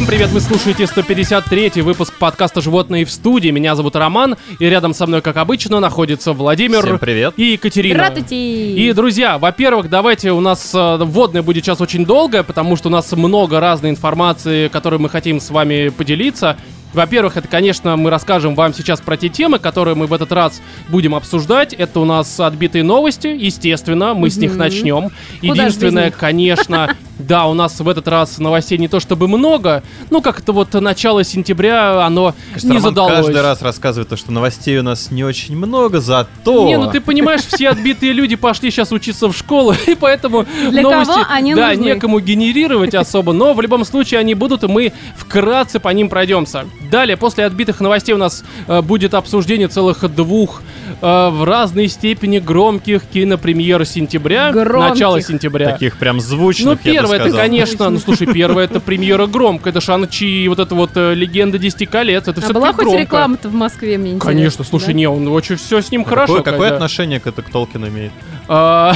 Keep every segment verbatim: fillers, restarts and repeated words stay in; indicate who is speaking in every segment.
Speaker 1: Всем привет, вы слушаете сто пятьдесят третий выпуск подкаста «Животные в студии». Меня зовут Роман, и рядом со мной, как обычно, находится Владимир.
Speaker 2: Всем привет.
Speaker 1: И Екатерина.
Speaker 3: Здравствуйте.
Speaker 1: И, друзья, во-первых, давайте, у нас э, вводная будет сейчас очень долгая, потому что у нас много разной информации, которой мы хотим с вами поделиться. Во-первых, это, конечно, мы расскажем вам сейчас про те темы, которые мы в этот раз будем обсуждать. Это у нас отбитые новости, естественно, мы mm-hmm. с них начнем.
Speaker 3: Куда
Speaker 1: Единственное, конечно, да, у нас в этот раз новостей не то чтобы много, ну, как-то вот начало сентября, оно
Speaker 2: Кажется,
Speaker 1: не
Speaker 2: Роман
Speaker 1: задалось.
Speaker 2: каждый раз рассказывает то, что новостей у нас не очень много, зато...
Speaker 1: Не, ну ты понимаешь, все отбитые люди пошли сейчас учиться в школу, и поэтому
Speaker 3: Для
Speaker 1: новости,
Speaker 3: кого они
Speaker 1: да,
Speaker 3: нужны?
Speaker 1: некому генерировать особо, но в любом случае они будут, и мы вкратце по ним пройдемся. Далее, после отбитых новостей у нас э, будет обсуждение целых двух э, в разной степени громких кинопремьер сентября,
Speaker 3: Громких.
Speaker 1: начало сентября.
Speaker 2: Таких прям звучных,
Speaker 1: Ну,
Speaker 2: я бы
Speaker 1: первое, это,
Speaker 2: сказал.
Speaker 1: конечно, ну, слушай, первое, это премьера громко, это Шан-Чи, вот это вот э, легенда десяти колец, это
Speaker 3: А
Speaker 1: все
Speaker 3: была хоть
Speaker 1: громко.
Speaker 3: реклама-то в Москве, мне интересно?
Speaker 1: Конечно, слушай,
Speaker 3: да?
Speaker 1: не, он очень все с ним хорошо.
Speaker 2: Какое, какое
Speaker 1: когда-
Speaker 2: отношение к, это, к Толкину имеет?
Speaker 1: А,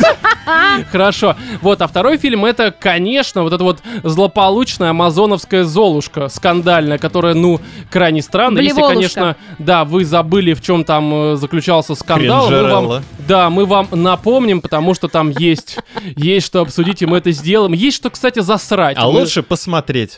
Speaker 1: Хорошо. Вот, а второй фильм это, конечно, вот эта вот злополучная амазоновская Золушка, скандальная, которая, ну, крайне странная. Если,
Speaker 3: Блеволушка.
Speaker 1: конечно, да, вы забыли, в чем там э, заключался скандал, мы вам,
Speaker 2: Кринжерелла.
Speaker 1: да, мы вам напомним, потому что там есть, есть что обсудить, и мы это сделаем. Есть что, кстати, засрать.
Speaker 2: А
Speaker 1: Мы-
Speaker 2: лучше посмотреть.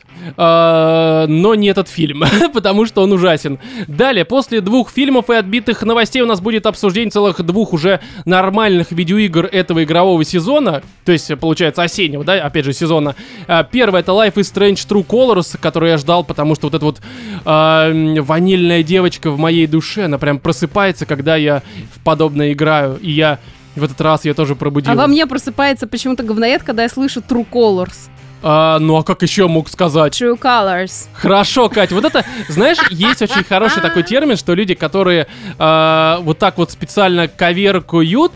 Speaker 1: а, но не этот фильм, потому что он ужасен. Далее, после двух фильмов и отбитых новостей у нас будет обсуждение целых двух уже нормальных видеоигр этого игрового сезона, то есть, получается, осеннего, да, опять же, сезона. А, Первое — это Life is Strange True Colors, который я ждал, потому что вот эта вот а, м, ванильная девочка в моей душе, она прям просыпается, когда я в подобное играю, и я в этот раз я тоже пробудил.
Speaker 3: А во мне просыпается почему-то говноед, когда я слышу True Colors.
Speaker 1: А, ну а как еще мог сказать?
Speaker 3: True Colors.
Speaker 1: Хорошо, Катя, вот это, знаешь, есть очень хороший такой термин, что люди, которые э, вот так вот специально коверкуют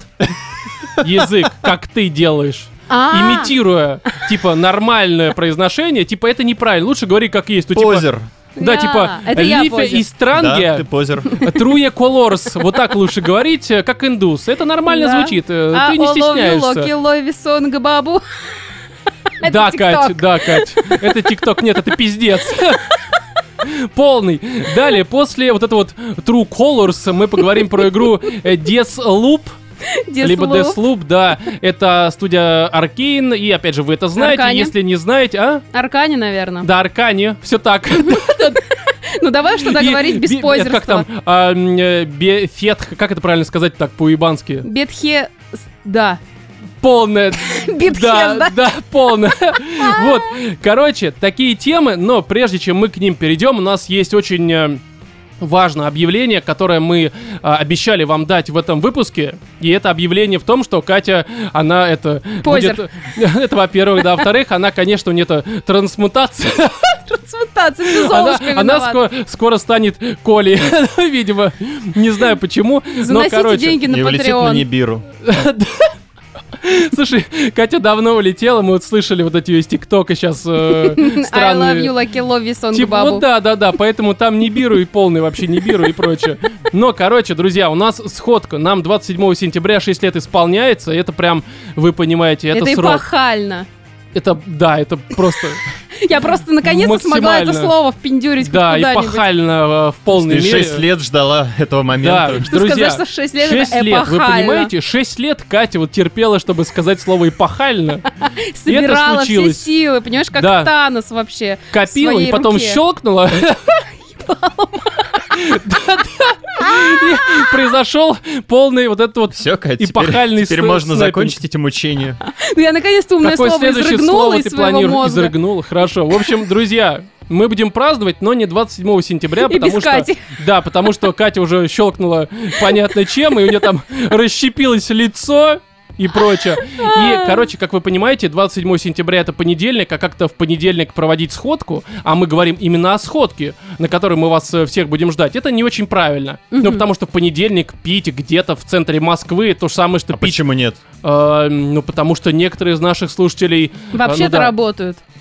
Speaker 1: язык, как ты делаешь,
Speaker 3: А,
Speaker 1: имитируя, типа, нормальное произношение, типа, это неправильно, лучше говори как есть. Ну, типа,
Speaker 2: Позер.
Speaker 1: да,
Speaker 3: Да,
Speaker 1: типа,
Speaker 3: это я
Speaker 1: лифе
Speaker 3: позер.
Speaker 1: и
Speaker 2: Да, ты
Speaker 1: странге,
Speaker 2: позер.
Speaker 1: труе колорс, вот так лучше говорить, э, как индус. Это нормально
Speaker 3: Да.
Speaker 1: звучит, э,
Speaker 3: а
Speaker 1: ты не стесняешься.
Speaker 3: Локи, Лови, Сонга, Бабу. Это
Speaker 1: Да,
Speaker 3: TikTok.
Speaker 1: Кать, да, Кать. Это ТикТок, нет, это пиздец. Полный. Далее, после вот этого вот True Colors мы поговорим про игру э, Deathloop. Либо
Speaker 3: Deathloop.
Speaker 1: Deathloop, да. Это студия Arkane, и опять же, вы это знаете.
Speaker 3: Аркане.
Speaker 1: Если не знаете, а?
Speaker 3: Аркане, наверное.
Speaker 1: Да, Аркане, все так.
Speaker 3: Ну давай что-то
Speaker 1: И
Speaker 3: говорить без
Speaker 1: би- Как
Speaker 3: позерства.
Speaker 1: там? А, м, э, Бефет, как это правильно сказать так по-уебански?
Speaker 3: Бетхе... с- Да.
Speaker 1: Полная.
Speaker 3: Битхез,
Speaker 1: Да,
Speaker 3: да?
Speaker 1: да, полная. Вот, короче, такие темы, но прежде чем мы к ним перейдем, у нас есть очень э, важное объявление, которое мы э, обещали вам дать в этом выпуске. И это объявление в том, что Катя, она это...
Speaker 3: Позер.
Speaker 1: будет- Это, во-первых, да. Во-вторых, она, конечно, у нее это трансмутация.
Speaker 3: Трансмутация, ты
Speaker 1: Она,
Speaker 3: Золушка
Speaker 1: она
Speaker 3: виновата.
Speaker 1: скоро, скоро станет Колей, видимо. Не знаю почему, но,
Speaker 3: Заносите
Speaker 1: короче...
Speaker 3: деньги на
Speaker 2: И улетит на
Speaker 3: Patreon.
Speaker 2: Нибиру.
Speaker 1: Слушай, Катя давно улетела, мы вот слышали вот эти из ТикТока сейчас э,
Speaker 3: I
Speaker 1: странные...
Speaker 3: love you, Lucky Love, Сонга,
Speaker 1: Типа,
Speaker 3: Бабу.
Speaker 1: вот да, да, да, поэтому там не биру и полный вообще не биру и прочее. Но, короче, друзья, у нас сходка. Нам двадцать седьмого сентября шесть лет исполняется. Это прям, вы понимаете, это,
Speaker 3: Это
Speaker 1: срок.
Speaker 3: эпохально.
Speaker 1: Это, да, это просто,
Speaker 3: Я просто наконец-то смогла это
Speaker 1: Максимально.
Speaker 3: слово впендюрить хоть
Speaker 1: да,
Speaker 3: куда-нибудь.
Speaker 1: эпохально э, в полной
Speaker 2: Ты
Speaker 1: мере.
Speaker 2: шесть лет ждала этого
Speaker 1: Да,
Speaker 2: момента.
Speaker 3: Что
Speaker 1: друзья,
Speaker 3: сказать, что шесть лет
Speaker 1: шесть
Speaker 3: это
Speaker 1: лет, вы
Speaker 3: эпохально.
Speaker 1: понимаете? шесть лет Катя вот терпела, чтобы сказать слово эпохально.
Speaker 3: Собирала все
Speaker 1: случилось.
Speaker 3: силы, понимаешь, как
Speaker 1: Да.
Speaker 3: Танос вообще.
Speaker 1: Копила
Speaker 3: в
Speaker 1: и
Speaker 3: своей
Speaker 1: потом
Speaker 3: руке.
Speaker 1: щелкнула. Да-да. И произошел полный вот этот вот
Speaker 2: Все, Кать,
Speaker 1: эпохальный
Speaker 2: теперь, теперь
Speaker 1: снэ-
Speaker 2: можно
Speaker 1: снэпинг.
Speaker 2: закончить эти мучения.
Speaker 3: Ну я наконец-то умное
Speaker 1: Какое
Speaker 3: слово
Speaker 1: следующее
Speaker 3: изрыгнула
Speaker 1: слово
Speaker 3: из
Speaker 1: ты
Speaker 3: своего
Speaker 1: планируешь?
Speaker 3: мозга.
Speaker 1: Изрыгнул, хорошо. В общем, друзья, мы будем праздновать, но не двадцать седьмого сентября,
Speaker 3: И
Speaker 1: потому
Speaker 3: без
Speaker 1: что...
Speaker 3: Кати.
Speaker 1: Да, потому что Катя уже щелкнула понятно чем, и у нее там расщепилось лицо и прочее. И, короче, как вы понимаете, двадцать седьмого сентября это понедельник, а как-то в понедельник проводить сходку, а мы говорим именно о сходке, на которой мы вас э, всех будем ждать, это не очень правильно. Ну, потому что в понедельник пить где-то в центре Москвы то же самое, что
Speaker 2: А
Speaker 1: пить...
Speaker 2: почему нет?
Speaker 1: э, ну, потому что некоторые из наших слушателей... э, ну
Speaker 3: Вообще-то
Speaker 1: да.
Speaker 3: работают.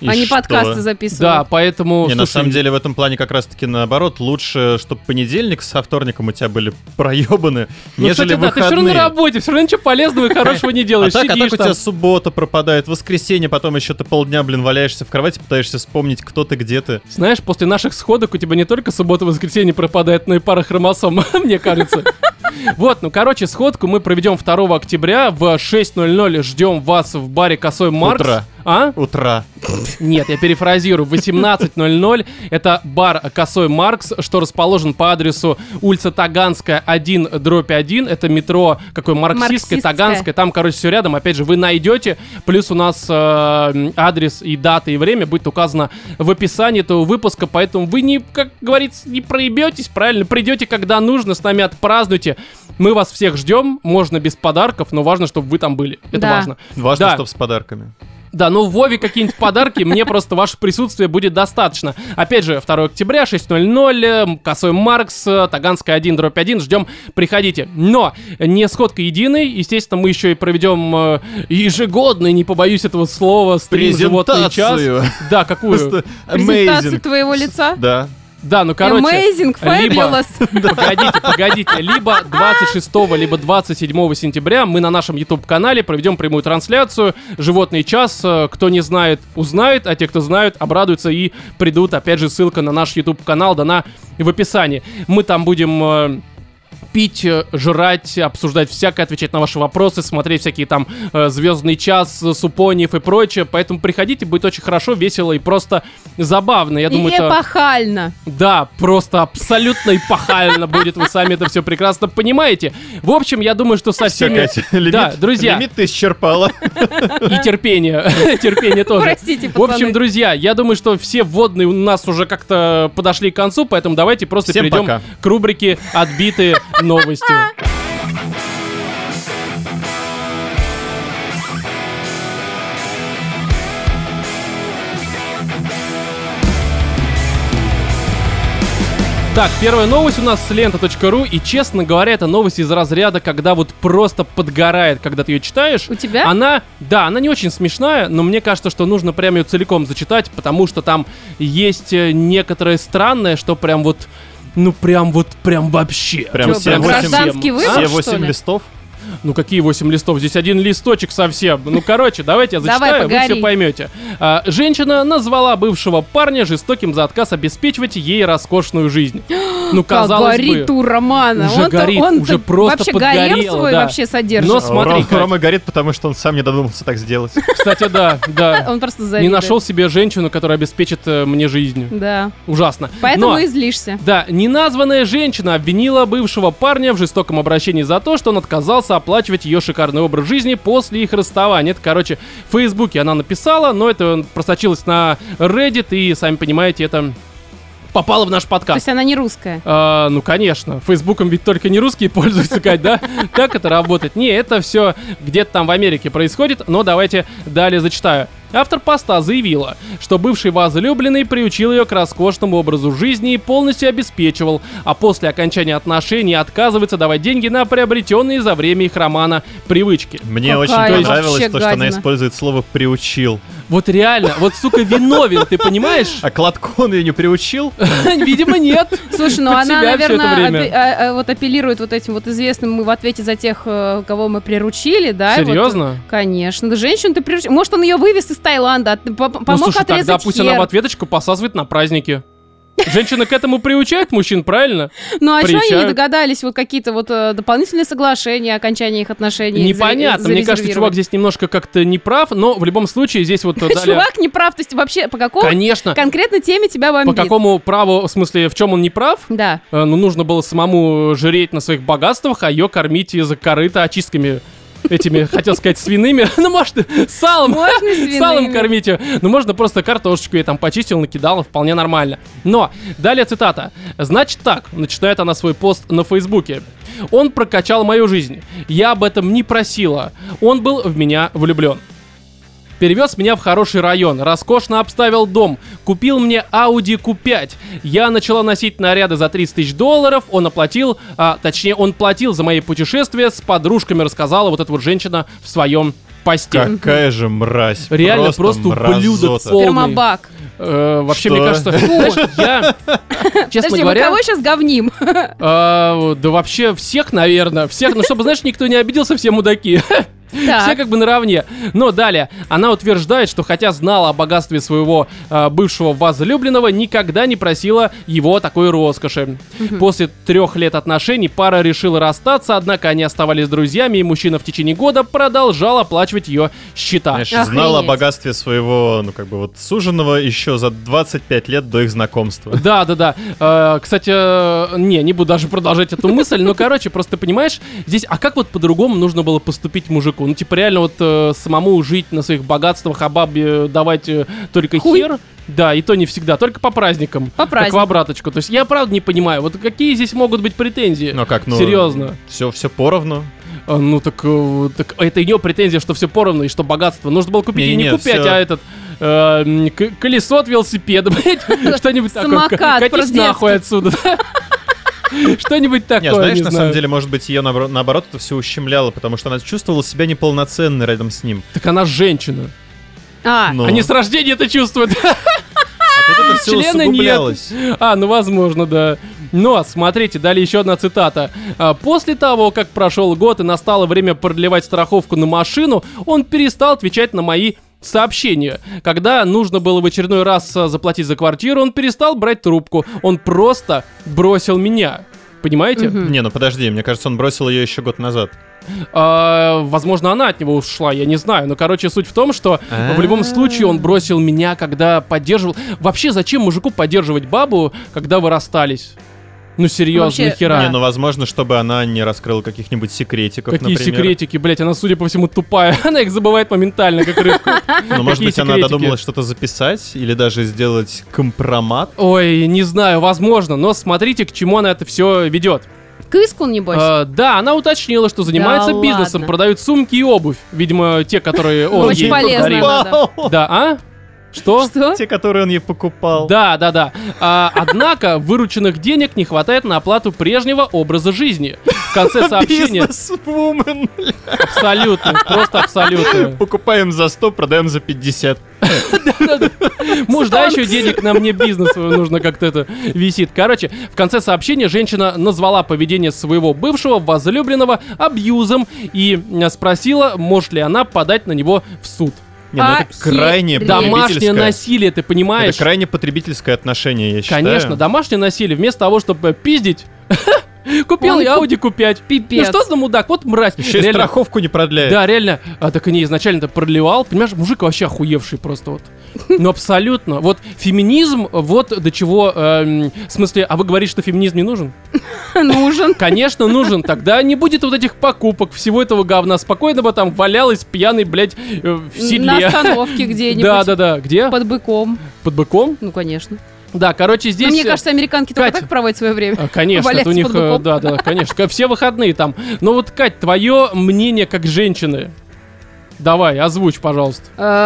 Speaker 2: И
Speaker 3: Они
Speaker 2: что?
Speaker 3: подкасты записывают.
Speaker 1: Да, поэтому...
Speaker 2: Не, на
Speaker 1: слушай,
Speaker 2: самом деле в этом плане как раз-таки наоборот. Лучше, чтобы понедельник со вторником у тебя были проебаны,
Speaker 1: ну,
Speaker 2: нежели
Speaker 1: кстати, да, ты все равно
Speaker 2: выходные.
Speaker 1: на работе, все равно ничего полезного и хорошего не
Speaker 2: А
Speaker 1: делаешь.
Speaker 2: так, а
Speaker 1: Сидишь
Speaker 2: так у
Speaker 1: там.
Speaker 2: тебя суббота пропадает, воскресенье, потом еще ты полдня, блин, валяешься в кровати, пытаешься вспомнить, кто ты, где ты.
Speaker 1: Знаешь, после наших сходок у тебя не только суббота и воскресенье пропадает, но и пара хромосом, мне кажется. Вот, ну, короче, сходку мы проведем второго октября в шесть ноль ноль. Ждем вас в баре «Косой Маркс».
Speaker 2: Утро.
Speaker 1: А?
Speaker 2: Утра.
Speaker 1: Нет, я перефразирую. В восемнадцать ноль ноль это бар «Косой Маркс», что расположен по адресу улица Таганская, один дробь один. Это метро какое марксистское,
Speaker 3: Марксистское.
Speaker 1: Таганское. Там, короче, все рядом. Опять же, вы найдете. Плюс у нас э, адрес и дата, и время будет указано в описании этого выпуска. Поэтому вы, не, как говорится, не проебетесь, правильно? Придете, когда нужно, с нами отпразднуйте. Мы вас всех ждем. Можно без подарков, но важно, чтобы вы там были. Это
Speaker 3: Да.
Speaker 1: важно.
Speaker 2: Важно,
Speaker 1: Да.
Speaker 2: чтоб с подарками.
Speaker 1: Да, ну в Вове какие-нибудь подарки, мне просто ваше присутствие будет достаточно. Опять же, второго октября, шесть ноль ноль, э, Косой Маркс, э, Таганская один дробь один, ждем, приходите. Но не сходка единой, естественно, мы еще и проведем э, ежегодный, не побоюсь этого слова, стрим «Животный час».
Speaker 2: Презентацию.
Speaker 1: Да, какую?
Speaker 2: Просто
Speaker 3: Презентацию
Speaker 2: amazing.
Speaker 3: твоего лица?
Speaker 2: Да.
Speaker 1: Да, ну короче...
Speaker 3: Amazing,
Speaker 1: либо-
Speaker 3: fabulous.
Speaker 1: Погодите, погодите. Либо двадцать шестого, либо двадцать седьмого сентября мы на нашем YouTube-канале проведем прямую трансляцию «Животный час». Э, Кто не знает, узнает, а те, кто знают, обрадуются и придут. Опять же, ссылка на наш YouTube-канал дана в описании. Мы там будем... э, пить, э, жрать, обсуждать всякое, отвечать на ваши вопросы, смотреть всякие там э, «Звездный час», «Супониев» и прочее. Поэтому приходите, будет очень хорошо, весело и просто забавно. Я думаю,
Speaker 3: И
Speaker 1: это...
Speaker 3: эпохально.
Speaker 1: Да, просто абсолютно эпохально будет, вы сами это все прекрасно понимаете. В общем, я думаю, что со
Speaker 2: Всё,
Speaker 1: всеми...
Speaker 2: Катя, лимит,
Speaker 1: Да, друзья.
Speaker 2: лимит ты исчерпала.
Speaker 1: И терпение, терпение тоже.
Speaker 3: Простите,
Speaker 1: В общем,
Speaker 3: пацаны.
Speaker 1: друзья, я думаю, что все вводные у нас уже как-то подошли к концу, поэтому давайте просто
Speaker 2: Всем
Speaker 1: перейдем
Speaker 2: пока.
Speaker 1: к рубрике «Отбитые новости». Так, первая новость у нас с лента точка ру, и, честно говоря, это новость из разряда, когда вот просто подгорает, когда ты ее читаешь.
Speaker 3: У тебя?
Speaker 1: Она, да, она не очень смешная, но мне кажется, что нужно прям ее целиком зачитать, потому что там есть э, некоторое странное, что прям вот, ну прям вот, прям вообще.
Speaker 2: Прям
Speaker 3: Чё,
Speaker 2: все
Speaker 3: прям
Speaker 2: восемь-
Speaker 3: гражданский выбор,
Speaker 2: Все
Speaker 3: что
Speaker 2: восемь
Speaker 3: ли?
Speaker 2: листов.
Speaker 1: Ну какие восемь листов? Здесь один листочек совсем. Ну короче, давайте я
Speaker 3: Давай,
Speaker 1: зачитаю, вы
Speaker 3: погори.
Speaker 1: все поймете. А, женщина назвала бывшего парня жестоким за отказ обеспечивать ей роскошную жизнь. Ну
Speaker 3: Как
Speaker 1: казалось
Speaker 3: горит
Speaker 1: бы.
Speaker 3: у Романа.
Speaker 1: Уже
Speaker 3: Он-то-
Speaker 1: горит,
Speaker 3: он-то
Speaker 1: уже просто
Speaker 3: вообще гарем
Speaker 1: подгорело,
Speaker 3: свой
Speaker 1: да.
Speaker 3: вообще содержит.
Speaker 1: Но смотри,
Speaker 2: Рома,
Speaker 1: Кать.
Speaker 2: Рома горит, потому что он сам не додумался так сделать.
Speaker 1: Кстати, да, да.
Speaker 3: Он просто
Speaker 1: Не
Speaker 3: завидует.
Speaker 1: нашел себе женщину, которая обеспечит э, мне жизнь.
Speaker 3: Да.
Speaker 1: Ужасно.
Speaker 3: Поэтому
Speaker 1: Но,
Speaker 3: и злишься.
Speaker 1: да, неназванная женщина обвинила бывшего парня в жестоком обращении за то, что он отказался оплачивать ее шикарный образ жизни после их расставания. Это, короче, в Фейсбуке она написала, но это просочилось на Reddit, и, сами понимаете, это попало в наш
Speaker 3: То
Speaker 1: подкаст.
Speaker 3: есть она не русская.
Speaker 1: А, ну, конечно. Фейсбуком ведь только не русские пользуются, Кать, да? Как это работает? Не, это все где-то там в Америке происходит, но давайте далее зачитаю. Автор поста заявила, что бывший возлюбленный приучил ее к роскошному образу жизни и полностью обеспечивал, а после окончания отношений отказывается давать деньги на приобретенные за время их романа привычки.
Speaker 2: Мне
Speaker 3: Какая
Speaker 2: очень понравилось
Speaker 3: вообще
Speaker 2: то, что она
Speaker 3: гадина.
Speaker 2: использует слово «приучил».
Speaker 1: Вот реально, вот, сука, виновен, ты понимаешь?
Speaker 2: А кладку он ее не приучил?
Speaker 1: Видимо, нет.
Speaker 3: Слушай, ну
Speaker 1: Под
Speaker 3: она,
Speaker 1: себя всё это
Speaker 3: наверное,
Speaker 1: время.
Speaker 3: апе- а- а, вот апеллирует вот этим вот известным мы в ответе за тех, э, кого мы приручили, да? и вот,
Speaker 1: Серьезно?
Speaker 3: конечно. Да женщину ты приручил. Может, он ее вывез из Таиланда, от- по-
Speaker 1: Ну,
Speaker 3: помог
Speaker 1: слушай,
Speaker 3: отрезать
Speaker 1: тогда пусть
Speaker 3: хер.
Speaker 1: она в ответочку посасывает на празднике. Женщины к этому приучают мужчин, правильно?
Speaker 3: Ну, а что они не
Speaker 1: приучают.
Speaker 3: догадались вот какие-то вот э, дополнительные соглашения, окончания их отношений?
Speaker 1: Непонятно.
Speaker 3: заре-
Speaker 1: Мне кажется, чувак
Speaker 3: зарезервировать?
Speaker 1: здесь немножко как-то не прав, но в любом случае здесь вот дали...
Speaker 3: Чувак не прав, то есть вообще по какому
Speaker 1: Конечно.
Speaker 3: конкретно теме тебя
Speaker 1: По
Speaker 3: бомбит?
Speaker 1: какому праву, в смысле, в чем он не прав?
Speaker 3: Да.
Speaker 1: Э, Ну, нужно было самому жреть на своих богатствах, а ее кормить из корыта очистками этими, хотел сказать, свиными. Ну, может, салом.
Speaker 3: Можно свиными.
Speaker 1: Салом кормите. Ну, можно просто картошечку я там почистил, накидал, вполне нормально. Но, далее цитата. Значит так, начинает она свой пост на Фейсбуке. Он прокачал мою жизнь. Я об этом не просила. Он был в меня влюблен. Перевез меня в хороший район, роскошно обставил дом, купил мне Audi кью пять. Я начала носить наряды за тридцать тысяч долларов, он оплатил, а, точнее, он платил за мои путешествия, с подружками рассказала вот эта вот женщина в своем постель.
Speaker 2: Какая же мразь.
Speaker 1: Реально, просто ублюдок полный.
Speaker 3: Спермобак.
Speaker 1: Э, вообще,
Speaker 2: Что?
Speaker 1: мне кажется, знаешь, я, честно
Speaker 3: Подожди, мы
Speaker 1: говоря,
Speaker 3: кого сейчас говним?
Speaker 1: э, да вообще всех, наверное, всех, ну чтобы, знаешь, никто не обиделся, все мудаки. Все
Speaker 3: Так.
Speaker 1: как бы наравне. Но далее, она утверждает, что хотя знала о богатстве своего э, бывшего возлюбленного, никогда не просила его такой роскоши. После трех лет отношений пара решила расстаться, однако они оставались друзьями, и мужчина в течение года продолжал оплачивать ее счета.
Speaker 2: Знаешь,
Speaker 3: Охренеть.
Speaker 2: знала о богатстве своего, ну как бы вот суженого еще за двадцать пять лет до их знакомства.
Speaker 1: Да, да, да. Э, кстати, э, не, не буду даже продолжать эту мысль, но, короче, просто ты понимаешь, здесь, а как вот по-другому нужно было поступить мужику? Ну, типа, реально вот э, самому жить на своих богатствах, а бабе давать э, только
Speaker 3: Хуй.
Speaker 1: хер? Да, и то не всегда, только по праздникам.
Speaker 3: По
Speaker 1: Как в
Speaker 3: праздникам.
Speaker 1: обраточку. То есть я правда не понимаю, вот какие здесь могут быть претензии?
Speaker 2: Ну как, ну...
Speaker 1: Серьезно.
Speaker 2: Все, все поровну.
Speaker 1: А, ну так, э, так это ее претензия, что все поровну и что богатство. Нужно было купить и не
Speaker 2: Не-не-не,
Speaker 1: купить,
Speaker 2: всё.
Speaker 1: а этот э, м, к- колесо от велосипеда, блять, что-нибудь такое.
Speaker 3: Самокат
Speaker 1: Катись
Speaker 3: по-детски.
Speaker 1: нахуй отсюда. Что-нибудь такое,
Speaker 2: Не, знаешь,
Speaker 1: не
Speaker 2: на
Speaker 1: знаю.
Speaker 2: самом деле, может быть, ее наоборот это все ущемляло, потому что она чувствовала себя неполноценной рядом с ним.
Speaker 1: Так она женщина.
Speaker 3: А,
Speaker 2: Ну,
Speaker 1: Они с рождения это чувствуют.
Speaker 2: а тут это все
Speaker 1: Члена нет.
Speaker 2: усугублялось.
Speaker 1: А, ну возможно, да. Но, смотрите, далее еще одна цитата. А, После того, как прошел год и настало время продлевать страховку на машину, он перестал отвечать на мои сообщения. Когда нужно было в очередной раз а, заплатить за квартиру, он перестал брать трубку. Он просто бросил меня. Понимаете?
Speaker 3: Мгм.
Speaker 2: Не, ну подожди, мне кажется, он бросил ее еще год назад.
Speaker 1: А, возможно, она от него ушла, я не знаю. Но, короче, суть в том, что в любом случае он бросил меня, когда поддерживал. Вообще, зачем мужику поддерживать бабу, когда вы расстались? Ну, серьезно,
Speaker 3: Вообще,
Speaker 1: нахера?
Speaker 2: Не, ну возможно, чтобы она не раскрыла каких-нибудь секретиков,
Speaker 1: Какие
Speaker 2: например.
Speaker 1: секретики, блять, она, судя по всему, тупая. Она их забывает моментально, как рыбку.
Speaker 2: Ну, может
Speaker 1: Какие
Speaker 2: быть, она
Speaker 1: секретики?
Speaker 2: додумалась что-то записать или даже сделать компромат.
Speaker 1: Ой, не знаю, возможно, но смотрите, к чему она это все ведет.
Speaker 3: К иску, небось.
Speaker 1: А, да, она уточнила, что занимается
Speaker 3: Да
Speaker 1: бизнесом,
Speaker 3: ладно.
Speaker 1: продают сумки и обувь. Видимо, те, которые он
Speaker 3: Очень
Speaker 1: ей
Speaker 3: полезно,
Speaker 1: подарил.
Speaker 3: да.
Speaker 1: Да, а? Что?
Speaker 3: Что?
Speaker 2: Те, которые он ей покупал.
Speaker 1: Да, да, да. А, однако вырученных денег не хватает на оплату прежнего образа жизни. В конце сообщения...
Speaker 2: Бизнесвумен.
Speaker 1: Абсолютно, просто абсолютно.
Speaker 2: Покупаем за сто, продаем за пятьдесят.
Speaker 1: Может, да, еще денег на мне бизнес нужно как-то это висит. Короче, в конце сообщения женщина назвала поведение своего бывшего возлюбленного абьюзом и э, спросила, может ли она подать на него в суд.
Speaker 2: Не, ну это крайне
Speaker 3: Охереть.
Speaker 1: Домашнее
Speaker 2: потребительское.
Speaker 1: насилие, ты понимаешь?
Speaker 2: Это крайне потребительское отношение, я считаю.
Speaker 1: Конечно, домашнее насилие. Вместо того, чтобы пиздить, купил
Speaker 3: Он
Speaker 1: я
Speaker 3: куп-
Speaker 1: Audi ку пять.
Speaker 3: Пипец.
Speaker 1: Ну что за мудак? Вот мразь.
Speaker 2: Еще и
Speaker 1: Реально.
Speaker 2: страховку не продляет.
Speaker 1: Да, реально. А, так они изначально-то проливал. Понимаешь, мужик вообще охуевший просто вот. Ну, абсолютно. Вот феминизм, вот до чего... эм, в смысле, а вы говорите, что феминизм не нужен?
Speaker 3: Нужен.
Speaker 1: Конечно, нужен. Тогда не будет вот этих покупок, всего этого говна. Спокойно бы там валялась пьяный, блядь, э, в
Speaker 3: На
Speaker 1: седле.
Speaker 3: остановке где-нибудь.
Speaker 1: Да-да-да. Где?
Speaker 3: Под быком.
Speaker 1: Под быком?
Speaker 3: Ну, конечно.
Speaker 1: Да, короче, здесь...
Speaker 3: Но мне кажется, американки только
Speaker 1: Катя.
Speaker 3: так проводят свое время.
Speaker 1: А, Конечно, это
Speaker 3: Валяться
Speaker 1: у них,
Speaker 3: под
Speaker 1: э,
Speaker 3: быком.
Speaker 1: да, да, конечно, ка- все выходные там. Но вот, Кать, твое мнение как женщины, давай, озвучь, пожалуйста.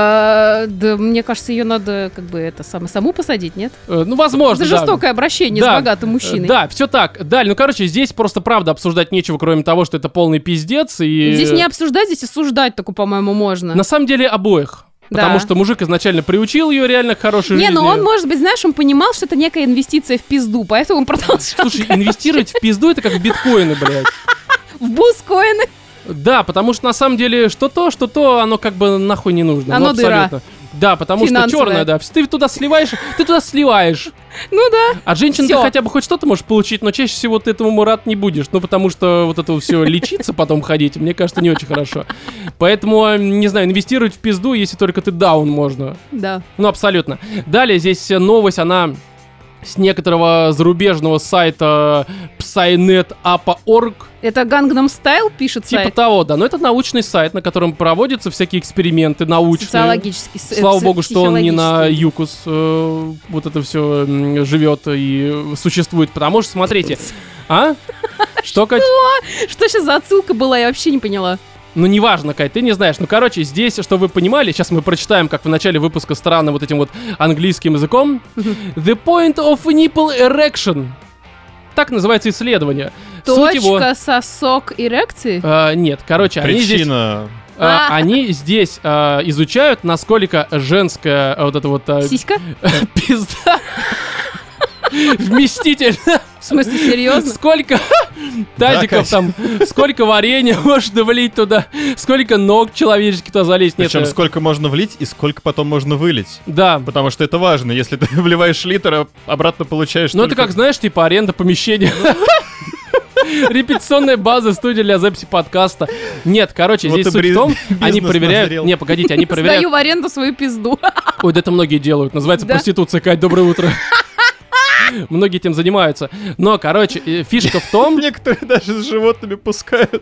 Speaker 3: А, Да, мне кажется, ее надо как бы это самое саму посадить, нет?
Speaker 1: Э, Ну, возможно,
Speaker 3: За
Speaker 1: да.
Speaker 3: жестокое обращение
Speaker 1: Да.
Speaker 3: с богатым мужчиной.
Speaker 1: Э, Да, все так. Далее, ну, короче, здесь просто правда обсуждать нечего, кроме того, что это полный пиздец. И...
Speaker 3: Здесь не обсуждать, здесь осуждать только, по-моему, можно.
Speaker 1: На самом деле обоих.
Speaker 3: Да.
Speaker 1: Потому что мужик изначально приучил ее реально к хорошей
Speaker 3: Не,
Speaker 1: жизни.
Speaker 3: ну он, может быть, знаешь, он понимал, что это некая инвестиция в пизду, поэтому он продолжал.
Speaker 1: Слушай, инвестировать в пизду это как в биткоины, блядь.
Speaker 3: В бускоины.
Speaker 1: Да, потому что на самом деле что то, что то, оно как бы нахуй не нужно.
Speaker 3: Оно
Speaker 1: Ну,
Speaker 3: дыра.
Speaker 1: абсолютно. Да, потому
Speaker 3: Финансовая.
Speaker 1: что черное, да. Ты туда сливаешь, ты туда сливаешь.
Speaker 3: Ну да.
Speaker 1: От женщин ты
Speaker 3: Всё.
Speaker 1: хотя бы хоть что-то можешь получить, но чаще всего ты этому рад не будешь. Ну, потому что вот это все лечиться потом ходить, мне кажется, не очень хорошо. Поэтому, э, не знаю, инвестировать в пизду, если только ты даун, можно.
Speaker 3: Да.
Speaker 1: Ну, абсолютно. Далее здесь э, новость, она с некоторого зарубежного сайта псайнет апа точка орг.
Speaker 3: Это Gangnam Style пишет
Speaker 1: Типа
Speaker 3: сайт.
Speaker 1: того, да. Но это научный сайт, на котором проводятся всякие эксперименты научные.
Speaker 3: Социологический. с-
Speaker 1: Слава
Speaker 3: пси-
Speaker 1: богу, что он не на
Speaker 3: психологический.
Speaker 1: ЮКОС э, вот это все живет и существует. Потому что, смотрите, а? Что, Кать?
Speaker 3: Что сейчас за отсылка была, я вообще не поняла.
Speaker 1: Ну, неважно, Кать, ты не знаешь. Ну, короче, здесь, что вы понимали, сейчас мы прочитаем, как в начале выпуска странно вот этим вот английским языком. The point of nipple erection. Так называется исследование. Суть его...
Speaker 3: Точка, сосок, эрекции?
Speaker 1: А, нет, короче, они здесь...
Speaker 2: Причина
Speaker 1: а, они здесь а, изучают, насколько женская а, вот эта вот... А,
Speaker 3: Сиська?
Speaker 1: Пизда. Вместительно.
Speaker 3: В смысле, серьезно?
Speaker 1: Сколько тазиков там, сколько варенья можно влить туда, сколько ног человеческих туда залезть. Нет,
Speaker 2: Причем
Speaker 1: э,
Speaker 2: сколько можно влить и сколько потом можно вылить.
Speaker 1: Да.
Speaker 2: Потому что это важно. Если ты вливаешь литр, а обратно получаешь
Speaker 1: Ну это
Speaker 2: только-
Speaker 1: как, знаешь, типа аренда помещения. Репетиционная база студии для записи подкаста. Нет, короче,
Speaker 2: Вот
Speaker 1: здесь
Speaker 2: и
Speaker 1: суть в
Speaker 2: бри-
Speaker 1: том, они
Speaker 2: бизнес
Speaker 1: проверяют...
Speaker 2: назрел.
Speaker 1: Не, погодите, они
Speaker 3: Сдаю
Speaker 1: проверяют...
Speaker 3: в аренду свою пизду.
Speaker 1: Ой, да это многие делают. Называется
Speaker 3: Да?
Speaker 1: проституция. Кать, доброе утро. Многие этим занимаются. Но, короче, э, фишка в том...
Speaker 2: Некоторые даже с животными пускают.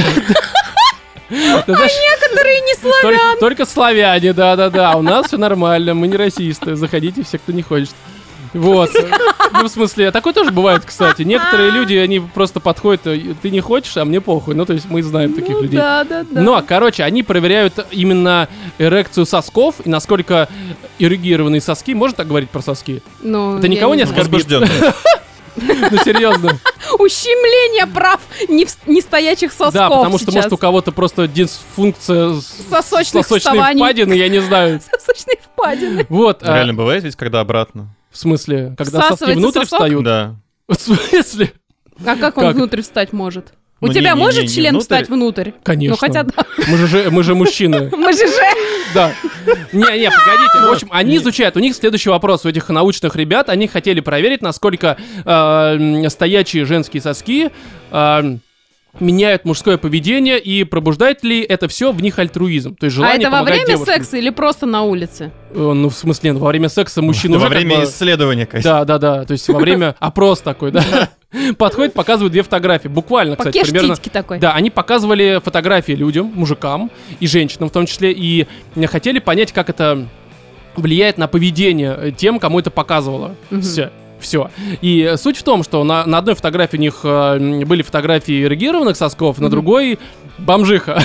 Speaker 1: ты знаешь,
Speaker 3: Которые не славяне.
Speaker 1: Только, только славяне, да-да-да. У нас все нормально, мы не расисты. Заходите все, кто не хочет. Вот. Ну, в смысле, такое тоже бывает, кстати. Некоторые люди, они просто подходят, ты не хочешь, а мне похуй. Ну, то есть мы знаем таких людей.
Speaker 3: Да, да, да.
Speaker 1: Но, короче, они проверяют именно эрекцию сосков и насколько эрегированные соски. Можно так говорить про соски?
Speaker 3: Ну,
Speaker 1: Это
Speaker 3: я
Speaker 1: никого не
Speaker 3: знаю.
Speaker 1: оскорбит?
Speaker 2: Возбужденные.
Speaker 1: Ну, серьезно.
Speaker 3: Ущемление прав не, в- не стоячих сосков
Speaker 1: Да, потому что,
Speaker 3: сейчас.
Speaker 1: может, у кого-то просто дисфункция с-
Speaker 3: Сосочных
Speaker 1: сосочной
Speaker 3: вставаний.
Speaker 1: впадины, я не знаю.
Speaker 3: Сосочные впадины.
Speaker 1: Вот. а,
Speaker 2: Реально бывает ведь, когда обратно.
Speaker 1: В смысле? Когда соски
Speaker 3: Всасывается
Speaker 1: внутрь
Speaker 3: сосок?
Speaker 1: встают?
Speaker 2: Да.
Speaker 1: В смысле?
Speaker 3: А как он
Speaker 1: Как?
Speaker 3: внутрь встать может? У
Speaker 2: Ну,
Speaker 3: тебя
Speaker 2: не- не-
Speaker 3: может
Speaker 2: не- не
Speaker 3: член
Speaker 2: внутрь.
Speaker 3: встать внутрь?
Speaker 1: Конечно.
Speaker 3: Ну, хотя да.
Speaker 1: Мы же, же- мы же мужчины.
Speaker 3: Мы же же...
Speaker 1: Да. Не-не, погодите. В общем, они изучают. У них следующий вопрос у этих научных ребят. Они хотели проверить, насколько э, м, стоячие женские соски э, меняют мужское поведение и пробуждает ли это все в них альтруизм. То есть
Speaker 3: А
Speaker 1: желание
Speaker 3: это во
Speaker 1: помогать
Speaker 3: время
Speaker 1: девушкам.
Speaker 3: секса или просто на улице?
Speaker 1: Э, Ну, в смысле, ну, во время секса мужчина
Speaker 2: Это
Speaker 1: уже
Speaker 2: во время
Speaker 1: как бы-
Speaker 2: исследования, Катя.
Speaker 1: Да, да, да. То есть во время опрос такой, да. Подходит, показывает две фотографии. Буквально, кстати,
Speaker 3: Покеш
Speaker 1: примерно.
Speaker 3: титьки такой.
Speaker 1: Да, они показывали фотографии людям, мужикам и женщинам в том числе, и хотели понять, как это влияет на поведение тем, кому это показывало.
Speaker 3: Мгм.
Speaker 1: Все. Все. И суть в том, что на, на одной фотографии у них э, были фотографии эрегированных сосков, на
Speaker 3: Мгм.
Speaker 1: другой бомжиха.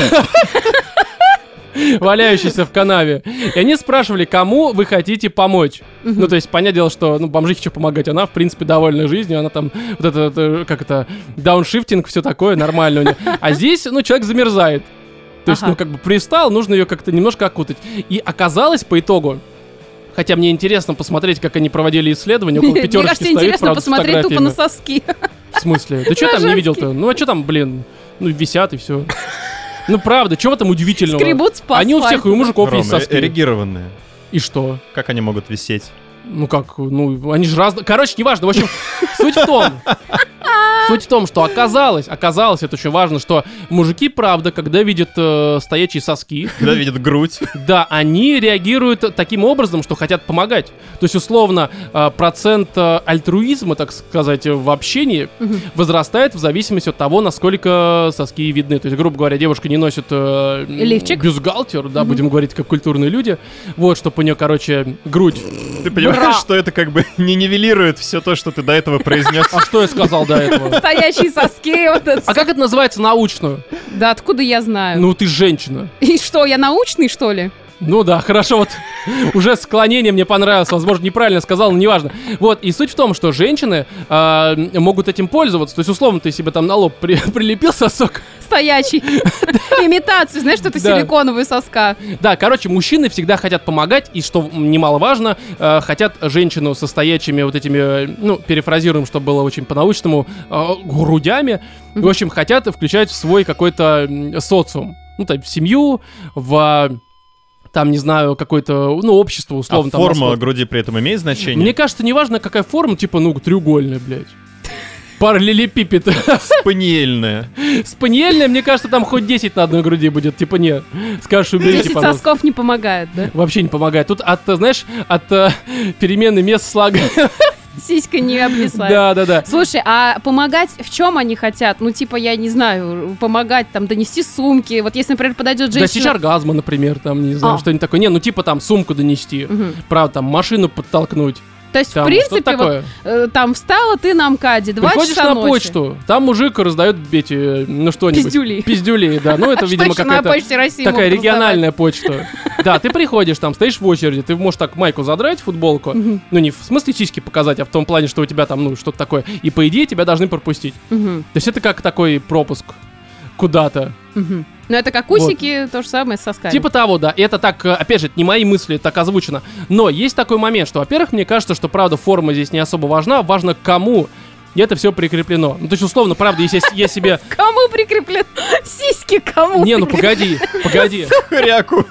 Speaker 1: Валяющийся в канаве. И они спрашивали, кому вы хотите помочь.
Speaker 3: Мгм.
Speaker 1: Ну, то есть, понятное дело, что, ну, бомжихе что помогать? Она, в принципе, довольна жизнью, она там, вот это, это, как это, дауншифтинг, все такое, нормально у нее. А здесь, ну, человек замерзает. То есть,
Speaker 3: Ага.
Speaker 1: ну, как бы пристал, нужно ее как-то немножко окутать. И оказалось по итогу, хотя мне интересно посмотреть, как они проводили исследования, около
Speaker 3: Мне
Speaker 1: пятерочки
Speaker 3: кажется,
Speaker 1: стоит,
Speaker 3: интересно
Speaker 1: правда, с
Speaker 3: посмотреть тупо на
Speaker 1: фотографиями.
Speaker 3: соски.
Speaker 1: В смысле? Да что
Speaker 3: На
Speaker 1: там не
Speaker 3: женские.
Speaker 1: видел-то? Ну, а что там, блин? Ну, висят и все. Ну, правда, чего там удивительного?
Speaker 3: Скребутся по
Speaker 1: Они у всех, и у
Speaker 3: асфальту.
Speaker 1: мужиков есть
Speaker 2: Рома,
Speaker 1: соски.
Speaker 2: эрегированные.
Speaker 1: И что?
Speaker 2: Как они могут висеть?
Speaker 1: Ну как, ну, они же разные. Короче, неважно. В общем, суть в том. Суть в том, что оказалось, оказалось, это очень важно, что мужики, правда, когда видят э, стоячие соски,
Speaker 2: Когда видят грудь.
Speaker 1: да, они реагируют таким образом, что хотят помогать. То есть, условно, э, процент э, альтруизма, так сказать, в общении
Speaker 3: Мгм.
Speaker 1: возрастает в зависимости от того, насколько соски видны. То есть, грубо говоря, девушка не носит э,
Speaker 3: Лифчик.
Speaker 1: бюстгальтер, да,
Speaker 3: Мгм.
Speaker 1: будем говорить, как культурные люди. Вот, чтобы у нее, короче, грудь.
Speaker 2: Ты понимаешь, что это как бы не нивелирует все то, что ты до этого произнес?
Speaker 1: А что я сказал до этого?
Speaker 3: Настоящие соски. Вот это
Speaker 1: А как это называется научно?
Speaker 3: Да откуда я знаю?
Speaker 1: Ну, ты женщина.
Speaker 3: И что, я научный, что ли?
Speaker 1: Ну да, хорошо, вот уже склонение мне понравилось, возможно, неправильно сказал, но неважно. Вот, и суть в том, что женщины а, могут этим пользоваться. То есть, условно, ты себе там на лоб при- прилепил сосок.
Speaker 3: Стоячий. Имитацию, знаешь, что это
Speaker 1: Да.
Speaker 3: силиконовые соска.
Speaker 1: Да, короче, мужчины всегда хотят помогать, и, что немаловажно, э, хотят женщину со стоячими вот этими, э, ну, перефразируем, чтобы было очень по-научному, э, грудями. В общем, хотят включать в свой какой-то м, социум. Ну, там, в семью, в... Там, не знаю, какое-то, ну, общество,
Speaker 2: А
Speaker 1: условно. там,
Speaker 2: форма
Speaker 1: насколько.
Speaker 2: груди при этом имеет значение?
Speaker 1: Мне кажется, неважно, какая форма, типа, ну, треугольная, блядь. Параллелепипед.
Speaker 2: Спаниельная.
Speaker 1: Спаниельная, мне кажется, там хоть десять на одной груди будет. Типа, не. Скажешь, уберите,
Speaker 3: Десять
Speaker 1: пожалуйста.
Speaker 3: сосков не помогают, да?
Speaker 1: Вообще не помогает. Тут от, э, знаешь, от э, перемены мест слага.
Speaker 3: Сиська не обвисает.
Speaker 1: Да, да, да.
Speaker 3: Слушай, а помогать в чем они хотят? Ну, типа, я не знаю, помогать там донести сумки. Вот если, например, подойдет
Speaker 1: Достичь
Speaker 3: женщина...
Speaker 1: оргазма, например, там, не знаю,
Speaker 3: А.
Speaker 1: что-нибудь такое. Не, ну типа там сумку донести.
Speaker 3: Мгм.
Speaker 1: Правда, там машину подтолкнуть.
Speaker 3: То есть,
Speaker 1: Там,
Speaker 3: в принципе,
Speaker 1: что-то
Speaker 3: вот
Speaker 1: такое.
Speaker 3: э, там встала ты на МКАДе, два
Speaker 1: Приходишь
Speaker 3: часа
Speaker 1: на
Speaker 3: ночи.
Speaker 1: почту, там мужик раздает эти, э, ну что-нибудь.
Speaker 3: Пиздюли.
Speaker 1: Пиздюлей, да. Ну это,
Speaker 3: Что
Speaker 1: видимо,
Speaker 3: еще на
Speaker 1: какая-то
Speaker 3: почте России
Speaker 1: такая
Speaker 3: могут
Speaker 1: региональная почта. Да, ты приходишь, там стоишь в очереди, ты можешь так майку задрать, футболку.
Speaker 3: Мгм.
Speaker 1: Ну не в смысле сиськи показать, а в том плане, что у тебя там, ну, что-то такое. И по идее тебя должны пропустить.
Speaker 3: раздавать? Мгм.
Speaker 1: То есть это как такой пропуск куда-то.
Speaker 3: Мгм. Но это как усики, то же самое с сосками.
Speaker 1: Типа того, да. Это так, э, опять же, это не мои мысли, это так озвучено. Но есть такой момент, что, во-первых, мне кажется, что, правда, форма здесь не особо важна. Важно, к кому это все прикреплено. Ну, то есть, условно, правда, если я себе...
Speaker 3: Кому прикреплен? Сиськи кому?
Speaker 1: Не, ну погоди, погоди.
Speaker 2: Хряку.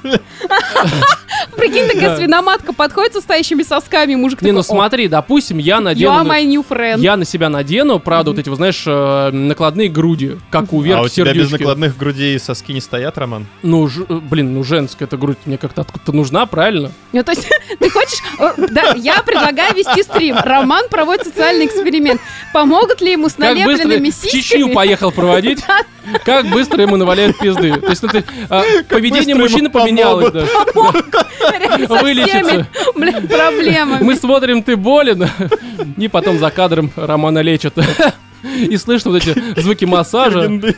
Speaker 3: Прикинь, такая свиноматка подходит со стоящими сосками, мужик
Speaker 1: Не,
Speaker 3: такой,
Speaker 1: ну смотри, допустим, я
Speaker 3: «О, you
Speaker 1: надену...
Speaker 3: are
Speaker 1: на-
Speaker 3: my new friend».
Speaker 1: Я на себя надену, правда, вот эти, вот, знаешь, э, накладные груди, как у Верки
Speaker 2: А у тебя без
Speaker 1: Сердючки.
Speaker 2: накладных грудей соски не стоят, Роман?
Speaker 1: Ну, ж- э, блин, ну женская эта грудь мне как-то откуда-то нужна, правильно?
Speaker 3: Ну, то есть, ты хочешь... о, Да, я предлагаю вести стрим. Роман проводит социальный эксперимент. Помогут ли ему с
Speaker 1: Как быстро
Speaker 3: налепленными
Speaker 1: в Чечню
Speaker 3: сиськами?
Speaker 1: поехал проводить, как быстро ему наваляют пизды. То есть, ну, ты, а, поведение
Speaker 2: быстро
Speaker 1: мужчины
Speaker 2: ему
Speaker 1: поменялось.
Speaker 2: помогут.
Speaker 1: Да.
Speaker 3: Рядом со
Speaker 1: Вылечиться.
Speaker 3: всеми, блин, проблемами.
Speaker 1: Мы смотрим, ты болен, и потом за кадром Романа лечат. И слышно вот эти звуки массажа.
Speaker 2: Киргенды.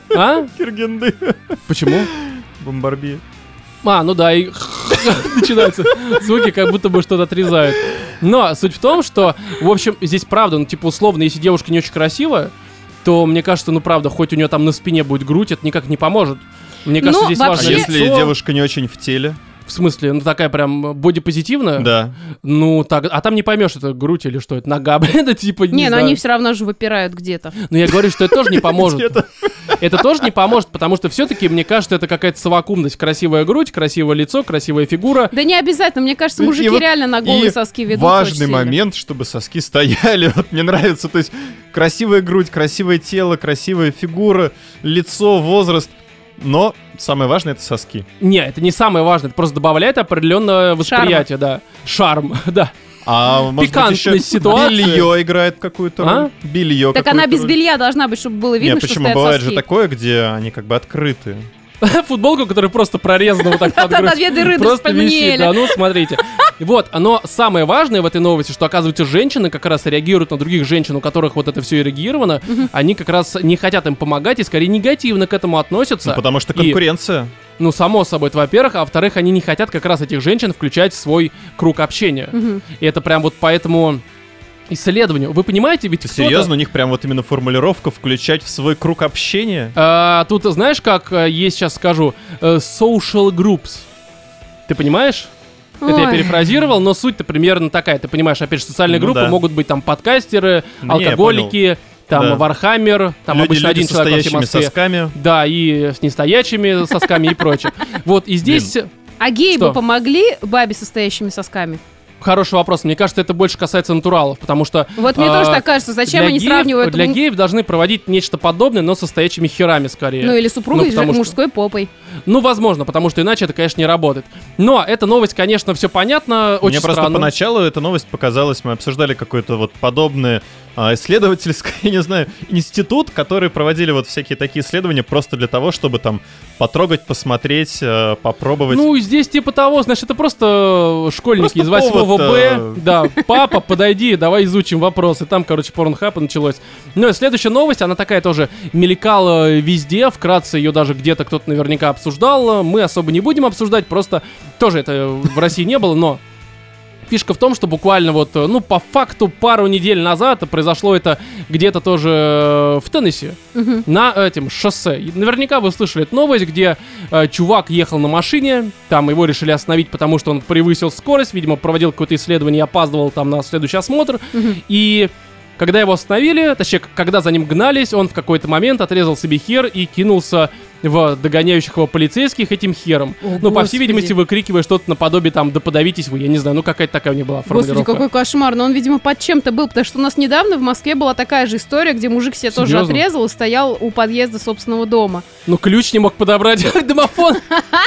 Speaker 1: А?
Speaker 2: Киргенды.
Speaker 1: Почему?
Speaker 2: Бомбарби.
Speaker 1: А, ну да, и начинаются звуки, как будто бы что-то отрезают. Но суть в том, что, в общем, здесь правда, ну, типа, условно, если девушка не очень красивая, то, мне кажется, ну, правда, хоть у нее там на спине будет грудь, это никак не поможет. Мне кажется,
Speaker 3: Ну,
Speaker 1: здесь
Speaker 2: А
Speaker 3: вообще-
Speaker 1: важно
Speaker 2: если
Speaker 1: лицо.
Speaker 2: девушка не очень в теле?
Speaker 1: В смысле, ну, такая прям бодипозитивная?
Speaker 2: Да.
Speaker 1: Ну, так, а там не поймешь, это грудь или что, это нога, блин, это типа, не
Speaker 3: Не, но
Speaker 1: знаю.
Speaker 3: они все равно же выпирают где-то.
Speaker 1: Но я говорю, что это тоже не поможет.
Speaker 2: Где-то.
Speaker 1: Это тоже не поможет, потому что все-таки, мне кажется, это какая-то совокупность. Красивая грудь, красивое лицо, красивая фигура.
Speaker 3: Да не обязательно, мне кажется,
Speaker 2: И
Speaker 3: мужики
Speaker 2: вот-
Speaker 3: реально на голые
Speaker 2: и
Speaker 3: соски ведут очень
Speaker 2: важный
Speaker 3: сильно.
Speaker 2: момент, чтобы соски стояли. Вот мне нравится. То есть красивая грудь, красивое тело, красивая фигура, лицо, возраст. Но самое важное — это соски.
Speaker 1: Не, это не самое важное, это просто добавляет определенное восприятие, да. Шарм, да.
Speaker 2: А может быть,
Speaker 1: Пикантность
Speaker 2: еще
Speaker 1: ситуации.
Speaker 2: белье играет какую-то роль?
Speaker 1: А?
Speaker 2: Белье
Speaker 3: Так она без белья должна быть, чтобы было видно,
Speaker 2: Не,
Speaker 3: что
Speaker 2: почему?
Speaker 3: стоят
Speaker 2: Бывает
Speaker 3: соски.
Speaker 2: же такое, где они как бы открыты.
Speaker 1: Футболку, которая просто прорезана вот так под
Speaker 3: Да-да,
Speaker 1: грудь.
Speaker 3: две дыры
Speaker 1: Просто висит,
Speaker 3: вспомнили.
Speaker 1: да, ну смотрите. Вот, но самое важное в этой новости, что, оказывается, женщины как раз реагируют на других женщин, у которых вот это все эрегировано, они как раз не хотят им помогать и скорее негативно к этому относятся.
Speaker 2: Ну, потому что
Speaker 1: И-
Speaker 2: конкуренция.
Speaker 1: Ну, само собой, это во-первых, а во-вторых, они не хотят как раз этих женщин включать в свой круг общения.
Speaker 3: Мгм.
Speaker 1: И это прям вот по этому исследованию. Вы понимаете, ведь
Speaker 2: Ты
Speaker 1: кто-то-
Speaker 2: серьезно, у них прям вот именно формулировка включать в свой круг общения?
Speaker 1: А, тут, знаешь, как э, есть, сейчас скажу, э, social groups. Ты понимаешь? Это я
Speaker 3: Ой.
Speaker 1: перефразировал, но суть-то примерно такая. Ты понимаешь, опять же, социальные
Speaker 2: Ну
Speaker 1: группы
Speaker 2: да.
Speaker 1: могут быть там подкастеры,
Speaker 2: Не, я
Speaker 1: алкоголики, там
Speaker 2: Да.
Speaker 1: Вархаммер, там
Speaker 2: Люди,
Speaker 1: обычно
Speaker 2: люди
Speaker 1: один
Speaker 2: со
Speaker 1: человек во всей
Speaker 2: стоящими
Speaker 1: Москве.
Speaker 2: сосками.
Speaker 1: Да, и с нестоячими сосками и прочее. Вот, и здесь
Speaker 3: А геи
Speaker 1: Что?
Speaker 3: бы помогли бабе со стоящими сосками?
Speaker 1: хороший вопрос. Мне кажется, это больше касается натуралов, потому что...
Speaker 3: Вот мне
Speaker 1: а,
Speaker 3: тоже так кажется, зачем
Speaker 1: для
Speaker 3: они
Speaker 1: геев-
Speaker 3: сравнивают
Speaker 1: Для
Speaker 3: м-
Speaker 1: геев должны проводить нечто подобное, но со стоячими херами скорее.
Speaker 3: ну или супругой
Speaker 1: Ну, потому
Speaker 3: с
Speaker 1: что-
Speaker 3: мужской попой?
Speaker 1: Ну, возможно, потому что иначе это, конечно, не работает. Но эта новость, конечно, все понятно, очень
Speaker 2: Мне просто
Speaker 1: странно.
Speaker 2: поначалу эта новость показалась, мы обсуждали какое-то вот подобное а, исследовательское, я не знаю, институт, который проводили вот всякие такие исследования просто для того, чтобы там потрогать, посмотреть, э, попробовать.
Speaker 1: Ну, здесь типа того, знаешь, это просто школьники
Speaker 2: Просто
Speaker 1: из восьмого
Speaker 2: повод,
Speaker 1: Б.
Speaker 2: э.
Speaker 1: Да, папа, подойди, давай изучим вопрос. И там, короче, порнхаб началось. Ну, и следующая новость, она такая тоже мелькала везде, вкратце ее даже где-то кто-то наверняка обсуждал. Мы особо не будем обсуждать, просто тоже это в России не было, но... Фишка в том, что буквально вот, э, ну, по факту пару недель назад произошло это где-то тоже э, в Теннесси,
Speaker 3: Мгм.
Speaker 1: на этим шоссе. И наверняка вы слышали эту новость, где э, чувак ехал на машине, там его решили остановить, потому что он превысил скорость, видимо, проводил какое-то исследование и опаздывал там на следующий осмотр.
Speaker 3: Мгм.
Speaker 1: И когда его остановили, точнее, когда за ним гнались, он в какой-то момент отрезал себе хер и кинулся в догоняющих его полицейских этим хером.
Speaker 3: О,
Speaker 1: Ну, по всей
Speaker 3: Господи.
Speaker 1: видимости, выкрикивая что-то наподобие там «да подавитесь вы», я не знаю, ну какая-то такая у них была
Speaker 3: Господи,
Speaker 1: формулировка.
Speaker 3: какой кошмар. Но он, видимо, под чем-то был, потому что у нас недавно в Москве была такая же история, где мужик себе тоже
Speaker 1: Серьезно?
Speaker 3: отрезал и стоял у подъезда собственного дома.
Speaker 1: Ну, ключ не мог подобрать домофон.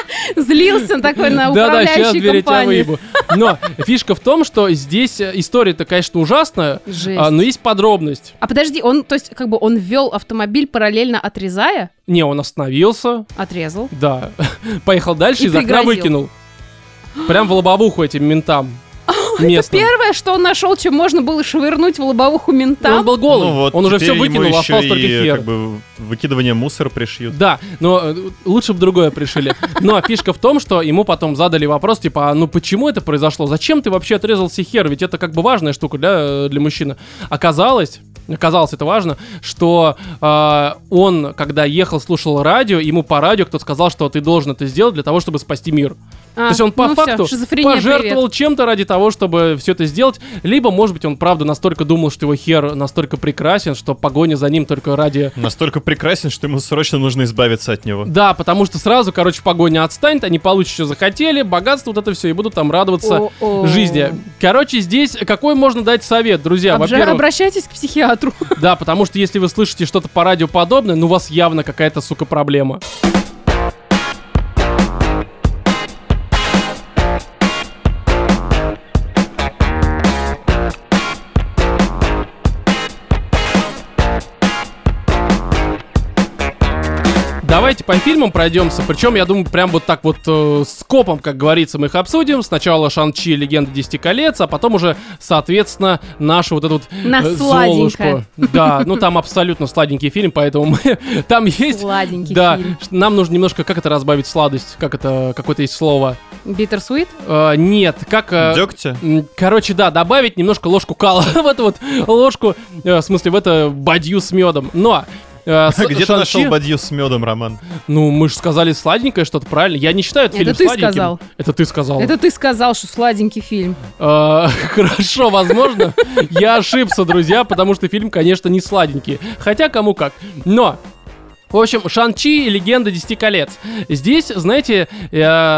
Speaker 3: Злился он такой на
Speaker 1: Да-да, сейчас
Speaker 3: управляющей
Speaker 1: двери тебя
Speaker 3: компании.
Speaker 1: выебу. Но фишка в том, что здесь э, история-то, конечно, ужасная,
Speaker 3: Жесть.
Speaker 1: а, но есть подробность.
Speaker 3: А подожди, он, то есть, как бы он вел автомобиль параллельно отрезая?
Speaker 1: Не, он остановился,
Speaker 3: Отрезал.
Speaker 1: да, поехал дальше
Speaker 3: И
Speaker 1: и из окна
Speaker 3: пригрозил.
Speaker 1: выкинул. Прям в лобовуху этим ментам.
Speaker 3: Это
Speaker 1: местным.
Speaker 3: первое, что он нашел, чем можно было швырнуть в лобовуху
Speaker 1: Ну,
Speaker 3: ментам.
Speaker 1: он был голый,
Speaker 2: Ну вот,
Speaker 1: он уже все
Speaker 2: теперь ему
Speaker 1: выкинул,
Speaker 2: еще
Speaker 1: остался только
Speaker 2: и,
Speaker 1: хер.
Speaker 2: как бы выкидывание мусора пришьют.
Speaker 1: Да, но э, лучше бы другое пришили. Но фишка в том, что ему потом задали вопрос, типа, а ну почему это произошло? Зачем ты вообще отрезал себе хер? Ведь это как бы важная штука для, для мужчины. Оказалось, оказалось это важно, что э, он, когда ехал, слушал радио, ему по радио кто-то сказал, что ты должен это сделать для того, чтобы спасти мир.
Speaker 3: А,
Speaker 1: То есть он по
Speaker 3: ну
Speaker 1: факту
Speaker 3: всё, шизофрения,
Speaker 1: пожертвовал
Speaker 3: привет.
Speaker 1: чем-то ради того, чтобы все это сделать. Либо, может быть, он правда настолько думал, что его хер настолько прекрасен, что погоня за ним только ради...
Speaker 2: Настолько прекрасен, что ему срочно нужно избавиться от него.
Speaker 1: Да, потому что сразу, короче, погоня отстанет, они получат, что захотели, богатство, вот это все, и будут там радоваться
Speaker 3: О-о.
Speaker 1: жизни. Короче, здесь какой можно дать совет, друзья?
Speaker 3: Обжа-
Speaker 1: Во-первых,
Speaker 3: Обращайтесь к психиатру.
Speaker 1: да, потому что если вы слышите что-то по радио подобное, ну у вас явно какая-то, сука, проблема. Давайте по фильмам пройдемся, причем, я думаю, прям вот так вот э, скопом, как говорится, мы их обсудим. Сначала Шан-Чи, Легенда Десяти колец, а потом уже, соответственно, нашу вот эту вот
Speaker 3: На
Speaker 1: э,
Speaker 3: сладенькое.
Speaker 1: Золушку. Да, ну там абсолютно сладенький фильм, поэтому мы, там есть...
Speaker 3: Сладенький
Speaker 1: Да,
Speaker 3: фильм.
Speaker 1: ш- нам нужно немножко, как это разбавить сладость, как это, какое-то есть слово.
Speaker 3: Bittersweet?
Speaker 1: Э, нет, как... э,
Speaker 2: Дегтя?
Speaker 1: м, Короче, да, добавить немножко ложку кала в эту вот ложку, э, в смысле, в это бадью с медом. Но... э, с-
Speaker 2: Где ты
Speaker 1: Шан-Чи-
Speaker 2: нашел бадью с медом, Роман?
Speaker 1: Ну, мы же сказали сладенькое что-то, правильно? Я не считаю этот
Speaker 3: Это
Speaker 1: фильм
Speaker 3: ты
Speaker 1: сладеньким.
Speaker 3: сказал.
Speaker 1: Это ты сказал.
Speaker 3: Это ты сказал, что сладенький фильм.
Speaker 1: Э, Хорошо, возможно, я ошибся, друзья, потому что фильм, конечно, не сладенький. Хотя кому как. Но... В общем, Шан-Чи и Легенда Десяти колец. Здесь, знаете, э,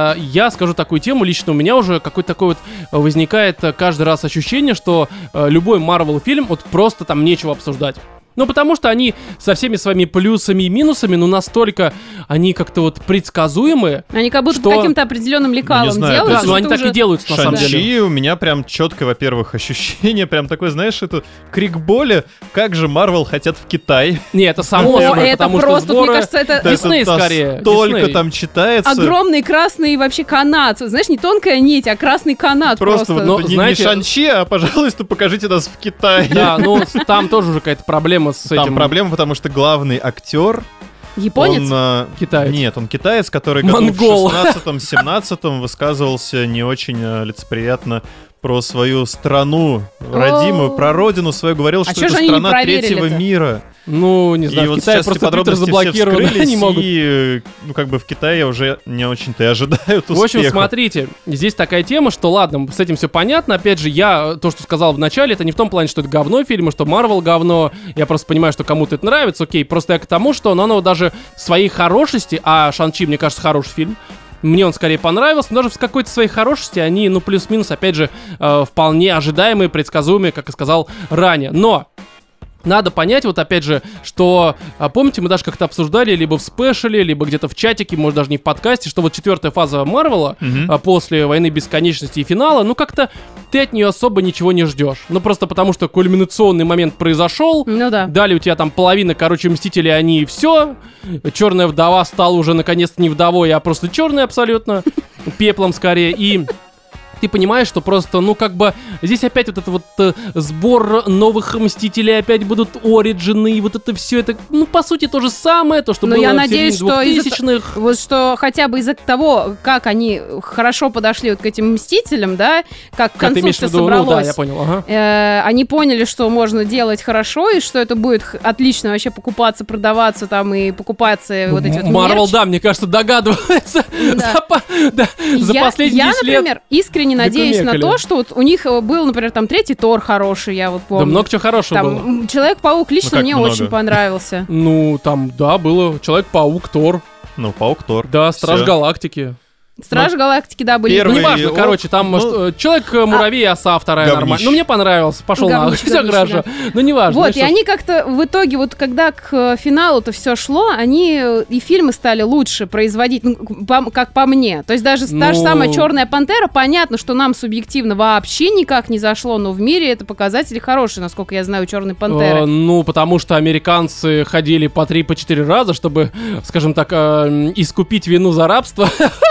Speaker 1: я скажу такую тему, лично у меня уже какое-то такое вот возникает э, каждый раз ощущение, что э, любой Марвел фильм, вот просто там нечего обсуждать. Ну, потому что они со всеми своими плюсами и минусами, ну, настолько они как-то вот предсказуемые.
Speaker 3: Они как будто
Speaker 1: Что?
Speaker 3: по каким-то определенным лекалам
Speaker 2: знаю,
Speaker 3: делают.
Speaker 2: то
Speaker 1: Да,
Speaker 2: есть
Speaker 1: ну
Speaker 3: что
Speaker 1: они
Speaker 3: ты
Speaker 1: так и
Speaker 3: уже-
Speaker 1: делают, на самом деле.
Speaker 2: Шан-Чи у меня прям четко, во-первых, ощущение, прям такой, знаешь, это крик боли, как же Марвел хотят в Китай.
Speaker 1: Не, это само
Speaker 3: О,
Speaker 1: собой,
Speaker 3: это
Speaker 1: потому что
Speaker 3: просто,
Speaker 1: сборы...
Speaker 3: мне кажется, это
Speaker 2: Да, это
Speaker 1: Дисней скорее,
Speaker 2: Только
Speaker 1: Дисней.
Speaker 2: там читается.
Speaker 3: огромный красный вообще канат. Знаешь, не тонкая нить, а красный канат
Speaker 2: Просто,
Speaker 3: просто.
Speaker 2: вот
Speaker 1: Но,
Speaker 2: это не,
Speaker 1: знаете-
Speaker 2: не Шан-Чи, а, пожалуйста, покажите нас в Китае.
Speaker 1: Да, ну с- там тоже уже какая-то проблема с
Speaker 2: Там
Speaker 1: этим.
Speaker 2: проблема, потому что главный актер,
Speaker 3: Японец?
Speaker 2: он... а,
Speaker 1: Китаец.
Speaker 2: Нет, он китаец, который году в
Speaker 1: Монгол.
Speaker 2: шестнадцатом-семнадцатом высказывался не очень а, лицеприятно про свою страну родимую,
Speaker 3: О.
Speaker 2: про родину свою, говорил,
Speaker 3: А
Speaker 2: что
Speaker 3: чё
Speaker 2: это
Speaker 3: же они не
Speaker 2: страна третьего
Speaker 3: проверили-то?
Speaker 2: мира.
Speaker 1: Ну, не знаю,
Speaker 2: И
Speaker 1: в
Speaker 2: вот
Speaker 1: Китае
Speaker 2: сейчас эти
Speaker 1: просто Твиттер
Speaker 2: подробности все
Speaker 1: заблокирован, они
Speaker 2: вскрылись,
Speaker 1: не могут.
Speaker 2: и, э, ну, как бы в Китае уже не очень-то и ожидают успеха.
Speaker 1: В общем, смотрите, здесь такая тема, что ладно, с этим все понятно. Опять же, я то, что сказал в начале, это не в том плане, что это говно фильма, что Марвел говно. Я просто понимаю, что кому-то это нравится, окей. Просто я к тому, что ну, оно даже в своей хорошести, а Шан-Чи, мне кажется, хороший фильм. Мне он скорее понравился, но даже в какой-то своей хорошести они, ну, плюс-минус, опять же, э, вполне ожидаемые, предсказуемые, как я сказал ранее. Но надо понять, вот опять же, что, а, помните, мы даже как-то обсуждали, либо в спешле, либо где-то в чатике, может даже не в подкасте, что вот четвертая фаза Марвела,
Speaker 2: Мгм.
Speaker 1: а, после Войны Бесконечности и финала, ну как-то ты от нее особо ничего не ждешь. Ну просто потому, что кульминационный момент произошел,
Speaker 3: Ну да.
Speaker 1: дали у тебя там половина, короче, Мстители, они все. Черная вдова стала уже наконец-то не вдовой, а просто черной абсолютно, пеплом скорее, и... Ты понимаешь, что просто, ну, как бы, здесь опять вот это вот э, сбор новых Мстителей, опять будут Ориджины, и вот это все, это, ну, по сути, то же самое, то, что
Speaker 3: Но
Speaker 1: было
Speaker 3: я
Speaker 1: в
Speaker 3: надеюсь,
Speaker 1: середине
Speaker 3: что из-за
Speaker 1: двухтысячных.
Speaker 3: Вот что хотя бы из-за того, как они хорошо подошли вот к этим Мстителям, да, как к
Speaker 1: Как ты
Speaker 3: концу
Speaker 1: имеешь в
Speaker 3: все
Speaker 1: виду? Ну,
Speaker 3: собралось.
Speaker 1: да, я понял, ага.
Speaker 3: Э, они поняли, что можно делать хорошо, и что это будет х- отлично вообще покупаться, продаваться там и покупаться вот эти вот
Speaker 1: Марвел,
Speaker 3: мерч.
Speaker 1: да, мне кажется, догадывается
Speaker 3: Да.
Speaker 1: за, по- да, за
Speaker 3: я,
Speaker 1: последние
Speaker 3: я,
Speaker 1: десять лет.
Speaker 3: например, искренне надеюсь на
Speaker 1: докумекали.
Speaker 3: то, что вот у них э, был, например, там третий Тор хороший, я вот
Speaker 1: Да
Speaker 3: помню.
Speaker 1: много чего хорошего
Speaker 3: Там
Speaker 1: было.
Speaker 3: м, Человек-паук лично
Speaker 2: Ну, как
Speaker 3: мне
Speaker 2: много?
Speaker 3: очень понравился.
Speaker 1: Ну, там, да, было Человек-паук, Тор,
Speaker 2: Ну, Паук Тор.
Speaker 1: да, Страж
Speaker 2: Всё.
Speaker 1: Галактики.
Speaker 3: Стражи Галактики, да, были.
Speaker 1: Ну,
Speaker 2: Первый-
Speaker 1: неважно,
Speaker 2: о,
Speaker 1: короче, там,
Speaker 2: ну,
Speaker 1: что, э, Человек-муравей, оса вторая
Speaker 2: говнище.
Speaker 1: нормально. Ну, мне понравился, пошел на
Speaker 3: Говнище,
Speaker 1: все
Speaker 3: говнище,
Speaker 1: хорошо. Ну, неважно.
Speaker 3: Вот,
Speaker 1: ну,
Speaker 3: и
Speaker 1: что ж.
Speaker 3: они как-то в итоге, вот когда к э, финалу-то все шло, они э, и фильмы стали лучше производить, ну, по- как по мне. То есть даже та же
Speaker 1: Ну.
Speaker 3: самая Черная пантера, понятно, что нам субъективно вообще никак не зашло, но в мире это показатели хорошие, насколько я знаю, у Черной
Speaker 1: Э,
Speaker 3: пантеры.
Speaker 1: ну, потому что американцы ходили по три, по четыре раза, чтобы, скажем так, э, искупить вину за рабство.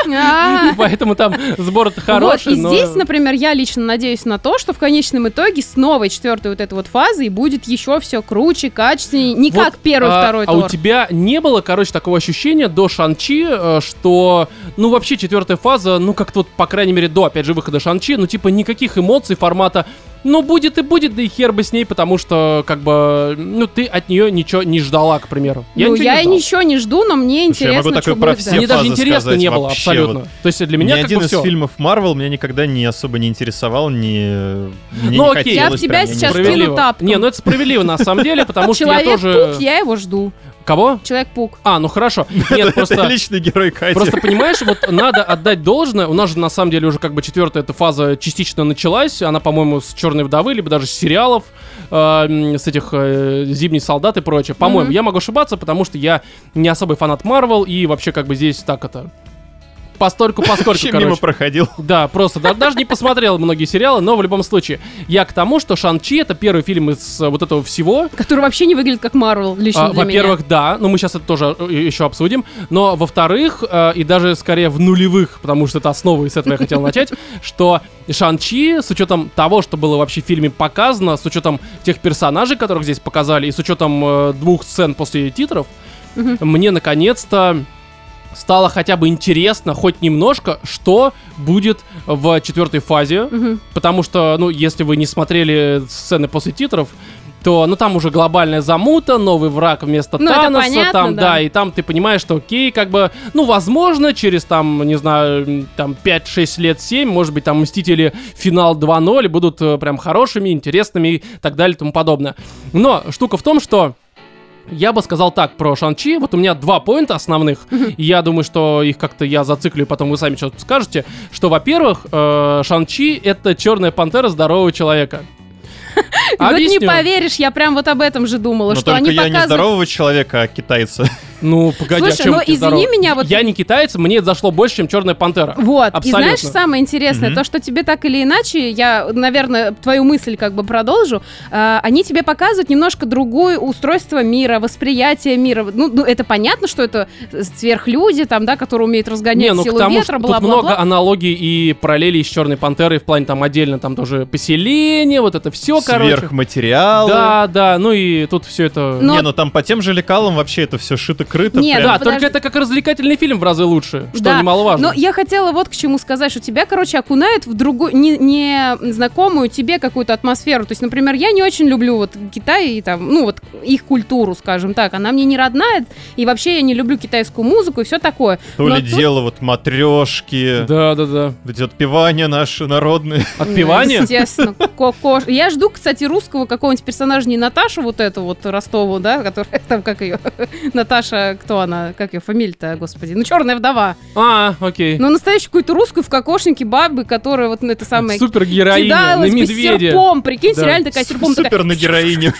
Speaker 3: А,
Speaker 1: И поэтому там сбор-то
Speaker 3: Вот,
Speaker 1: хороший,
Speaker 3: и
Speaker 1: но...
Speaker 3: здесь, например, я лично надеюсь на то, что в конечном итоге с новой четвертой вот этой вот фазой будет еще все круче, качественнее, не
Speaker 1: Вот,
Speaker 3: как первый,
Speaker 1: а,
Speaker 3: второй
Speaker 1: А у
Speaker 3: Тор.
Speaker 1: тебя не было, короче, такого ощущения до Шан-Чи, э, что, ну, вообще четвертая фаза, ну, как-то вот, по крайней мере, до, опять же, выхода Шан-Чи, ну, типа, никаких эмоций формата Ну, будет и будет, да и хер бы с ней, потому что, как бы, ну, ты от нее ничего не ждала, к примеру.
Speaker 3: Я ну,
Speaker 1: ничего
Speaker 3: я
Speaker 1: не ждал.
Speaker 3: ничего не жду, но мне
Speaker 2: Слушай, я могу
Speaker 3: интересно,
Speaker 2: такое
Speaker 3: что
Speaker 2: про
Speaker 3: будет
Speaker 2: все
Speaker 3: дальше.
Speaker 1: Мне даже
Speaker 2: фазы
Speaker 1: интересно
Speaker 2: сказать
Speaker 1: не было
Speaker 2: вообще,
Speaker 1: абсолютно.
Speaker 2: вот.
Speaker 1: То есть для меня
Speaker 2: Ни
Speaker 1: как
Speaker 2: один
Speaker 1: бы
Speaker 2: из
Speaker 1: все.
Speaker 2: фильмов Марвел меня никогда не особо не интересовал, не, мне
Speaker 1: Ну,
Speaker 2: не
Speaker 1: окей.
Speaker 3: Я в
Speaker 2: хотелось
Speaker 3: тебя
Speaker 2: прям, мне не
Speaker 3: сейчас
Speaker 2: ждал.
Speaker 3: кину
Speaker 1: Справедливо.
Speaker 3: тапком.
Speaker 1: Не, ну это справедливо на самом деле, потому что я
Speaker 3: Человек-паук,
Speaker 1: тоже...
Speaker 3: я его жду.
Speaker 1: Кого?
Speaker 3: Человек-паук.
Speaker 1: А, ну хорошо. Нет,
Speaker 2: Это
Speaker 1: просто...
Speaker 2: личный герой Кати.
Speaker 1: Просто понимаешь, вот надо отдать должное. У нас же на самом деле уже как бы четвертая эта фаза частично началась. Она, по-моему, с Черной вдовы, либо даже с сериалов, э, с этих э, Зимний солдат и прочее. По-моему,
Speaker 3: Мгм.
Speaker 1: я могу ошибаться, потому что я не особый фанат Марвел, и вообще как бы здесь так это. Постольку, поскольку,
Speaker 2: Вообще мимо
Speaker 1: короче.
Speaker 2: проходил.
Speaker 1: Да, просто да, даже не посмотрел многие сериалы, но в любом случае. Я к тому, что Шан-Чи — это первый фильм из э, вот этого всего.
Speaker 3: Который вообще не выглядит как Марвел, лично
Speaker 1: А,
Speaker 3: для
Speaker 1: во-первых, да, но мы сейчас это тоже э, еще обсудим. Но во-вторых, э, и даже скорее в нулевых, потому что это основа, и с этого я хотел начать, что Шан-Чи, с учетом того, что было вообще в фильме показано, с учетом тех персонажей, которых здесь показали, и с учетом э, двух сцен после титров,
Speaker 3: Мгм.
Speaker 1: мне наконец-то стало хотя бы интересно, хоть немножко, что будет в четвертой фазе.
Speaker 3: Мгм.
Speaker 1: Потому что, ну, если вы не смотрели сцены после титров, то, ну, там уже глобальная замута, новый враг вместо
Speaker 3: Ну, это
Speaker 1: Таноса,
Speaker 3: понятно,
Speaker 1: там,
Speaker 3: да.
Speaker 1: да, и там ты понимаешь, что окей, как бы, ну, возможно, через, там, не знаю, м, там, пять-шесть лет, семь, может быть, там, Мстители Финал два ноль будут э, прям хорошими, интересными и так далее и тому подобное. Но штука в том, что я бы сказал так про Шан-Чи. Вот у меня два поинта основных. И я думаю, что их как-то я зациклю, и потом вы сами что-то скажете. Что, во-первых, э, Шан-Чи — это черная пантера здорового человека.
Speaker 3: Вот не
Speaker 1: Объясню.
Speaker 3: поверишь, я прям вот об этом же думала,
Speaker 2: Но
Speaker 3: что
Speaker 2: только
Speaker 3: они
Speaker 2: я не
Speaker 3: показывают...
Speaker 2: здорового человека, а китайца.
Speaker 1: Ну, погоди,
Speaker 3: Слушай,
Speaker 1: а чем
Speaker 3: ну,
Speaker 1: ты
Speaker 3: извини
Speaker 1: здоров?
Speaker 3: меня, вот-
Speaker 1: Я не китаец, мне это зашло больше, чем черная пантера.
Speaker 3: Вот,
Speaker 1: Абсолютно.
Speaker 3: и знаешь, самое интересное,
Speaker 2: Мгм.
Speaker 3: то, что тебе так или иначе, я, наверное, твою мысль как бы продолжу, э, они тебе показывают немножко другое устройство мира, восприятие мира. Ну, ну, это понятно, что это сверхлюди, там, да, которые умеют разгонять
Speaker 1: Не, ну к
Speaker 3: силу
Speaker 1: тому,
Speaker 3: ветра,
Speaker 1: что тут много
Speaker 3: бла-бла-бла.
Speaker 1: аналогий и параллелей с черной пантерой в плане там отдельно там тоже поселение, вот это все, короче.
Speaker 2: Сверхматериалы.
Speaker 1: Да, да, ну и тут все это...
Speaker 3: Но-
Speaker 2: Не, ну там по тем же лекалам вообще это все шито-крыто.
Speaker 3: Нет,
Speaker 2: прям.
Speaker 1: Да,
Speaker 3: подожди.
Speaker 1: только это как развлекательный фильм в разы лучше, что
Speaker 3: Да,
Speaker 1: немаловажно.
Speaker 3: Но я хотела вот к чему сказать, что тебя, короче, окунают в другую, не, не знакомую тебе какую-то атмосферу. То есть, например, я не очень люблю вот Китай и там, ну вот их культуру, скажем так. Она мне не родная, и вообще я не люблю китайскую музыку и все такое.
Speaker 2: То
Speaker 3: Но
Speaker 2: ли
Speaker 3: тут-
Speaker 2: дело вот матрешки,
Speaker 1: Да, да, да.
Speaker 2: эти отпевания наши народные.
Speaker 1: Отпевание?
Speaker 3: Естественно. Ко-ко. Я жду, кстати, русского какого-нибудь персонажа, не Наташу вот эту вот Ростову, да, которая там, как ее, Наташа, кто она, как ее фамилия-то, господи, ну, черная вдова.
Speaker 1: А, окей.
Speaker 3: Но настоящую какую-то русскую в кокошнике бабы, которая вот ну, это самое...
Speaker 1: Супергероиня на
Speaker 3: кидалась бы
Speaker 1: медведя.
Speaker 3: серпом, прикинь,
Speaker 1: Да.
Speaker 3: реально такая серпом. такая,
Speaker 2: Супер на героине.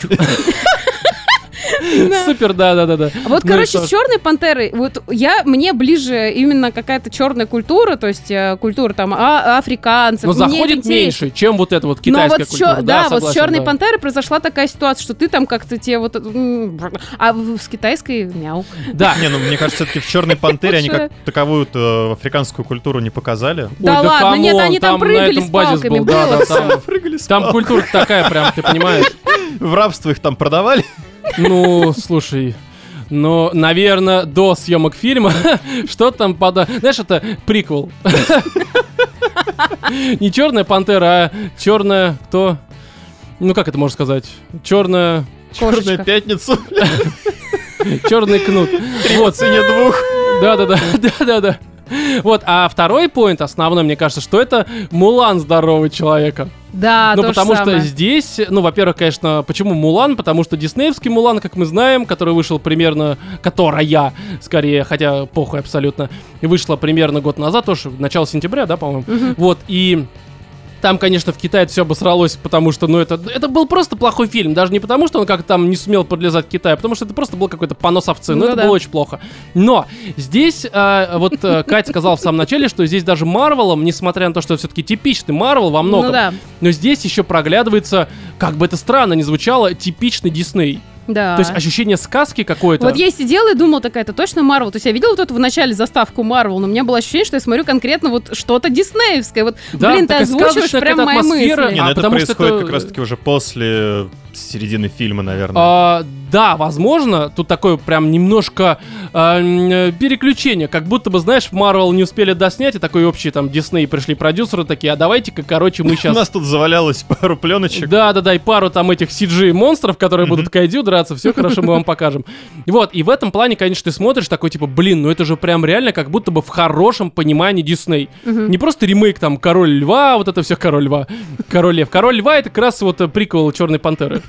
Speaker 3: да.
Speaker 1: Супер, да, да, да, да.
Speaker 3: Вот,
Speaker 1: Ну и
Speaker 3: короче,
Speaker 1: что?
Speaker 3: с черной пантерой, вот я, мне ближе именно какая-то черная культура, то есть э, культура там а- африканцев.
Speaker 1: Но
Speaker 3: Мне это
Speaker 1: заходит
Speaker 3: интересно.
Speaker 1: меньше, чем вот эта вот
Speaker 3: Но
Speaker 1: китайская
Speaker 3: вот с
Speaker 1: культура.
Speaker 3: чё- да, вот с
Speaker 1: согласен,
Speaker 3: черной
Speaker 1: да.
Speaker 3: пантерой произошла такая ситуация, что ты там как-то тебе вот... м, А в- с китайской мяу.
Speaker 1: Да.
Speaker 2: Не, ну мне кажется, все-таки в Черной пантере они
Speaker 3: Лучше.
Speaker 2: как таковую э, африканскую культуру не показали.
Speaker 3: Да
Speaker 1: Ой,
Speaker 3: ладно, нет,
Speaker 1: камон,
Speaker 3: они там
Speaker 1: на
Speaker 3: прыгали
Speaker 1: этом
Speaker 3: с
Speaker 1: базис
Speaker 3: палками,
Speaker 1: был, да,
Speaker 3: было
Speaker 1: да,
Speaker 3: всё.
Speaker 1: там,
Speaker 2: Прыгали с
Speaker 1: там
Speaker 2: палкой.
Speaker 1: культура такая прям, ты понимаешь?
Speaker 2: В рабство их там продавали.
Speaker 1: Ну, слушай, ну, наверное, до съемок фильма что там пода... Знаешь, это приквел. Не черная пантера, а черная кто? Ну, как это можно сказать? Черная...
Speaker 2: Черная
Speaker 3: Кошечка.
Speaker 2: пятницу.
Speaker 1: Черный кнут.
Speaker 2: Вот, цене двух.
Speaker 1: Да-да-да, да-да-да. Вот, а второй поинт основной, мне кажется, что это Мулан здорового человека.
Speaker 3: Да,
Speaker 1: Ну,
Speaker 3: то же
Speaker 1: потому что
Speaker 3: самое.
Speaker 1: здесь, ну, во-первых, конечно, почему Мулан? Потому что диснеевский Мулан, как мы знаем, который вышел примерно, которая, скорее, хотя похуй абсолютно, и вышла примерно год назад, тоже, начало сентября, да, по-моему?
Speaker 3: Мгм.
Speaker 1: Вот, и там, конечно, в Китае все обосралось, потому что, ну, это, это был просто плохой фильм. Даже не потому, что он как-то там не сумел подлезать к Китаю, а потому что это просто был какой-то понос овцы. Ну,
Speaker 3: Ну
Speaker 1: это
Speaker 3: да.
Speaker 1: было очень плохо. Но здесь, э, вот э, Катя сказала в самом начале, что здесь даже Марвелом, несмотря на то, что все-таки типичный Марвел во многом,
Speaker 3: Ну да,
Speaker 1: но здесь еще проглядывается, как бы это странно ни звучало, типичный Дисней.
Speaker 3: да.
Speaker 1: То есть ощущение сказки какое-то.
Speaker 3: Вот я сидела и думала, такая, это точно Марвел. То есть я видела вот эту в начале заставку Марвел, но у меня было ощущение, что я смотрю конкретно вот что-то диснеевское. Вот,
Speaker 1: Да,
Speaker 3: блин, ты
Speaker 1: такая
Speaker 3: озвучиваешь
Speaker 1: сказочная
Speaker 3: прям
Speaker 1: какая-то
Speaker 3: мои
Speaker 1: атмосфера.
Speaker 3: мысли.
Speaker 2: Не, ну
Speaker 1: А,
Speaker 2: это
Speaker 1: потому что
Speaker 2: происходит
Speaker 1: это-
Speaker 2: как раз-таки уже после середины фильма, наверное.
Speaker 1: А, да, возможно, тут такое прям немножко э, переключение, как будто бы, знаешь, в Marvel не успели доснять, и такой общий там Disney пришли продюсеры такие, а давайте-ка, короче, мы сейчас...
Speaker 2: У нас тут завалялось пару пленочек.
Speaker 1: Да-да-да, и пару там этих си джи-монстров, которые будут кайдзю драться, все хорошо, мы вам покажем. Вот, и в этом плане, конечно, ты смотришь такой, типа, блин, ну это же прям реально как будто бы в хорошем понимании Disney. Не просто ремейк там Король Льва, вот это все Король Льва, Король Лев. Король Льва — это как раз вот приквел Черной Пантеры.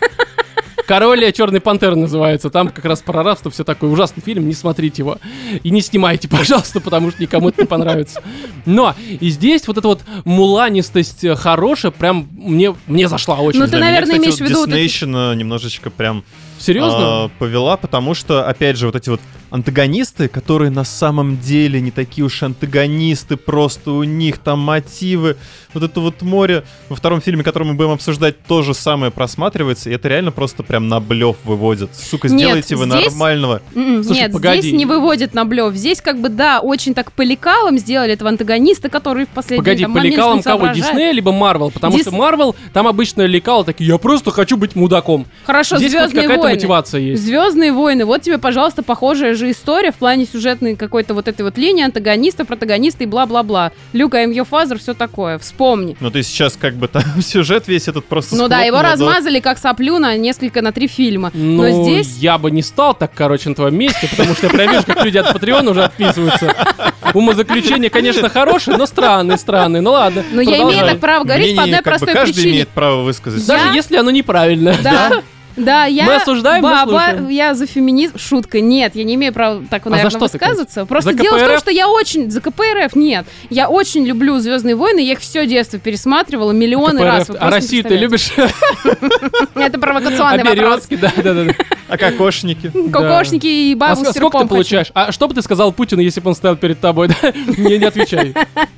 Speaker 1: Король Черной Пантеры называется. Там как раз про рабство, все такое. Ужасный фильм, не смотрите его. И не снимайте, пожалуйста, потому что никому это не понравится. Но и здесь вот эта вот муланистость хорошая прям мне, мне зашла очень.
Speaker 3: Ну, ты, наверное,
Speaker 2: меня, кстати,
Speaker 3: имеешь в виду...
Speaker 2: Вот Диснейщина вот немножечко прям...
Speaker 1: Серьезно?
Speaker 2: Э, повела, потому что, опять же, вот эти вот антагонисты, которые на самом деле не такие уж антагонисты, просто у них там мотивы, вот это вот море во втором фильме, который мы будем обсуждать, то же самое просматривается, и это реально просто прям на блёв выводит. Сука, сделайте
Speaker 3: Нет,
Speaker 2: вы
Speaker 3: здесь...
Speaker 2: нормального.
Speaker 1: Слушай,
Speaker 3: Нет,
Speaker 1: погоди.
Speaker 3: здесь не выводит на блёв. Здесь как бы, да, очень так по лекалам сделали этого антагониста, который в последний
Speaker 1: Погоди,
Speaker 3: там,
Speaker 1: по
Speaker 3: момент
Speaker 1: лекалам
Speaker 3: не
Speaker 1: кого,
Speaker 3: соображает.
Speaker 1: Диснея либо Марвел? Потому
Speaker 3: Дис-
Speaker 1: что Марвел, там обычно лекалы такие, я просто хочу быть мудаком.
Speaker 3: Хорошо,
Speaker 1: Здесь хоть
Speaker 3: «Звездные
Speaker 1: какая-то
Speaker 3: войны».
Speaker 1: мотивация есть.
Speaker 3: «Звездные войны». Вот тебе, пожалуйста, похожая же история в плане сюжетной какой-то вот этой вот линии антагониста, протагониста и бла-бла-бла. Люк, I'm your father, все такое. Вспомни.
Speaker 2: Ну ты сейчас как бы там сюжет весь этот просто
Speaker 3: Ну да, его
Speaker 2: схлопнул,
Speaker 3: размазали как соплю на несколько, на три фильма.
Speaker 1: Ну,
Speaker 3: Но здесь...
Speaker 1: я бы не стал так, короче, на твоем месте, потому что я прям вижу, как люди от Патреона уже отписываются. Умозаключение, конечно, хорошее, но странное, странное. Ну ладно,
Speaker 3: Но я имею
Speaker 1: продолжай.
Speaker 3: так право говорить по
Speaker 2: Мнение,
Speaker 3: одной
Speaker 2: как бы
Speaker 3: простой
Speaker 2: каждый
Speaker 3: причине.
Speaker 2: имеет право высказать.
Speaker 1: Даже
Speaker 3: Я-
Speaker 1: если оно неправильно.
Speaker 3: Да. Да, я
Speaker 1: Мы осуждаем, мы
Speaker 3: баба,
Speaker 1: слушаем.
Speaker 3: я за феминизм. Шутка, нет, я не имею права так,
Speaker 1: за
Speaker 3: наверное,
Speaker 1: что ты,
Speaker 3: высказываться. Просто
Speaker 1: За
Speaker 3: дело в том,
Speaker 1: КПРФ?
Speaker 3: что я очень... За КПРФ нет. Я очень люблю «Звездные войны», я их все детство пересматривала миллионы раз. вы
Speaker 1: КПРФ. А
Speaker 3: просто не
Speaker 1: Россию ты
Speaker 3: представляете.
Speaker 1: любишь?
Speaker 3: Это
Speaker 1: А
Speaker 3: провокационный вопрос.
Speaker 1: Березки, да, да, да.
Speaker 2: А кокошники?
Speaker 3: Кокошники и
Speaker 1: А
Speaker 3: бабу
Speaker 1: ск-
Speaker 3: с
Speaker 1: сколько ты
Speaker 3: серпом
Speaker 1: получаешь? А что бы ты сказал Путину, если бы он стоял перед тобой? Да? Не, не отвечай.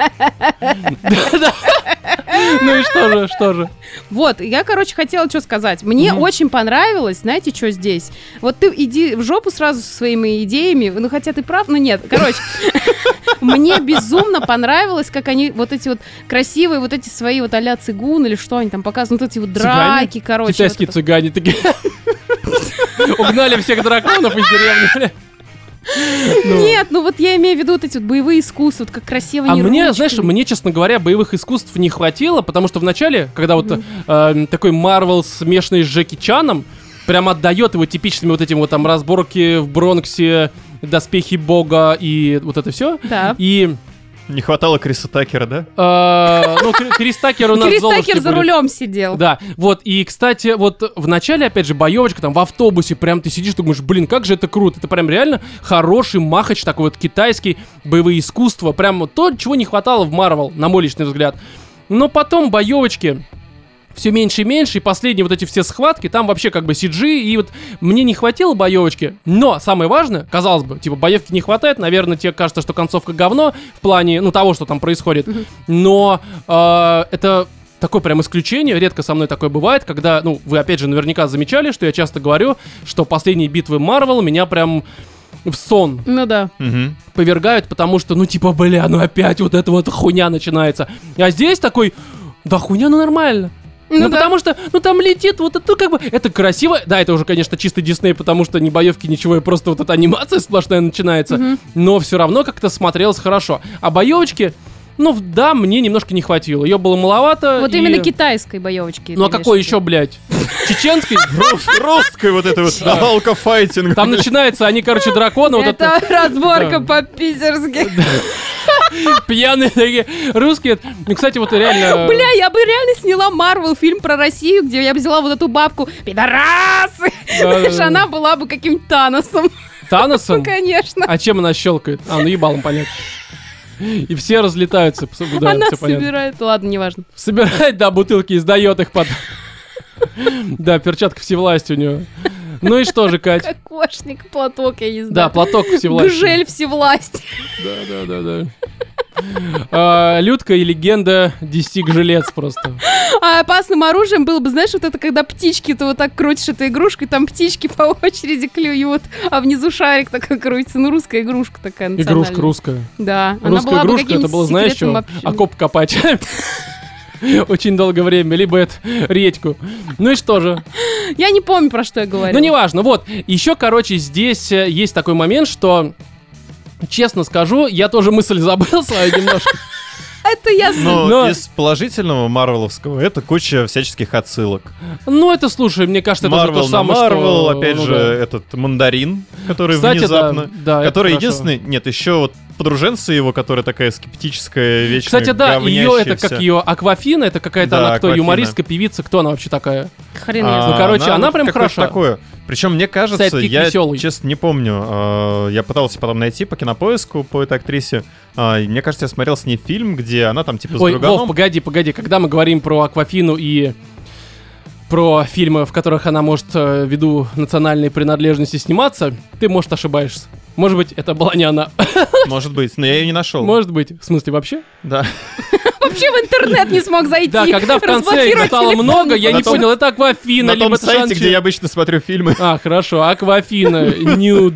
Speaker 1: Да-да. Ну и что же, что же?
Speaker 3: Вот, я, короче, хотела что сказать. Мне
Speaker 1: Мгм.
Speaker 3: очень понравилось, знаете, что здесь? Вот ты иди в жопу сразу со своими идеями, ну хотя ты прав, но нет. Короче, мне безумно понравилось, как они вот эти вот красивые, вот эти свои вот а-ля цигун или что они там показывают, вот эти вот драки, короче.
Speaker 1: Китайские
Speaker 3: вот это.
Speaker 1: цыгане такие. Угнали всех драконов из деревни. Ну.
Speaker 3: Нет, ну вот я имею в виду вот эти вот боевые искусства, вот как красиво
Speaker 1: А
Speaker 3: они
Speaker 1: мне,
Speaker 3: ручками.
Speaker 1: знаешь, мне, честно говоря, боевых искусств не хватило, потому что в начале, когда вот э, такой Марвел, смешанный с Джеки Чаном, прям отдает его типичными вот этим вот там разборки в Бронксе, доспехи бога и вот это все.
Speaker 3: Да.
Speaker 1: И,
Speaker 2: Не хватало Криса Такера, да?
Speaker 1: э, ну, Кри- Крис Такер у нас
Speaker 3: Крис
Speaker 1: Золушки
Speaker 3: Такер за
Speaker 1: были.
Speaker 3: рулем сидел.
Speaker 1: Да, вот, и, кстати, вот в начале, опять же, боевочка там в автобусе, прям ты сидишь, думаешь, блин, как же это круто, это прям реально хороший махач, такой вот китайский, боевые искусства, прям вот то, чего не хватало в Марвел, на мой личный взгляд. Но потом боевочки все меньше и меньше, и последние вот эти все схватки, там вообще как бы си джи, и вот мне не хватило боевочки, но самое важное, казалось бы, типа боевки не хватает, наверное, тебе кажется, что концовка говно в плане, ну, того, что там происходит, но э, это такое прям исключение, редко со мной такое бывает, когда, ну, вы опять же наверняка замечали, что я часто говорю, что последние битвы Марвел меня прям в сон
Speaker 3: Ну да.
Speaker 2: Мгм.
Speaker 1: повергают, потому что, ну, типа, бля, ну опять вот эта вот хуйня начинается. А здесь такой, да хуйня, ну нормально. Ну,
Speaker 3: Ну да.
Speaker 1: потому что, ну, там летит вот это, ну, как бы, это красиво. Да, это уже, конечно, чисто Дисней, потому что ни боевки, ничего, и просто вот эта анимация сплошная начинается.
Speaker 3: Мгм.
Speaker 1: Но все равно как-то смотрелось хорошо. А боевочки, ну, в- да, мне немножко не хватило. Ее было маловато.
Speaker 3: Вот
Speaker 1: и-
Speaker 3: именно китайской боевочки.
Speaker 1: Ну, а
Speaker 3: ты имеешь
Speaker 1: какой
Speaker 3: в виду?
Speaker 1: еще, блядь? Чеченской?
Speaker 2: Рус- Русской вот этой вот алкофайтинг.
Speaker 1: Там начинается, они, короче, драконы, вот это...
Speaker 3: Это разборка
Speaker 1: Да.
Speaker 3: по-питерски.
Speaker 1: Пьяные такие русские. Ну, кстати, вот реально...
Speaker 3: Бля, я бы реально сняла Марвел фильм про Россию, где я бы взяла вот эту бабку пидорасы.
Speaker 1: Да-да-да.
Speaker 3: Знаешь, она была бы каким-то Таносом.
Speaker 1: Таносом?
Speaker 3: Конечно.
Speaker 1: А чем она щелкает? А, ну ебалом, понятно. И все разлетаются. пс- Да,
Speaker 3: Она
Speaker 1: всё понятно.
Speaker 3: собирает. Ладно, неважно.
Speaker 1: Собирает, да, бутылки и сдает их потом. Да, перчатка всевласти у него. Ну и что же, Кать?
Speaker 3: Кокошник, платок, я не знаю.
Speaker 1: Да, платок всевласти.
Speaker 3: Гжель всевласть.
Speaker 1: Да, да, да, да. А, Людка и легенда десять жилец просто.
Speaker 3: А опасным оружием было бы, знаешь, вот это, когда птички, ты вот так крутишь этой игрушкой, там птички по очереди клюют, а внизу шарик такой крутится. Ну, русская игрушка такая национальная.
Speaker 1: Игрушка русская.
Speaker 3: Да. Она
Speaker 1: Русская
Speaker 3: была бы
Speaker 1: игрушка, это
Speaker 3: каким-нибудь
Speaker 1: было, знаешь,
Speaker 3: секретным
Speaker 1: что?
Speaker 3: общением.
Speaker 1: Окоп копать. очень долгое время, либо это редьку. Ну и что же?
Speaker 3: Я не помню, про что я говорила.
Speaker 1: Ну, неважно. Вот, еще, короче, здесь э, есть такой момент, что, честно скажу, я тоже мысль забыл свою немножко.
Speaker 3: Это я
Speaker 2: Но,
Speaker 1: Но-
Speaker 2: из положительного марвеловского это куча всяческих отсылок.
Speaker 1: Ну, это, слушай, мне кажется, это же то
Speaker 2: Марвел
Speaker 1: же
Speaker 2: на
Speaker 1: самое,
Speaker 2: Марвел,
Speaker 1: что...
Speaker 2: опять
Speaker 1: ну,
Speaker 2: же,
Speaker 1: да.
Speaker 2: этот мандарин, который
Speaker 1: Кстати,
Speaker 2: внезапно...
Speaker 1: да, да,
Speaker 2: который
Speaker 1: это хорошо.
Speaker 2: единственный... Нет, еще вот подруженца его, которая такая скептическая, вечно
Speaker 1: Кстати, да, ее, это как
Speaker 2: говнящаяся.
Speaker 1: ее Аквафина, это какая-то
Speaker 2: Да,
Speaker 1: она кто,
Speaker 2: Аквафина.
Speaker 1: юмористка, певица, кто она вообще такая?
Speaker 3: Хрен я
Speaker 2: А,
Speaker 3: знаю.
Speaker 1: Ну, короче, она
Speaker 2: вот
Speaker 1: прям
Speaker 2: какое-то
Speaker 1: хороша.
Speaker 2: такое. Причем, мне кажется,
Speaker 1: Сайдкик
Speaker 2: я,
Speaker 1: весёлый.
Speaker 2: честно, не помню. э, Я пытался потом найти по кинопоиску по этой актрисе. а, и Мне кажется, я смотрел с ней фильм, где она там типа с
Speaker 1: Ой,
Speaker 2: друганом.
Speaker 1: Вов, погоди, погоди, когда мы говорим про Аквафину и про фильмы, в которых она может э, ввиду национальной принадлежности сниматься, ты, может, ошибаешься. Может быть, это была не она.
Speaker 2: Может быть, но я ее не нашел.
Speaker 1: Может быть. В смысле, вообще?
Speaker 2: Да.
Speaker 3: Вообще в интернет не смог зайти.
Speaker 1: Да, когда в конце их
Speaker 3: разблокировать
Speaker 1: стало
Speaker 3: телефон.
Speaker 1: много, я
Speaker 2: На
Speaker 1: не
Speaker 2: том-
Speaker 1: понял, это Аквафина,
Speaker 2: На
Speaker 1: либо
Speaker 2: том
Speaker 1: это
Speaker 2: сайте,
Speaker 1: Шан-Чи.
Speaker 2: где я обычно смотрю фильмы.
Speaker 1: А, хорошо, Аквафина, нюд,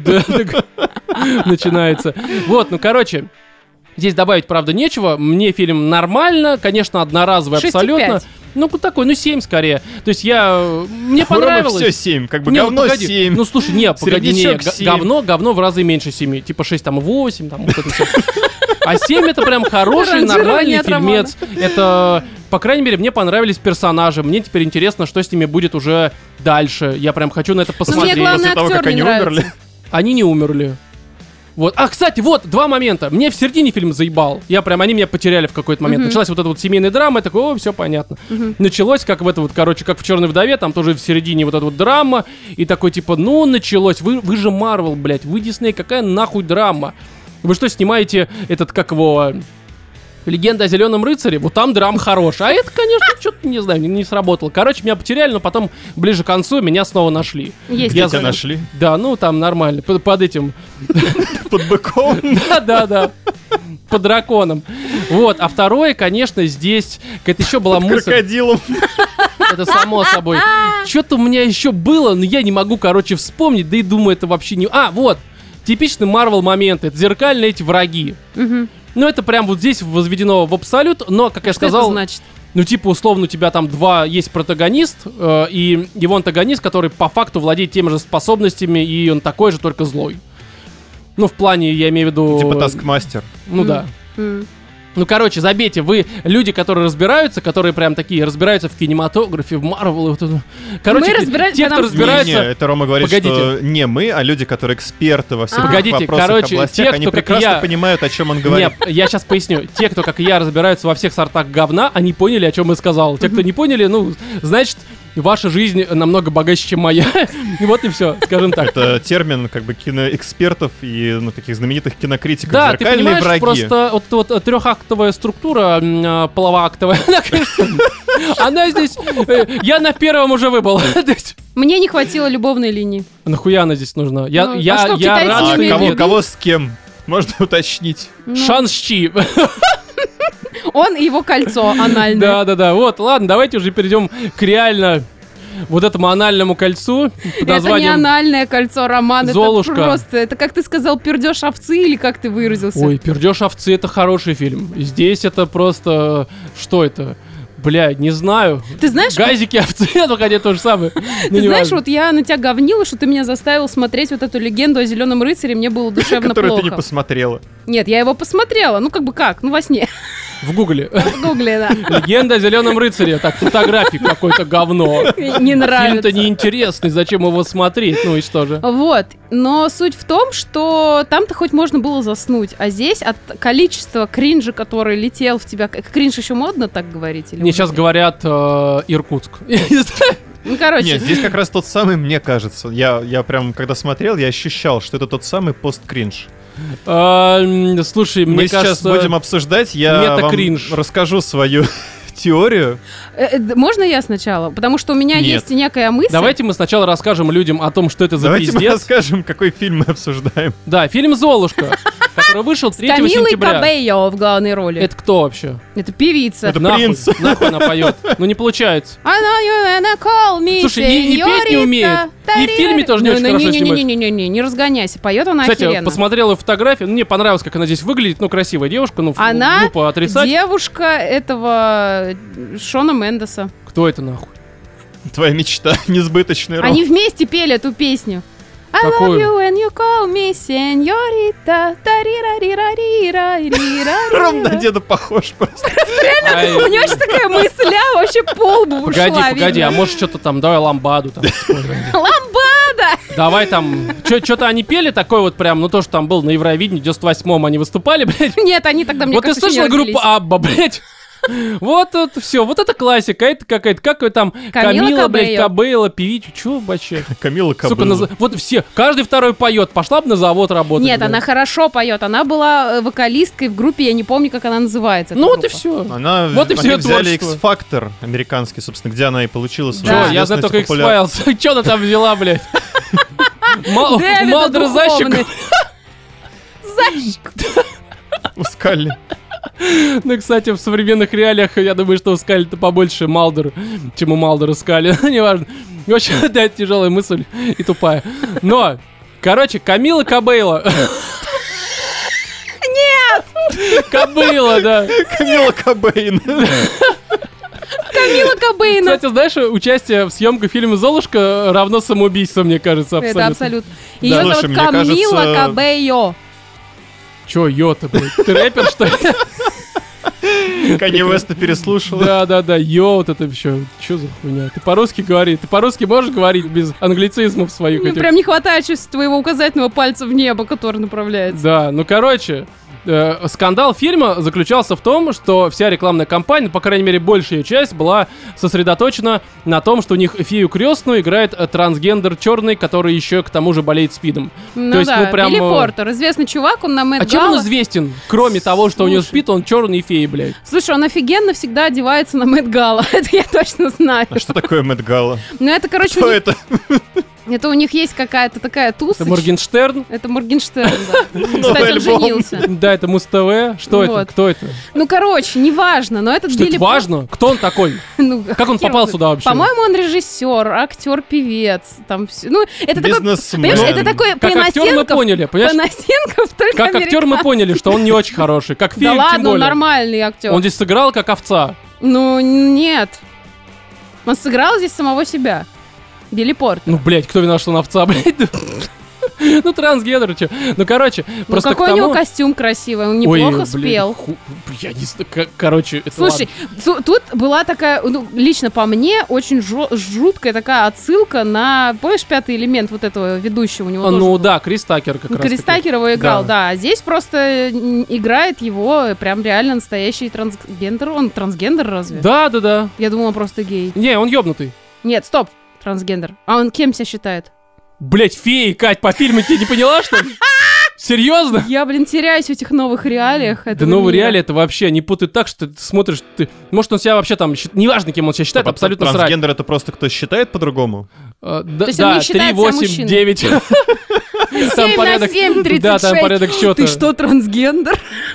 Speaker 1: начинается. Вот, ну, короче, здесь добавить, правда, нечего. Мне фильм нормально, конечно, одноразовый
Speaker 3: шесть и
Speaker 1: абсолютно.
Speaker 3: пять.
Speaker 1: Ну, такой, ну, семь скорее. То есть я... э, Мне понравилось.
Speaker 2: все семь, как бы
Speaker 1: Не, ну,
Speaker 2: говно
Speaker 1: погоди.
Speaker 2: семь.
Speaker 1: Ну, слушай, не, погоди, не,
Speaker 2: Среднячок
Speaker 1: г-
Speaker 2: семь.
Speaker 1: говно, говно в разы меньше семи. Типа шесть, там, восемь, там, вот это все. А семь это прям хороший,
Speaker 3: Ранжирование
Speaker 1: нормальный
Speaker 3: от Романа.
Speaker 1: фильмец. Это, по крайней мере, мне понравились персонажи. Мне теперь интересно, что с ними будет уже дальше. Я прям хочу на это
Speaker 3: Ну, мне
Speaker 1: посмотреть.
Speaker 3: главное,
Speaker 2: После того,
Speaker 3: актер
Speaker 2: как
Speaker 3: не
Speaker 2: они
Speaker 3: нравится.
Speaker 2: умерли.
Speaker 1: Они не умерли. Вот. А, кстати, вот, два момента. Мне в середине фильм заебал. Я прям, они меня потеряли в какой-то момент.
Speaker 3: Мгм.
Speaker 1: Началась вот эта вот семейная драма, я такой, о, все понятно.
Speaker 3: Мгм.
Speaker 1: Началось, как в это вот, короче, как в «Черной вдове», там тоже в середине вот эта вот драма. И такой, типа, ну, началось. Вы, вы же Марвел, блядь, вы Дисней, какая нахуй драма? Вы что, снимаете этот, как его... «Легенда о Зеленом рыцаре», вот там драма хорошая. А это, конечно, что-то, не знаю, не, не сработало. Короче, меня потеряли, но потом, ближе к концу, меня снова нашли.
Speaker 3: Есть.
Speaker 2: Где
Speaker 1: Я
Speaker 2: тебя
Speaker 1: за-
Speaker 2: нашли?
Speaker 1: Да, ну там нормально, под, под этим,
Speaker 2: Под быком?
Speaker 1: да-да-да, под драконом. Вот, а второе, конечно, здесь какая-то еще была мысль,
Speaker 2: Крокодилом.
Speaker 1: это само собой. Что-то у меня еще было, но я не могу, короче, вспомнить, да и думаю, это вообще не... А, вот, типичный Марвел момент, это зеркальные эти враги.
Speaker 3: Мгм.
Speaker 1: Ну, это прям вот здесь возведено в абсолют, но, как я
Speaker 3: Что это
Speaker 1: сказал,
Speaker 3: значит?
Speaker 1: ну, типа, условно, у тебя там два есть протагонист, э, и его антагонист, который по факту владеет теми же способностями, и он такой же, только злой. Ну, в плане, я имею в виду...
Speaker 2: Типа Таскмастер.
Speaker 1: Ну,
Speaker 3: М.
Speaker 1: да.
Speaker 3: М.
Speaker 1: Ну, короче, забейте, вы люди, которые разбираются, которые прям такие, разбираются в кинематографе, в Марвел, и вот это. Короче,
Speaker 3: Мы разбирались,
Speaker 1: те,
Speaker 3: когда
Speaker 1: кто
Speaker 3: нам-
Speaker 1: разбирается...
Speaker 2: Не, не, это Рома говорит,
Speaker 1: Погодите.
Speaker 2: что не мы, а люди, которые эксперты во всех
Speaker 3: А.
Speaker 1: Погодите,
Speaker 2: вопросах,
Speaker 1: короче,
Speaker 2: областях,
Speaker 1: те,
Speaker 2: они
Speaker 1: кто, как
Speaker 2: прекрасно
Speaker 1: я-
Speaker 2: понимают, о чем он говорит.
Speaker 1: Нет, я сейчас поясню. Те, кто, как и я, разбираются во всех сортах говна, они поняли, о чем я сказал. Те, кто не поняли, ну, значит, ваша жизнь намного богаче, чем моя. И вот и все, скажем так.
Speaker 2: Это термин как бы киноэкспертов и ну, таких знаменитых кинокритиков.
Speaker 1: Да, ты
Speaker 2: Зеркальные
Speaker 1: понимаешь,
Speaker 2: враги.
Speaker 1: просто вот, эта вот трехактовая структура, м, а, половоактовая, она, конечно, она здесь... э, Я на первом уже выбыл. То есть,
Speaker 3: Мне не хватило любовной линии.
Speaker 1: нахуя она здесь нужна? Я,
Speaker 3: Ну, а
Speaker 1: я,
Speaker 3: что,
Speaker 1: я
Speaker 3: китайцы
Speaker 1: рад,
Speaker 3: не
Speaker 2: А
Speaker 1: что
Speaker 3: умеют
Speaker 2: кого,
Speaker 1: нет.
Speaker 3: любить?
Speaker 2: кого с кем? Можно уточнить.
Speaker 3: Ну,
Speaker 1: Шан-Чи.
Speaker 3: Он и его кольцо анальное.
Speaker 1: Да-да-да, вот, ладно, давайте уже перейдем к реально вот этому анальному кольцу под
Speaker 3: Это не
Speaker 1: названием...
Speaker 3: анальное кольцо, Роман,
Speaker 1: Золушка.
Speaker 3: это просто, это как ты сказал, пердеж овцы или как ты выразился?
Speaker 1: Ой, «Пердеж овцы» — это хороший фильм. Здесь это просто... Что это? Бля, не знаю.
Speaker 3: Ты знаешь,
Speaker 1: Газики овцы, ну хотя то же самое. Ну,
Speaker 3: ты
Speaker 1: не
Speaker 3: знаешь,
Speaker 1: важно.
Speaker 3: вот я на тебя говнила, что ты меня заставил смотреть вот эту легенду о Зеленом рыцаре, мне было душевно
Speaker 2: Которую ты
Speaker 3: плохо.
Speaker 2: не посмотрела.
Speaker 3: Нет, я его посмотрела, ну как бы как, ну во сне,
Speaker 1: В гугле.
Speaker 3: в гугле, да.
Speaker 1: Легенда о Зеленом рыцаре. Так, фотографии какое-то говно.
Speaker 3: Не нравится.
Speaker 1: Фильм-то неинтересный, зачем его смотреть? Ну и что же?
Speaker 3: Вот, но суть в том, что там-то хоть можно было заснуть, а здесь от количества кринжа, который летел в тебя, к- кринж еще модно так говорить? Или
Speaker 1: Мне
Speaker 3: уже
Speaker 1: сейчас
Speaker 3: нет?
Speaker 1: говорят э, Иркутск. Я не знаю.
Speaker 3: Ну, короче,
Speaker 2: Нет, здесь как раз тот самый, мне кажется. Я, я прям, когда смотрел, я ощущал, что это тот самый пост-кринж.
Speaker 1: А, м, Слушай,
Speaker 2: Мы
Speaker 1: мне
Speaker 2: сейчас
Speaker 1: кажется...
Speaker 2: будем обсуждать, я вам
Speaker 1: мета-кринж.
Speaker 2: расскажу свою теорию.
Speaker 3: э, э, д- можно я сначала? Потому что у меня
Speaker 2: Нет.
Speaker 3: есть некая мысль.
Speaker 1: Давайте мы сначала расскажем людям о том, что это за
Speaker 2: Давайте мы
Speaker 1: пиздец.
Speaker 2: расскажем, какой фильм мы обсуждаем.
Speaker 1: Да, фильм «Золушка». который вышел
Speaker 3: С
Speaker 1: третьего
Speaker 3: Камилой
Speaker 1: сентября.
Speaker 3: Кабейо в главной роли.
Speaker 1: Это кто вообще?
Speaker 3: Это певица.
Speaker 2: Это
Speaker 1: Нахуй,
Speaker 2: принц.
Speaker 1: нахуй она поет. Ну не получается.
Speaker 3: I know you wanna call me,
Speaker 1: Слушай, и- и петь не
Speaker 3: señorita.
Speaker 1: умеет. И в фильме тоже не
Speaker 3: Ну,
Speaker 1: очень
Speaker 3: ну,
Speaker 1: хорошо
Speaker 3: Не-не-не, не разгоняйся, поет она
Speaker 1: Кстати,
Speaker 3: охеренно.
Speaker 1: посмотрел ее фотографию, ну, мне понравилось, как она здесь выглядит, ну, красивая девушка, ну,
Speaker 3: Она
Speaker 1: глупо отрицать.
Speaker 3: девушка этого Шона Мендеса.
Speaker 1: Кто это нахуй?
Speaker 2: Твоя мечта, несбыточный рок.
Speaker 3: Они вместе пели эту песню. I
Speaker 1: Какую?
Speaker 3: love you when you call me señorita.
Speaker 2: Ром на
Speaker 3: Тарира-рира-рира-рира.
Speaker 2: деда похож просто.
Speaker 1: Ай,
Speaker 3: У него очень такая мысля, вообще полбу ушла.
Speaker 1: Погоди, погоди,
Speaker 3: видно.
Speaker 1: а может что-то там, давай ламбаду там. используем.
Speaker 3: Ламбада!
Speaker 1: Давай там, что-то они пели такое вот прям, ну то, что там был на Евровидении, в девяносто восьмом они выступали, блядь.
Speaker 3: Нет, они тогда, мне
Speaker 1: Вот ты
Speaker 3: кажется, еще
Speaker 1: слышала
Speaker 3: не
Speaker 1: группу
Speaker 3: родились.
Speaker 1: Абба, блядь? Вот это все, вот это классика, это какая-то, как ее там,
Speaker 3: Камила
Speaker 1: Камила, блядь,
Speaker 3: Кабейо.
Speaker 1: Кабейла, певичка, чё вообще?
Speaker 2: Камила
Speaker 1: Сука,
Speaker 2: Кабыла.
Speaker 1: на за- вот все, каждый второй поет, пошла бы на завод работать.
Speaker 3: Нет,
Speaker 1: блядь.
Speaker 3: она хорошо поет. Она была э, вокалисткой в группе, я не помню, как она называется. эта
Speaker 1: Ну вот и
Speaker 3: группа.
Speaker 1: все.
Speaker 2: Она,
Speaker 1: Вот и
Speaker 2: они
Speaker 1: всё
Speaker 2: взяли
Speaker 1: творчество.
Speaker 2: X-Factor американский, собственно, где она и получила свою
Speaker 3: Да.
Speaker 1: Чё, я знаю
Speaker 2: известность
Speaker 1: только
Speaker 2: и популяр-
Speaker 1: X-Files. Чё она там взяла, блядь? Мал-
Speaker 3: Дэвида
Speaker 1: Малдер
Speaker 3: Духовный.
Speaker 1: защик.
Speaker 3: Защик.
Speaker 2: У Скалли.
Speaker 1: Ну, кстати, в современных реалиях, я думаю, что у Скали-то побольше Малдер, чем у Малдера Скали. Неважно. В общем, да, это тяжелая мысль и тупая. Но, короче, Камила Кабейла. Нет! Кабейла, да.
Speaker 2: Камила Кабейн.
Speaker 3: Камила Кабейна.
Speaker 1: Кстати, знаешь, участие в съемках фильма «Золушка» равно самоубийству, мне кажется, абсолютно.
Speaker 3: Это абсолютно. Ее
Speaker 2: Слушай,
Speaker 3: зовут
Speaker 2: мне
Speaker 3: Камила
Speaker 2: кажется-
Speaker 3: Кабейо.
Speaker 1: Чё, йо-то, блядь? Ты рэпер, что ли?
Speaker 2: Канье Уэста переслушала.
Speaker 1: Да-да-да, йо, вот это еще. Чё за хуйня? Ты по-русски говори. Ты по-русски можешь говорить без англицизмов своих
Speaker 3: Ну,
Speaker 1: этих?
Speaker 3: прям не хватает сейчас твоего указательного пальца в небо, который направляется.
Speaker 1: Да, ну короче, э, скандал фильма заключался в том, что вся рекламная кампания, по крайней мере, большая ее часть, была сосредоточена на том, что у них фею крестную играет э, трансгендер черный, который еще к тому же болеет спидом.
Speaker 3: Ну
Speaker 1: То есть,
Speaker 3: да,
Speaker 1: ну, прям,
Speaker 3: Билли
Speaker 1: э,
Speaker 3: Портер, известный чувак, он на Мэтт
Speaker 1: А чем он
Speaker 3: Галла.
Speaker 1: известен, кроме того, что у него
Speaker 3: Слушай.
Speaker 1: спид, он черный феи, блядь?
Speaker 3: Слушай, он офигенно всегда одевается на Мэтт Галла. Это я точно знаю.
Speaker 2: А что такое Мэтт Галла?
Speaker 3: Ну это, короче, у
Speaker 2: Кто
Speaker 3: них-
Speaker 2: это?
Speaker 3: это у них есть какая-то такая туса.
Speaker 1: Это Моргенштерн?
Speaker 3: Это Моргенштерн, да. Кстати, он
Speaker 2: альбом.
Speaker 3: женился.
Speaker 1: Да, это Муз-ТВ. Что это?
Speaker 3: Вот.
Speaker 1: Кто это?
Speaker 3: Ну, короче, неважно, но этот
Speaker 1: Что
Speaker 3: Билли
Speaker 1: это важно? Кто он такой?
Speaker 3: Пор- Ну,
Speaker 1: Как он
Speaker 3: хер
Speaker 1: попал
Speaker 3: его
Speaker 1: сюда вообще?
Speaker 3: По-моему, он режиссер, актер, певец. Там все. Ну, это такой.
Speaker 2: Бизнесмен.
Speaker 3: Понимаешь, это такой
Speaker 1: Как актер мы
Speaker 3: Понасенков.
Speaker 1: поняли, понимаешь?
Speaker 3: Понасенков только
Speaker 1: Как актер мы
Speaker 3: американский.
Speaker 1: поняли, что он не очень хороший. Как
Speaker 3: Да
Speaker 1: фея, тем
Speaker 3: ладно, он
Speaker 1: более.
Speaker 3: нормальный актер.
Speaker 1: Он здесь сыграл как овца.
Speaker 3: Ну, нет. Он сыграл здесь самого себя. Билли Портер.
Speaker 1: Ну, блядь, кто виноват, что он овца, блядь? Ну, трансгендер, че. Ну, короче,
Speaker 3: Ну,
Speaker 1: просто
Speaker 3: какой
Speaker 1: к
Speaker 3: у
Speaker 1: тому...
Speaker 3: него костюм красивый, он
Speaker 1: Ой,
Speaker 3: неплохо
Speaker 1: блин,
Speaker 3: спел.
Speaker 1: ху- Я не знаю, как- короче, это
Speaker 3: Слушай, ту- тут была такая, ну, лично по мне, очень жо- жуткая такая отсылка на, помнишь, «Пятый элемент» вот этого ведущего? У него
Speaker 1: ладно.
Speaker 3: тоже
Speaker 1: Ну,
Speaker 3: был.
Speaker 1: да, Крис Такер как раз.
Speaker 3: Крис
Speaker 1: таки.
Speaker 3: Такер его играл,
Speaker 1: Да.
Speaker 3: да. А здесь просто м, играет его прям реально настоящий трансгендер. Он трансгендер разве?
Speaker 1: Да, да, да.
Speaker 3: Я думала, просто гей.
Speaker 1: Не, он ёбнутый.
Speaker 3: Нет, стоп, трансгендер. А он кем себя считает?
Speaker 1: Блять, феи, Кать, по фильму ты не поняла, что ли? Серьезно?
Speaker 3: Я, блин, теряюсь в этих новых реалиях.
Speaker 1: Да
Speaker 3: этого
Speaker 1: новые
Speaker 3: мира.
Speaker 1: реалии это вообще, они путают так, что ты смотришь, ты... Может, он себя вообще там, счит- неважно, кем он себя считает,
Speaker 2: Стоп, а
Speaker 1: абсолютно срать.
Speaker 2: Трансгендер это просто кто считает по-другому?
Speaker 1: А, да,
Speaker 3: есть он
Speaker 1: да,
Speaker 3: не считает
Speaker 1: три,
Speaker 3: себя
Speaker 1: восемь,
Speaker 3: мужчиной.
Speaker 1: девять. Там
Speaker 3: семь на
Speaker 1: порядок...
Speaker 3: семь, тридцать
Speaker 1: Да, там
Speaker 3: шесть.
Speaker 1: порядок счета.
Speaker 3: Ты что, трансгендер?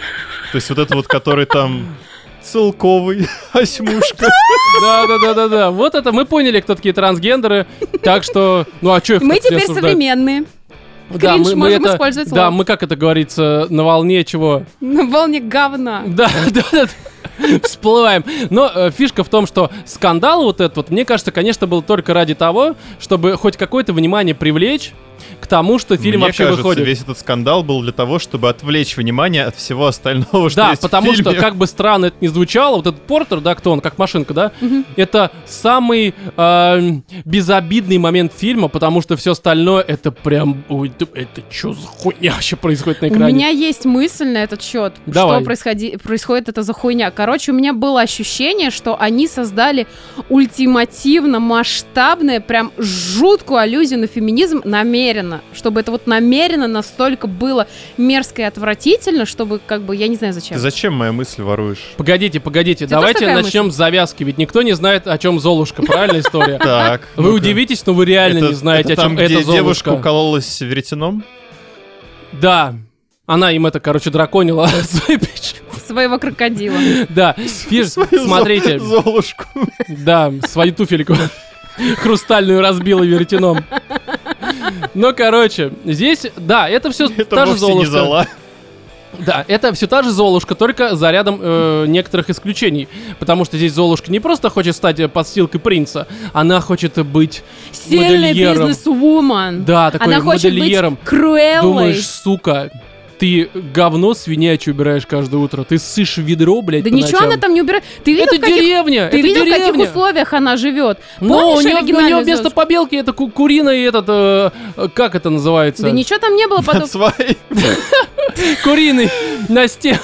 Speaker 2: То есть вот это вот, который там целковый, осьмушка.
Speaker 1: Да, да, да, да, да. Вот это мы поняли, кто такие трансгендеры. Так что, ну а что их
Speaker 3: Мы
Speaker 1: тут все
Speaker 3: теперь
Speaker 1: осуждать?
Speaker 3: современные.
Speaker 1: Да,
Speaker 3: Кринж
Speaker 1: мы, мы
Speaker 3: можем
Speaker 1: это,
Speaker 3: использовать
Speaker 1: да,
Speaker 3: слово.
Speaker 1: мы, как это говорится, на волне чего?
Speaker 3: На волне говна.
Speaker 1: Да, да, да. Всплываем. Но э, фишка в том, что скандал вот этот, вот, мне кажется, конечно, был только ради того, чтобы хоть какое-то внимание привлечь к тому, что фильм
Speaker 2: Мне
Speaker 1: вообще
Speaker 2: кажется,
Speaker 1: выходит.
Speaker 2: весь этот скандал был для того, чтобы отвлечь внимание от всего остального, что
Speaker 1: Да,
Speaker 2: есть
Speaker 1: потому
Speaker 2: в фильме.
Speaker 1: что, как бы странно это ни звучало, вот этот Портер, да, кто он, как машинка, да, это самый э, безобидный момент фильма, потому что все остальное, это прям, ой, это, это что за хуйня вообще происходит на
Speaker 3: У
Speaker 1: экране?
Speaker 3: меня есть мысль на этот счет,
Speaker 1: Давай.
Speaker 3: что происходи- происходит это за хуйня. Короче, у меня было ощущение, что они создали ультимативно масштабное, прям жуткую аллюзию на феминизм намеренно, чтобы это вот намеренно настолько было мерзко и отвратительно, чтобы как бы, я не знаю зачем.
Speaker 2: Ты зачем моя мысль воруешь?
Speaker 1: Погодите, погодите,
Speaker 3: тебя
Speaker 1: давайте
Speaker 3: тоже такая
Speaker 1: начнем с завязки, ведь никто не знает, о чем Золушка, правильная история?
Speaker 2: Так.
Speaker 1: Вы
Speaker 2: ну-ка.
Speaker 1: удивитесь, но вы реально
Speaker 2: Это-
Speaker 1: не знаете,
Speaker 2: это
Speaker 1: о чем
Speaker 2: там, где
Speaker 1: эта
Speaker 2: девушка
Speaker 1: Золушка.
Speaker 2: укололась веретеном?
Speaker 1: Да. Она им это, короче, драконила свою печь.
Speaker 3: Своего крокодила.
Speaker 1: Да, фиш, смотрите.
Speaker 2: Золушку.
Speaker 1: Да, свою туфельку хрустальную разбила веретеном. Но, короче, здесь, да, это все та же
Speaker 2: Золушка.
Speaker 1: Золушка. Да, это все та же Золушка, только за рядом э, некоторых исключений. Потому что здесь Золушка не просто хочет стать подстилкой принца, она хочет быть
Speaker 3: Сильный
Speaker 1: модельером.
Speaker 3: бизнес-вумен.
Speaker 1: Да, такой
Speaker 3: Она хочет
Speaker 1: модельером.
Speaker 3: быть Круэллой.
Speaker 1: Думаешь, сука, ты говно свинячье убираешь каждое утро. Ты ссышь в ведро, блядь,
Speaker 3: Да
Speaker 1: по
Speaker 3: ничего
Speaker 1: ночам.
Speaker 3: она там не убирает. Ты видел,
Speaker 1: Это
Speaker 3: в каких...
Speaker 1: деревня,
Speaker 3: Ты
Speaker 1: это
Speaker 3: видел, в
Speaker 1: деревня.
Speaker 3: каких условиях она живет?
Speaker 1: Но у
Speaker 3: Помнишь
Speaker 1: нее, у
Speaker 3: оригинальную
Speaker 1: нее вместо
Speaker 3: Золушку?
Speaker 1: побелки это ку- куриный этот, э, э, как это называется?
Speaker 3: Да ничего там не было потом.
Speaker 2: Свои.
Speaker 1: Куриный на стене.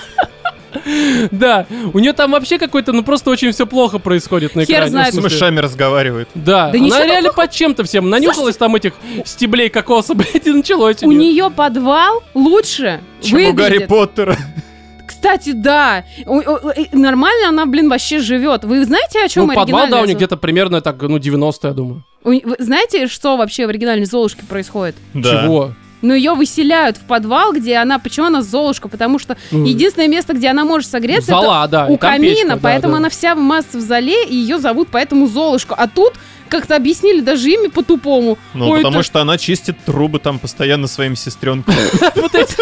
Speaker 1: Да, у нее там вообще какой-то, ну просто очень все плохо происходит на
Speaker 3: Хер
Speaker 1: экране.
Speaker 3: знает.
Speaker 1: Ну,
Speaker 2: С
Speaker 1: в смысле,
Speaker 2: мышами разговаривает.
Speaker 1: Да,
Speaker 3: Да ничего
Speaker 1: она
Speaker 3: там
Speaker 1: реально под чем-то всем нанюхалась там этих стеблей кокоса, блядь, и началось у
Speaker 3: У
Speaker 1: нее.
Speaker 3: нее подвал лучше
Speaker 2: Чем у Гарри
Speaker 3: выглядит.
Speaker 2: Поттера.
Speaker 3: Кстати, да. У- у- э, Нормально она, блин, вообще живет. Вы знаете, о чем
Speaker 1: Ну, подвал,
Speaker 3: оригинальная
Speaker 1: да, у нее
Speaker 3: Золушка?
Speaker 1: где-то примерно так, ну, девяносто, я думаю.
Speaker 3: У- Вы знаете, что вообще в оригинальной Золушке происходит?
Speaker 2: Да.
Speaker 1: Чего?
Speaker 3: Но ее выселяют в подвал, где она... Почему она Золушка? Потому что
Speaker 1: Ну,
Speaker 3: единственное место, где она может согреться,
Speaker 1: Зола, да.
Speaker 3: это
Speaker 1: и
Speaker 3: у
Speaker 1: там
Speaker 3: камина,
Speaker 1: печка, да,
Speaker 3: поэтому
Speaker 1: да.
Speaker 3: она вся в массе в зале, и ее зовут поэтому Золушка. А тут как-то объяснили даже имя по-тупому.
Speaker 2: Ну,
Speaker 3: Ой,
Speaker 2: потому
Speaker 3: это-
Speaker 2: что она чистит трубы там постоянно своим сестренкам.
Speaker 1: Вот эти...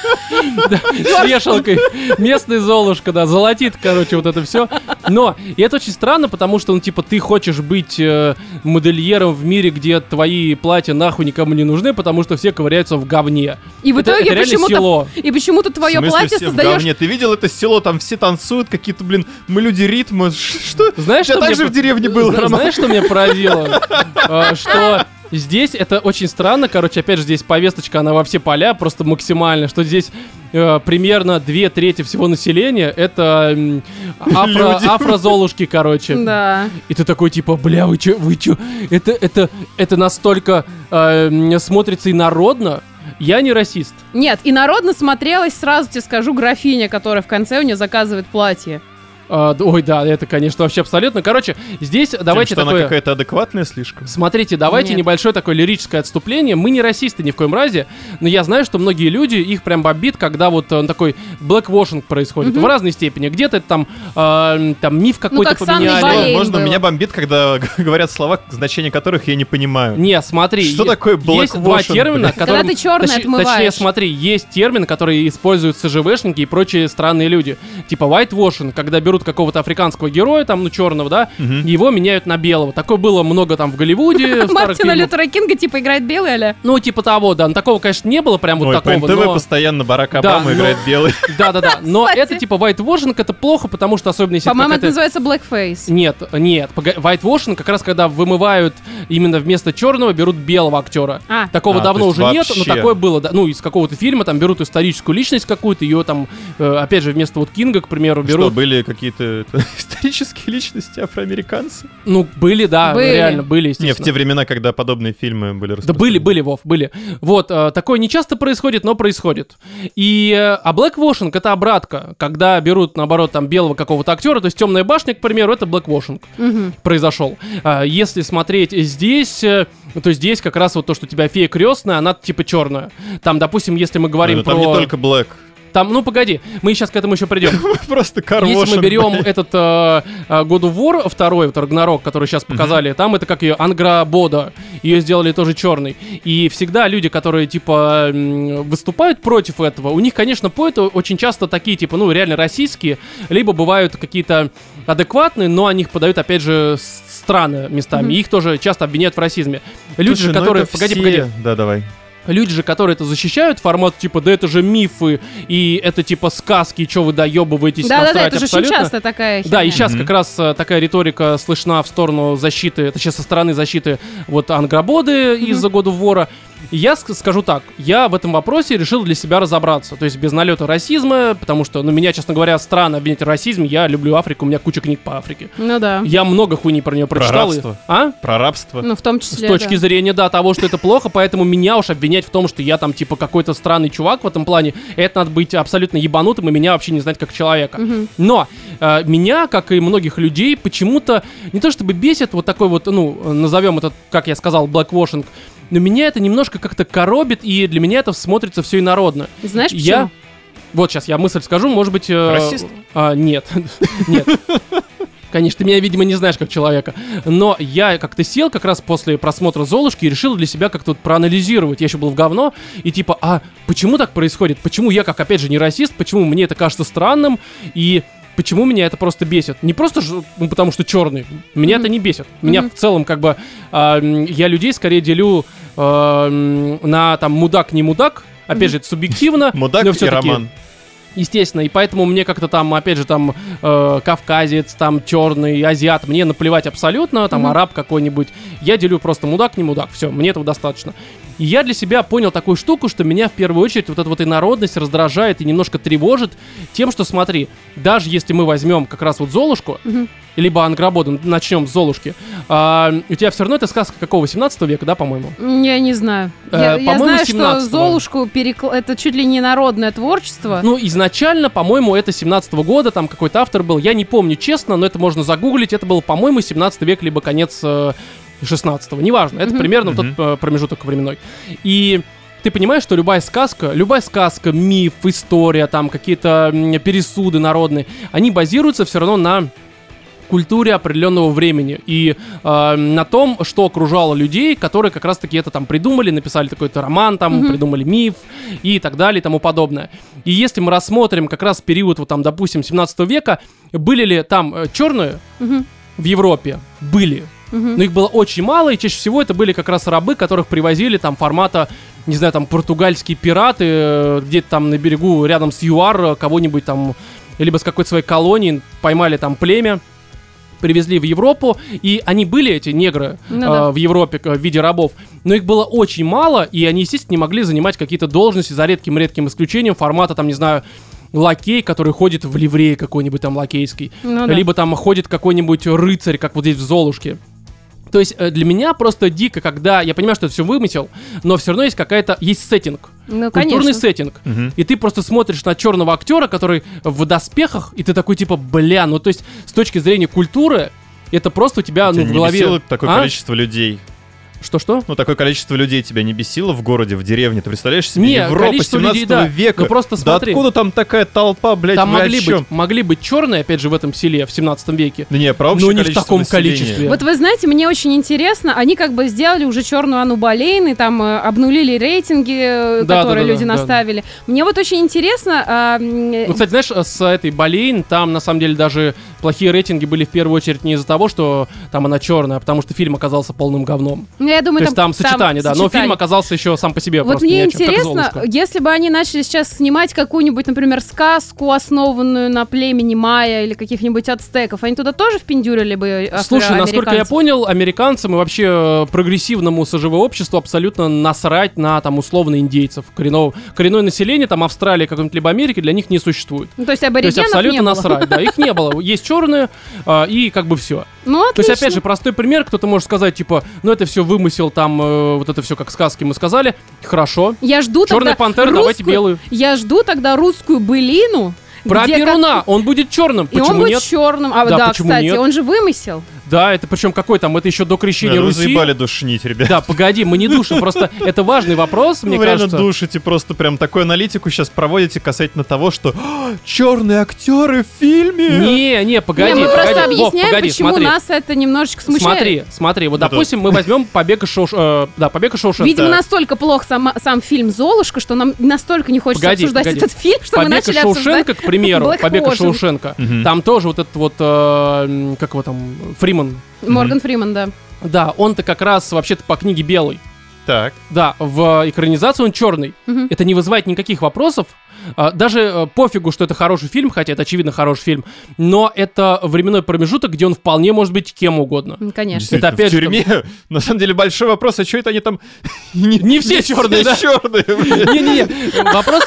Speaker 1: Да, с вешалкой. Местная Золушка, да, золотит, короче, вот это все. Но, и это очень странно, потому что, ну, типа, ты хочешь быть э, модельером в мире, где твои платья нахуй никому не нужны, потому что все ковыряются в говне.
Speaker 3: И в
Speaker 1: Это-
Speaker 3: итоге
Speaker 1: это реально
Speaker 3: почему-то...
Speaker 1: село.
Speaker 3: И почему-то твое
Speaker 2: В смысле,
Speaker 3: платье
Speaker 2: все в
Speaker 3: создаешь...
Speaker 2: говне? Ты видел это село? Там все танцуют, какие-то, блин, мы люди ритма. Ш- Что?
Speaker 1: Знаешь,
Speaker 2: У тебя
Speaker 1: что
Speaker 2: так
Speaker 1: мне
Speaker 2: же
Speaker 1: по-
Speaker 2: в деревне было,
Speaker 1: Зна-
Speaker 2: Роман?
Speaker 1: Знаешь, что меня поразило? А, Что здесь это очень странно, короче, опять же, здесь повесточка, она во все поля, просто максимально, что здесь э, примерно две трети всего населения это м, афро,
Speaker 2: Люди.
Speaker 1: афро-золушки, короче.
Speaker 3: Да.
Speaker 1: И ты такой, типа, бля, вы чё, вы чё? Это, это, это настолько э, м, смотрится инородно. Я не расист.
Speaker 3: Нет, и народно смотрелась, сразу тебе скажу, графиня, которая в конце у нее заказывает платье.
Speaker 1: А, д- ой, да, это, конечно, вообще абсолютно. Короче, здесь давайте
Speaker 2: Тем, что она
Speaker 1: такое...
Speaker 2: какая-то адекватная слишком.
Speaker 1: Смотрите, давайте
Speaker 3: Нет.
Speaker 1: небольшое такое лирическое отступление. Мы не расисты ни в коем разе, но я знаю, что многие люди, их прям бомбит, когда вот э, такой блэквошинг происходит.
Speaker 3: Мгм.
Speaker 1: В разной степени. Где-то это там, э, там миф какой-то
Speaker 3: как с Анной
Speaker 1: поменяли.
Speaker 3: Болейн.
Speaker 2: Можно,
Speaker 3: было.
Speaker 2: меня бомбит, когда говорят слова, значение которых я не понимаю.
Speaker 1: Не, смотри.
Speaker 2: Что
Speaker 1: е-
Speaker 2: такое
Speaker 1: Есть два
Speaker 2: blackwashing,
Speaker 1: термина,
Speaker 2: блядь?
Speaker 1: которые...
Speaker 3: Когда ты чёрное отмываешь.
Speaker 1: Точнее, смотри, есть термин, который используют СЖВшники и прочие странные люди. Типа whitewashing, когда берут какого-то африканского героя, там, ну, черного, да,
Speaker 2: Мгм.
Speaker 1: и его меняют на белого. Такое было много там в Голливуде, в старых
Speaker 3: Мартина
Speaker 1: фильмах.
Speaker 3: Лютера Кинга, типа, играет белый, аля?
Speaker 1: Ну, типа того, да. Но такого, конечно, не было прям вот
Speaker 2: Ой, по
Speaker 1: такого,
Speaker 2: эн тэ вэ
Speaker 1: но...
Speaker 2: постоянно Барак
Speaker 1: Да,
Speaker 2: Обама
Speaker 1: но-
Speaker 2: играет белый.
Speaker 1: Да-да-да, но
Speaker 3: Кстати.
Speaker 1: это типа whitewashing, это плохо, потому что особенно если
Speaker 3: По-моему, это
Speaker 1: какая-то...
Speaker 3: называется blackface.
Speaker 1: Нет, нет, пога- whitewashing как раз когда вымывают именно вместо черного берут белого актера.
Speaker 3: А,
Speaker 1: Такого
Speaker 2: А,
Speaker 1: давно
Speaker 2: то есть
Speaker 1: уже нет, но
Speaker 2: вообще.
Speaker 1: такое было, да, ну, из какого-то фильма, там берут историческую личность какую-то, ее там, э, опять же, вместо вот Кинга, к примеру,
Speaker 2: Что,
Speaker 1: берут.
Speaker 2: были какие-то это, исторические личности афроамериканцы?
Speaker 1: Ну, были, да,
Speaker 3: Были.
Speaker 1: реально, были,
Speaker 2: Не, в
Speaker 1: естественно.
Speaker 2: те времена, когда подобные фильмы были
Speaker 1: Да
Speaker 2: распространены.
Speaker 1: были, были, Вов, были. Вот, э, такое не часто происходит, но происходит. И, э, а blackwashing — это обратка, когда берут, наоборот, там, белого какого-то актера, то есть «Темная башня», к примеру, это blackwashing
Speaker 3: мгм.
Speaker 1: произошел. А, если смотреть здесь, э, то здесь как раз вот то, что у тебя фея крестная, она типа черная. Там, допустим, если мы говорим
Speaker 2: Ну,
Speaker 1: про...
Speaker 2: там не только Блэк.
Speaker 1: Там, ну, погоди, мы сейчас к этому еще придем.
Speaker 2: Просто
Speaker 1: Если
Speaker 2: карвошинг.
Speaker 1: мы берем этот э, э, God of War второй, вот Рагнарок, который сейчас показали, там это как ее Ангра Бода, ее сделали тоже черный. И всегда люди, которые типа м, выступают против этого, у них, конечно, поэты очень часто такие типа, ну, реально российские, либо бывают какие-то адекватные, но они их подают, опять же, с- странно местами.
Speaker 3: Мгм.
Speaker 1: И их тоже часто обвиняют в расизме. Люди
Speaker 2: Слушай,
Speaker 1: же,
Speaker 2: ну
Speaker 1: которые...
Speaker 2: это
Speaker 1: Погоди,
Speaker 2: все-
Speaker 1: погоди.
Speaker 2: Да, давай.
Speaker 1: Люди же, которые это защищают, формат типа, да это же мифы, и это типа сказки, что вы доебываетесь, там
Speaker 3: Да-да-да,
Speaker 1: срать
Speaker 3: это же очень
Speaker 1: абсолютно.
Speaker 3: часто такая
Speaker 1: Да, и
Speaker 3: херня.
Speaker 1: сейчас
Speaker 2: Мгм.
Speaker 1: как раз э, такая риторика слышна в сторону защиты, точнее, со стороны защиты вот Ангрободы из-за God of War. И я ск- скажу так, я в этом вопросе решил для себя разобраться, то есть без налета расизма, потому что, ну, меня, честно говоря, странно обвинить в расизме, я люблю Африку, у меня куча книг по Африке.
Speaker 3: Ну да.
Speaker 1: Я много хуйни про нее
Speaker 2: Про
Speaker 1: прочитал. и-
Speaker 2: рабство.
Speaker 1: А?
Speaker 2: Про рабство.
Speaker 3: Ну, в том
Speaker 1: С
Speaker 3: числе,
Speaker 1: точки
Speaker 3: да.
Speaker 1: зрения, да, того, что это плохо, поэтому меня уж обвинять в том, что я там, типа, какой-то странный чувак в этом плане, это надо быть абсолютно ебанутым и меня вообще не знать как человека.
Speaker 3: Мгм.
Speaker 1: Но э, меня, как и многих людей, почему-то не то чтобы бесит вот такой вот, ну, назовем это, как я сказал, blackwashing, но меня это немножко как-то коробит, и для меня это смотрится все инородно.
Speaker 3: Знаешь почему?
Speaker 1: Я... Вот сейчас я мысль скажу, может быть... Э...
Speaker 2: Расист?
Speaker 1: А, нет, нет. Конечно, ты меня, видимо, не знаешь как человека. Но я как-то сел как раз после просмотра «Золушки» и решил для себя как-то вот проанализировать. Я еще был в говно. И типа, а почему так происходит? Почему я, как, опять же, не расист? Почему мне это кажется странным? И почему меня это просто бесит? Не просто ж, ну, потому что черный. Меня mm-hmm. это не бесит. Меня mm-hmm. в целом как бы... Э, я людей скорее делю э, на там мудак, не мудак. Опять mm-hmm. же, это субъективно.
Speaker 2: Мудак и роман.
Speaker 1: Естественно, и поэтому мне как-то там, опять же, там, э, кавказец, там, черный, азиат, мне наплевать абсолютно, там, mm-hmm. араб какой-нибудь. Я делю просто мудак, не мудак, все, мне этого достаточно. И я для себя понял такую штуку, что меня в первую очередь вот эта вот инородность раздражает и немножко тревожит тем, что, смотри, даже если мы возьмем как раз вот «Золушку», mm-hmm. либо «Ангрободу», начнем с «Золушки», а, у тебя все равно это сказка какого, семнадцатого века, да, по-моему?
Speaker 3: Я не знаю.
Speaker 1: Э,
Speaker 3: я, я знаю,
Speaker 1: семнадцатого.
Speaker 3: что «Золушку» перекл... это чуть ли не народное творчество.
Speaker 1: Ну, изначально, по-моему, это семнадцатого года, там какой-то автор был, я не помню честно, но это можно загуглить, это был, по-моему, семнадцатый век, либо конец э, шестнадцатого, неважно, это mm-hmm. примерно mm-hmm. тот э, промежуток временной. И ты понимаешь, что любая сказка, любая сказка, миф, история, там какие-то м, пересуды народные, они базируются все равно на культуре определенного времени и э, на том, что окружало людей, которые как раз-таки это там придумали, написали такой-то роман, там, mm-hmm. придумали миф и так далее и тому подобное. И если мы рассмотрим как раз период, вот там, допустим, семнадцатого века, были ли там э, черные mm-hmm. в Европе? Были. Mm-hmm. Но их было очень мало, и чаще всего это были как раз рабы, которых привозили там формата, не знаю, там, португальские пираты, э, где-то там на берегу рядом с ЮАР кого-нибудь там, либо с какой-то своей колонии поймали там племя, привезли в Европу, и они были, эти негры, ну, э, да. в Европе в виде рабов, но их было очень мало, и они, естественно, не могли занимать какие-то должности, за редким-редким исключением, формата, там, не знаю, лакей, который ходит в ливрее какой-нибудь там лакейский, ну, да. либо там ходит какой-нибудь рыцарь, как вот здесь в «Золушке». То есть для меня просто дико, когда я понимаю, что это все вымысел, но все равно есть какая-то, есть сеттинг,
Speaker 3: ну,
Speaker 1: культурный
Speaker 3: конечно.
Speaker 1: сеттинг.
Speaker 2: Угу.
Speaker 1: И ты просто смотришь на черного актера, который в доспехах, и ты такой типа, бля, ну то есть с точки зрения культуры, это просто у тебя,
Speaker 2: тебя
Speaker 1: ну, в
Speaker 2: не
Speaker 1: голове...
Speaker 2: бесило такое
Speaker 1: а?
Speaker 2: количество людей?
Speaker 1: Что-что?
Speaker 2: Ну, такое количество людей тебя не бесило в городе, в деревне? Ты представляешь себе
Speaker 1: Не,
Speaker 2: Европа
Speaker 1: количество
Speaker 2: семнадцатого
Speaker 1: людей, да.
Speaker 2: века?
Speaker 1: Ну, просто
Speaker 2: да
Speaker 1: смотри.
Speaker 2: откуда там такая толпа, блядь,
Speaker 1: Там
Speaker 2: вы
Speaker 1: могли
Speaker 2: о чем?
Speaker 1: быть, могли быть черные, опять же, в этом селе в семнадцатом веке.
Speaker 2: Да не, про общее
Speaker 1: но не в
Speaker 2: количество
Speaker 1: таком
Speaker 2: населения.
Speaker 1: количестве.
Speaker 3: Вот вы знаете, мне очень интересно, они как бы сделали уже черную Анну Болейн, и там э, обнулили рейтинги, э,
Speaker 1: Да,
Speaker 3: которые
Speaker 1: да, да,
Speaker 3: люди
Speaker 1: да,
Speaker 3: наставили. Мне вот очень интересно... а,
Speaker 1: Ну, кстати, знаешь, с этой Болейн, там, на самом деле, даже плохие рейтинги были в первую очередь не из-за того, что там она черная, а потому что фильм оказался полным говном.
Speaker 3: ну, я думаю,
Speaker 1: То есть там сочетание, да, но фильм оказался еще сам по себе
Speaker 3: Вот
Speaker 1: просто
Speaker 3: мне
Speaker 1: ни о чем, как
Speaker 3: интересно,
Speaker 1: «Золушка».
Speaker 3: если бы они начали сейчас снимать какую-нибудь, например, сказку, основанную на племени майя или каких-нибудь ацтеков, они туда тоже впендюрили бы
Speaker 1: Слушай, насколько я понял, американцам и вообще э, прогрессивному СЖВ обществу абсолютно насрать на там условно индейцев. Коренного, коренное население, там Австралии, какой-нибудь либо Америки для них не существует.
Speaker 3: Ну, то есть
Speaker 1: То есть
Speaker 3: аборигенов
Speaker 1: абсолютно
Speaker 3: не было.
Speaker 1: насрать, да, их не было. Есть черные, э, и как бы все.
Speaker 3: Ну,
Speaker 1: То есть,
Speaker 3: отлично.
Speaker 1: опять же, простой пример, кто-то может сказать, типа, ну это все вымысел, там, э, вот это все как сказки мы сказали. Хорошо.
Speaker 3: Я жду
Speaker 1: Черная
Speaker 3: тогда
Speaker 1: пантера, давайте
Speaker 3: русскую-
Speaker 1: белую.
Speaker 3: Я жду тогда русскую былину.
Speaker 1: Про
Speaker 3: где
Speaker 1: Перуна,
Speaker 3: как-
Speaker 1: он будет черным.
Speaker 3: И
Speaker 1: Почему
Speaker 3: он будет
Speaker 1: нет?
Speaker 3: черным. А,
Speaker 1: Да,
Speaker 3: да,
Speaker 1: почему
Speaker 3: кстати,
Speaker 1: нет?
Speaker 3: он же вымысел.
Speaker 1: Да, это причем какой там, это еще до крещения
Speaker 2: Да, вы
Speaker 1: Руси.
Speaker 2: заебали душнить, ребят.
Speaker 1: Да, погоди, мы не душим, просто это важный вопрос, мне
Speaker 2: Вы реально
Speaker 1: кажется.
Speaker 2: душите, просто прям такую аналитику сейчас проводите касательно того, что черные актеры в фильме.
Speaker 1: Не, не, погоди,
Speaker 3: Не, мы
Speaker 1: погоди.
Speaker 3: просто
Speaker 1: Вов,
Speaker 3: объясняем,
Speaker 1: погоди,
Speaker 3: почему
Speaker 1: смотри.
Speaker 3: нас это немножечко смущает.
Speaker 1: Смотри, смотри, вот
Speaker 2: Это-
Speaker 1: допустим, мы возьмем «Побег из Шоуш... э, да, «Побег из Шоушенка».
Speaker 3: Видимо, настолько плох сам, сам фильм «Золушка», что нам настолько не хочется
Speaker 1: Погоди,
Speaker 3: обсуждать
Speaker 1: погоди.
Speaker 3: этот фильм, что мы
Speaker 1: «Побег из
Speaker 3: начали
Speaker 1: Шоушенка»,
Speaker 3: обсуждать
Speaker 1: к примеру,
Speaker 3: Black
Speaker 1: «Побег из
Speaker 3: Ocean».
Speaker 1: Шоушенка».
Speaker 2: Мгм.
Speaker 1: Там тоже вот этот вот, э, м, как его там, Фриман.
Speaker 3: Морган Фриман, да.
Speaker 1: Да, он-то как раз вообще-то по книге белый.
Speaker 2: Так.
Speaker 1: Да, в экранизации он черный.
Speaker 3: Мгм.
Speaker 1: Это не вызывает никаких вопросов. А, Даже э, пофигу, что это хороший фильм, хотя это очевидно хороший фильм, но это временной промежуток, где он вполне может быть кем угодно.
Speaker 3: М, Конечно.
Speaker 2: Действительно,
Speaker 1: Это опять
Speaker 2: в
Speaker 1: же
Speaker 2: тюрьме, на самом деле, большой вопрос, а что это они там...
Speaker 1: Не все черные, да?
Speaker 2: черные, блин.
Speaker 1: Не-не-не, вопрос...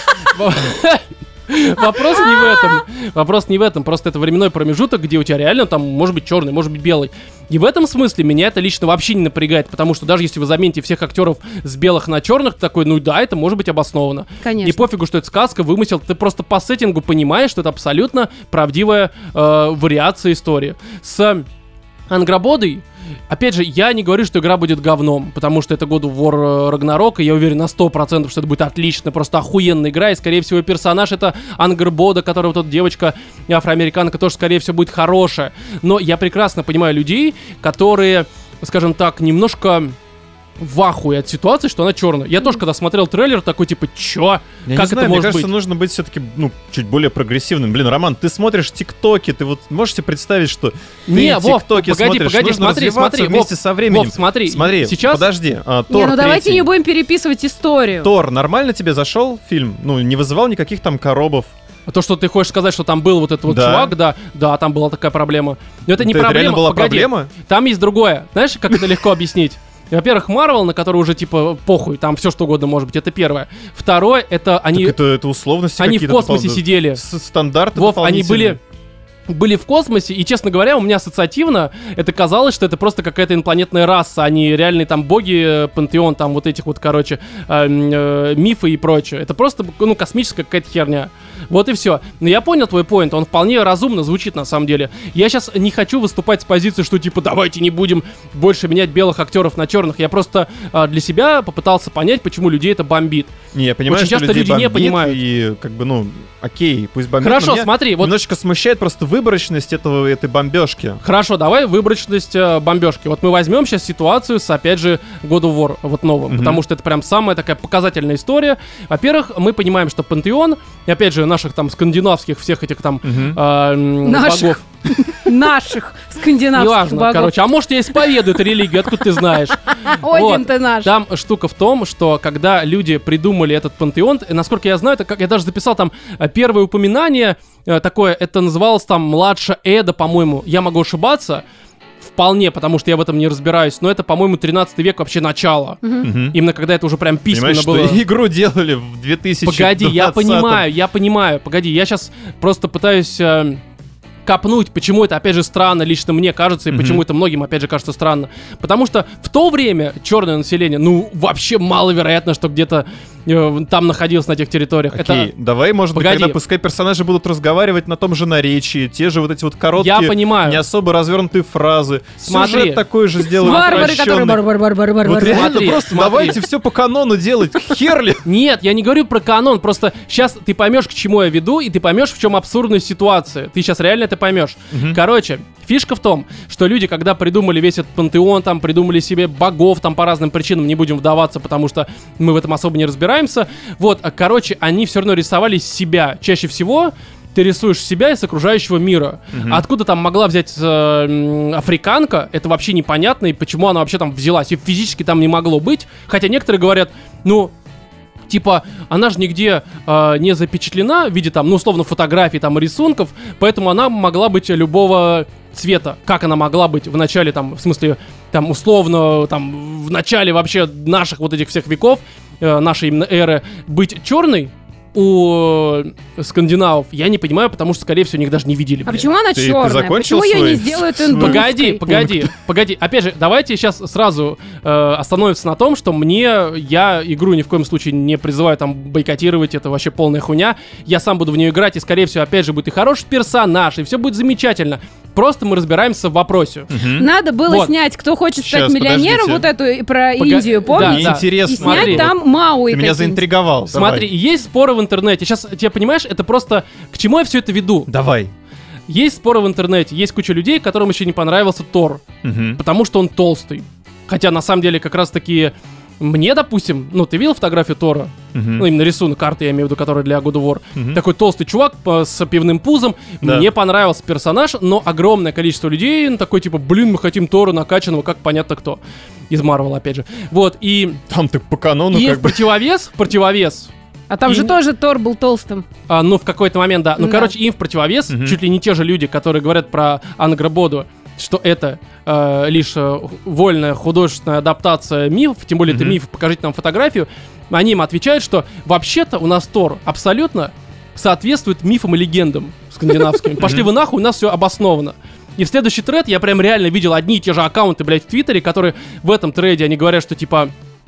Speaker 1: Вопрос не в этом. Вопрос не в этом. Просто это временной промежуток, где у тебя реально там может быть черный, может быть белый. И в этом смысле меня это лично вообще не напрягает, потому что даже если вы замените всех актеров с белых на черных, ты такой, ну да, это может быть обосновано.
Speaker 3: Конечно.
Speaker 1: И пофигу, что это сказка, вымысел, ты просто по сеттингу понимаешь, что это абсолютно правдивая э, вариация истории. С Ангрободой Опять же, я не говорю, что игра будет говном, потому что это God of War Ragnarok, и я уверен на сто процентов, что это будет отлично, просто охуенная игра, и, скорее всего, персонаж это Ангер Бода, которая вот эта девочка афроамериканка, тоже, скорее всего, будет хорошая. Но я прекрасно понимаю людей, которые, скажем так, немножко в ахуе от ситуации, что она черная. Я тоже, когда смотрел трейлер, такой, типа, чё?
Speaker 2: Я
Speaker 1: как
Speaker 2: не знаю,
Speaker 1: это
Speaker 2: мне
Speaker 1: может
Speaker 2: кажется,
Speaker 1: быть?
Speaker 2: нужно быть все-таки, ну, чуть более прогрессивным. Блин, Роман, ты смотришь тиктоки, ты вот можешь себе представить, что
Speaker 1: Не,
Speaker 2: ты
Speaker 1: Вов,
Speaker 2: тиктоки
Speaker 1: погоди,
Speaker 2: смотришь,
Speaker 1: погоди,
Speaker 2: нужно
Speaker 1: смотри,
Speaker 2: развиваться
Speaker 1: смотри,
Speaker 2: вместе
Speaker 1: Вов,
Speaker 2: со временем.
Speaker 1: Вов, смотри,
Speaker 2: Смотри,
Speaker 1: сейчас-
Speaker 2: подожди, а,
Speaker 3: Не,
Speaker 2: Тор
Speaker 3: ну давайте
Speaker 2: третий.
Speaker 3: не будем переписывать историю.
Speaker 2: Тор нормально тебе зашел фильм? Ну, не вызывал никаких там коробов?
Speaker 1: То, что ты хочешь сказать, что там был вот этот вот
Speaker 2: Да.
Speaker 1: чувак, да, да, там была такая проблема. Но это не
Speaker 2: Это
Speaker 1: проблема,
Speaker 2: реально была
Speaker 1: погоди.
Speaker 2: проблема?
Speaker 1: Там есть другое. Знаешь, как это легко объяснить? Во-первых, Марвел, на который уже типа похуй, там все что угодно может быть, это первое. Второе, это они,
Speaker 2: Так это, это условности
Speaker 1: они в
Speaker 2: какие-то.
Speaker 1: космосе
Speaker 2: допол-
Speaker 1: сидели.
Speaker 2: с- Стандарты
Speaker 1: Вов, они
Speaker 2: дополнительные.
Speaker 1: были были в космосе, и, честно говоря, у меня ассоциативно это казалось, что это просто какая-то инопланетная раса, а не реальные там боги, э, пантеон, там вот этих вот, короче, э, э, мифы и прочее. Это просто, ну, космическая какая-то херня. Вот и все. Но я понял твой поинт, он вполне разумно звучит на самом деле. Я сейчас не хочу выступать с позиции, что типа давайте не будем больше менять белых актеров на черных. Я просто э, для себя попытался понять, почему людей это бомбит.
Speaker 2: Не, я понимаю,
Speaker 1: Очень
Speaker 2: что
Speaker 1: часто
Speaker 2: людей
Speaker 1: люди не
Speaker 2: бомбит,
Speaker 1: понимают.
Speaker 2: И как бы, ну, окей, пусть бомбит.
Speaker 1: Хорошо,
Speaker 2: но меня
Speaker 1: смотри, вот
Speaker 2: немножечко смущает просто выборочность этого, этой бомбежки.
Speaker 1: Хорошо, давай выборочность э, бомбежки. Вот мы возьмем сейчас ситуацию с, опять же, God of War, вот новым,
Speaker 2: Мгм.
Speaker 1: потому что это прям самая такая показательная история. Во-первых, мы понимаем, что пантеон, и опять же, наших там скандинавских всех этих там
Speaker 2: Мгм.
Speaker 1: э, м,
Speaker 3: Наших
Speaker 1: богов.
Speaker 3: Наших скандинавских
Speaker 1: Неважно,
Speaker 3: богов.
Speaker 1: короче, а может я исповедую эту религию, откуда ты знаешь?
Speaker 3: Один
Speaker 1: вот.
Speaker 3: ты наш.
Speaker 1: Там штука в том, что когда люди придумали этот пантеон, и, насколько я знаю, это как я даже записал там э, первое упоминание э, такое, это называлось там младше Эда, по-моему. Я могу ошибаться. Вполне, потому что я в этом не разбираюсь. Но это, по-моему, тринадцатый век, вообще начало.
Speaker 2: Мгм.
Speaker 1: Именно когда это уже прям письменно
Speaker 2: Понимаешь,
Speaker 1: было.
Speaker 2: что игру делали в две тысячи двадцатом.
Speaker 1: Погоди, я понимаю, я понимаю. Погоди, я сейчас просто пытаюсь э, копнуть, почему это, опять же, странно, лично мне кажется, и
Speaker 2: Мгм.
Speaker 1: почему это многим, опять же, кажется странно. Потому что в то время черное население, ну, вообще маловероятно, что где-то э, там находилось на тех территориях.
Speaker 2: Окей,
Speaker 1: Это...
Speaker 2: давай, может быть,
Speaker 1: Погоди.
Speaker 2: тогда пускай персонажи будут разговаривать на том же наречии, те же вот эти вот
Speaker 1: Я
Speaker 2: короткие,
Speaker 1: понимаю.
Speaker 2: не особо развернутые фразы.
Speaker 1: Смотри.
Speaker 2: Сюжет такой же сделали
Speaker 3: Варвары, которые...
Speaker 2: упрощенный.
Speaker 3: бар-бар-бар-бар-бар-бар.
Speaker 2: Вот реально
Speaker 1: Смотри,
Speaker 2: просто
Speaker 1: смотри.
Speaker 2: давайте все по канону делать. Херли.
Speaker 1: Нет, я не говорю про канон, просто сейчас ты поймешь, к чему я веду, и ты поймешь, в чем абсурдность ситуации. Ты сейчас реально это поймешь. Короче, фишка в том, что люди, когда придумали весь этот пантеон, там, придумали себе богов, там, по разным причинам, не будем вдаваться, потому что мы в этом особо не разбираемся. Вот, а, короче, они все равно рисовали себя. Чаще всего ты рисуешь себя из окружающего мира. А откуда там могла взять э, м, африканка, это вообще непонятно, и почему она вообще там взялась. И физически там не могло быть. Хотя некоторые говорят, ну... Типа, она же нигде э, не запечатлена в виде там, ну, условно, фотографий там и рисунков, поэтому она могла быть любого цвета. Как она могла быть в начале там, в смысле, там, условно, там, в начале вообще наших вот этих всех веков, э, нашей именно эры, быть черной у э, скандинавов, я не понимаю, потому что, скорее всего, они их даже не видели.
Speaker 3: А
Speaker 1: блин.
Speaker 3: почему она
Speaker 2: Ты- ты
Speaker 3: черная?
Speaker 2: закончил
Speaker 3: Почему ее
Speaker 2: свой-
Speaker 3: не сделают
Speaker 2: свой-
Speaker 3: индусской?
Speaker 1: Погоди, погоди, погоди. Опять же, давайте сейчас сразу э, остановимся на том, что мне, я игру ни в коем случае не призываю там бойкотировать, это вообще полная хуйня. Я сам буду в нее играть, и, скорее всего, опять же, будет и хороший персонаж, и все будет замечательно. Просто мы разбираемся в вопросе.
Speaker 3: Надо было
Speaker 1: Вот.
Speaker 3: снять, кто хочет стать
Speaker 2: Щас,
Speaker 3: миллионером,
Speaker 2: подождите.
Speaker 3: вот эту и про
Speaker 1: Пога-
Speaker 3: Индию,
Speaker 1: да,
Speaker 3: помните?
Speaker 1: да.
Speaker 2: Интересно.
Speaker 3: И снять
Speaker 1: Смотри,
Speaker 3: там Мауи
Speaker 2: Ты меня
Speaker 3: какие-нибудь.
Speaker 2: заинтриговал.
Speaker 1: Смотри,
Speaker 2: Давай.
Speaker 1: есть споры в интернете. Сейчас, тебе понимаешь, это просто... К чему я все это веду?
Speaker 2: Давай.
Speaker 1: Есть споры в интернете, есть куча людей, которым еще не понравился Тор,
Speaker 2: Мгм.
Speaker 1: потому что он толстый. Хотя, на самом деле, как раз-таки... Мне, допустим, ну, ты видел фотографию Тора?
Speaker 2: Мгм.
Speaker 1: Ну, именно рисунок карты, я имею в виду, который для God of War.
Speaker 2: Мгм.
Speaker 1: Такой толстый чувак по- с пивным пузом.
Speaker 2: Да.
Speaker 1: Мне понравился персонаж, но огромное количество людей ну, такой, типа, блин, мы хотим Тора накачанного, как понятно кто. Из Марвела, опять же. Вот, и,
Speaker 2: Там ты по канону
Speaker 1: и
Speaker 2: как
Speaker 1: в
Speaker 2: бы...
Speaker 1: противовес, в противовес,
Speaker 3: А там
Speaker 1: И-
Speaker 3: же тоже Тор был толстым.
Speaker 1: а, ну, в какой-то момент, да. Ну,
Speaker 3: Да.
Speaker 1: короче, им в противовес,
Speaker 2: Мгм.
Speaker 1: чуть ли не те же люди, которые говорят про Ангрободу, что это э, лишь э, вольная художественная адаптация мифов, тем более это
Speaker 2: Мгм.
Speaker 1: миф, покажите нам фотографию, они им отвечают, что вообще-то у нас Тор абсолютно соответствует мифам и легендам скандинавским. Пошли вы нахуй, у нас все обосновано. И в следующий тред я прям реально видел одни и те же аккаунты, блядь, в Твиттере, которые в этом трейде, они говорят, что типа...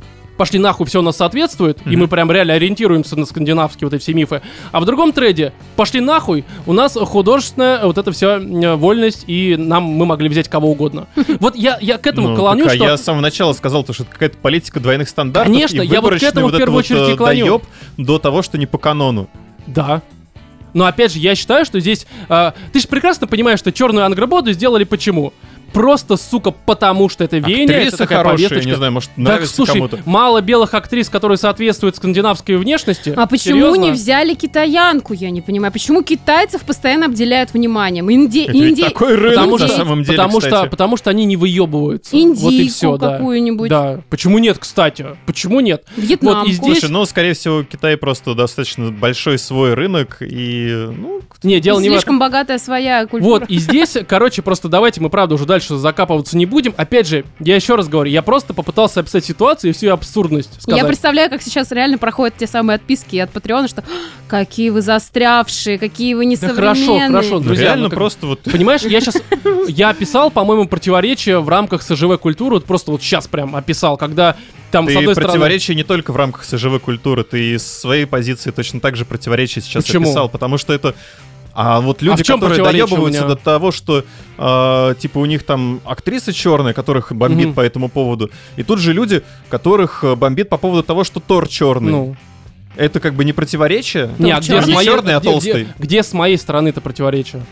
Speaker 1: пошли нахуй, все у нас соответствует, mm-hmm. и мы прям реально ориентируемся на скандинавские вот эти все мифы. А в другом треде, пошли нахуй, у нас художественная вот эта вся вольность, и нам мы могли взять кого угодно. Вот я, я к этому
Speaker 2: ну,
Speaker 1: клоню,
Speaker 2: что...
Speaker 1: Я
Speaker 2: с самого начала сказал, что это какая-то политика двойных стандартов.
Speaker 1: Конечно,
Speaker 2: и
Speaker 1: я вот к этому
Speaker 2: вот
Speaker 1: в первую
Speaker 2: вот,
Speaker 1: очередь и клоню.
Speaker 2: Доеб до того, что не по канону.
Speaker 1: Да. Но опять же, я считаю, что здесь... Э, ты же прекрасно понимаешь, что черную ангрободу сделали почему? Просто, сука, потому что это веяние,
Speaker 2: актрисы
Speaker 1: это такая
Speaker 2: хорошие,
Speaker 1: повесточка.
Speaker 2: не знаю, может,
Speaker 1: так,
Speaker 2: нравится
Speaker 1: слушай,
Speaker 2: кому-то.
Speaker 1: мало белых актрис, которые соответствуют скандинавской внешности.
Speaker 3: А почему
Speaker 1: Серьезно?
Speaker 3: не взяли китаянку, я не понимаю. Почему китайцев постоянно обделяют вниманием? Инди...
Speaker 2: Это ведь
Speaker 3: Инди...
Speaker 2: такой рынок
Speaker 1: Потому
Speaker 2: на
Speaker 1: что,
Speaker 2: самом деле,
Speaker 1: потому
Speaker 2: кстати.
Speaker 1: что, потому что они не выебываются.
Speaker 3: Индийку
Speaker 1: вот и все, да.
Speaker 3: какую-нибудь.
Speaker 1: Да. Почему нет, кстати? Почему нет?
Speaker 3: Вьетнамку.
Speaker 1: Вот и здесь...
Speaker 2: Слушай, ну, скорее всего, Китай просто достаточно большой свой рынок, и, ну...
Speaker 1: Не, дело не в этом.
Speaker 3: Слишком богатая своя культура.
Speaker 1: Вот, и здесь, короче, просто давайте мы, правда, уже дальше закапываться не будем. Опять же, я еще раз говорю, я просто попытался описать ситуацию и всю ее абсурдность сказать.
Speaker 3: Я представляю, как сейчас реально проходят те самые отписки от Патреона, что какие вы застрявшие, какие вы
Speaker 1: Да
Speaker 3: несовременные.
Speaker 1: хорошо, хорошо,
Speaker 2: Ну,
Speaker 1: друзья.
Speaker 2: реально
Speaker 1: ну, как-
Speaker 2: просто вот...
Speaker 1: Понимаешь, я сейчас... Я описал, по-моему, противоречие в рамках СЖВ-культуры. Вот просто вот сейчас прям описал, когда там,
Speaker 2: Ты
Speaker 1: с одной стороны...
Speaker 2: противоречие не только в рамках СЖВ культуры, ты из своей позиции точно так же противоречие сейчас
Speaker 1: Почему?
Speaker 2: описал, потому что это... А вот люди,
Speaker 1: в чем
Speaker 2: которые
Speaker 1: противоречие у
Speaker 2: доебываются
Speaker 1: меня?
Speaker 2: до того, что э, типа у них там актрисы черные, которых бомбит
Speaker 1: Мгм.
Speaker 2: по этому поводу, и тут же люди, которых э, бомбит по поводу того, что Тор черный.
Speaker 1: Ну,
Speaker 2: Это как бы не противоречие?
Speaker 1: не, а где,
Speaker 3: черный?
Speaker 1: с
Speaker 2: Не
Speaker 1: моей,
Speaker 2: черный, а
Speaker 1: где-
Speaker 2: толстый.
Speaker 1: где- где с моей стороны это противоречие?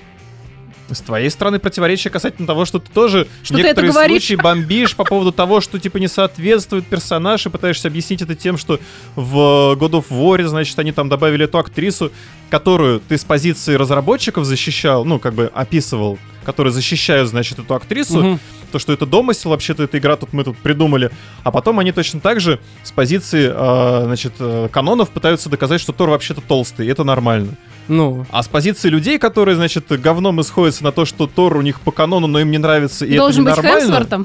Speaker 2: С твоей стороны противоречие касательно того, что ты тоже
Speaker 3: Что
Speaker 2: в
Speaker 3: ты это
Speaker 2: некоторые
Speaker 3: говоришь?
Speaker 2: случаи бомбишь по поводу того, что типа не соответствует персонаж, и пытаешься объяснить это тем, что в God of War, значит, они там добавили эту актрису, которую ты с позиции разработчиков защищал, ну, как бы описывал, которые защищают, значит, эту актрису,
Speaker 1: Мгм.
Speaker 2: то, что это домысел, вообще-то эта игра тут мы тут придумали, а потом они точно так же с позиции, э, значит, э, канонов пытаются доказать, что Тор вообще-то толстый, и это нормально.
Speaker 1: Ну,
Speaker 2: А с позиции людей, которые, значит, говном исходятся на то, что Тор у них по канону, но им не нравится, и
Speaker 3: Должен
Speaker 2: это
Speaker 3: быть
Speaker 2: ненормально.
Speaker 3: Хемсвортом.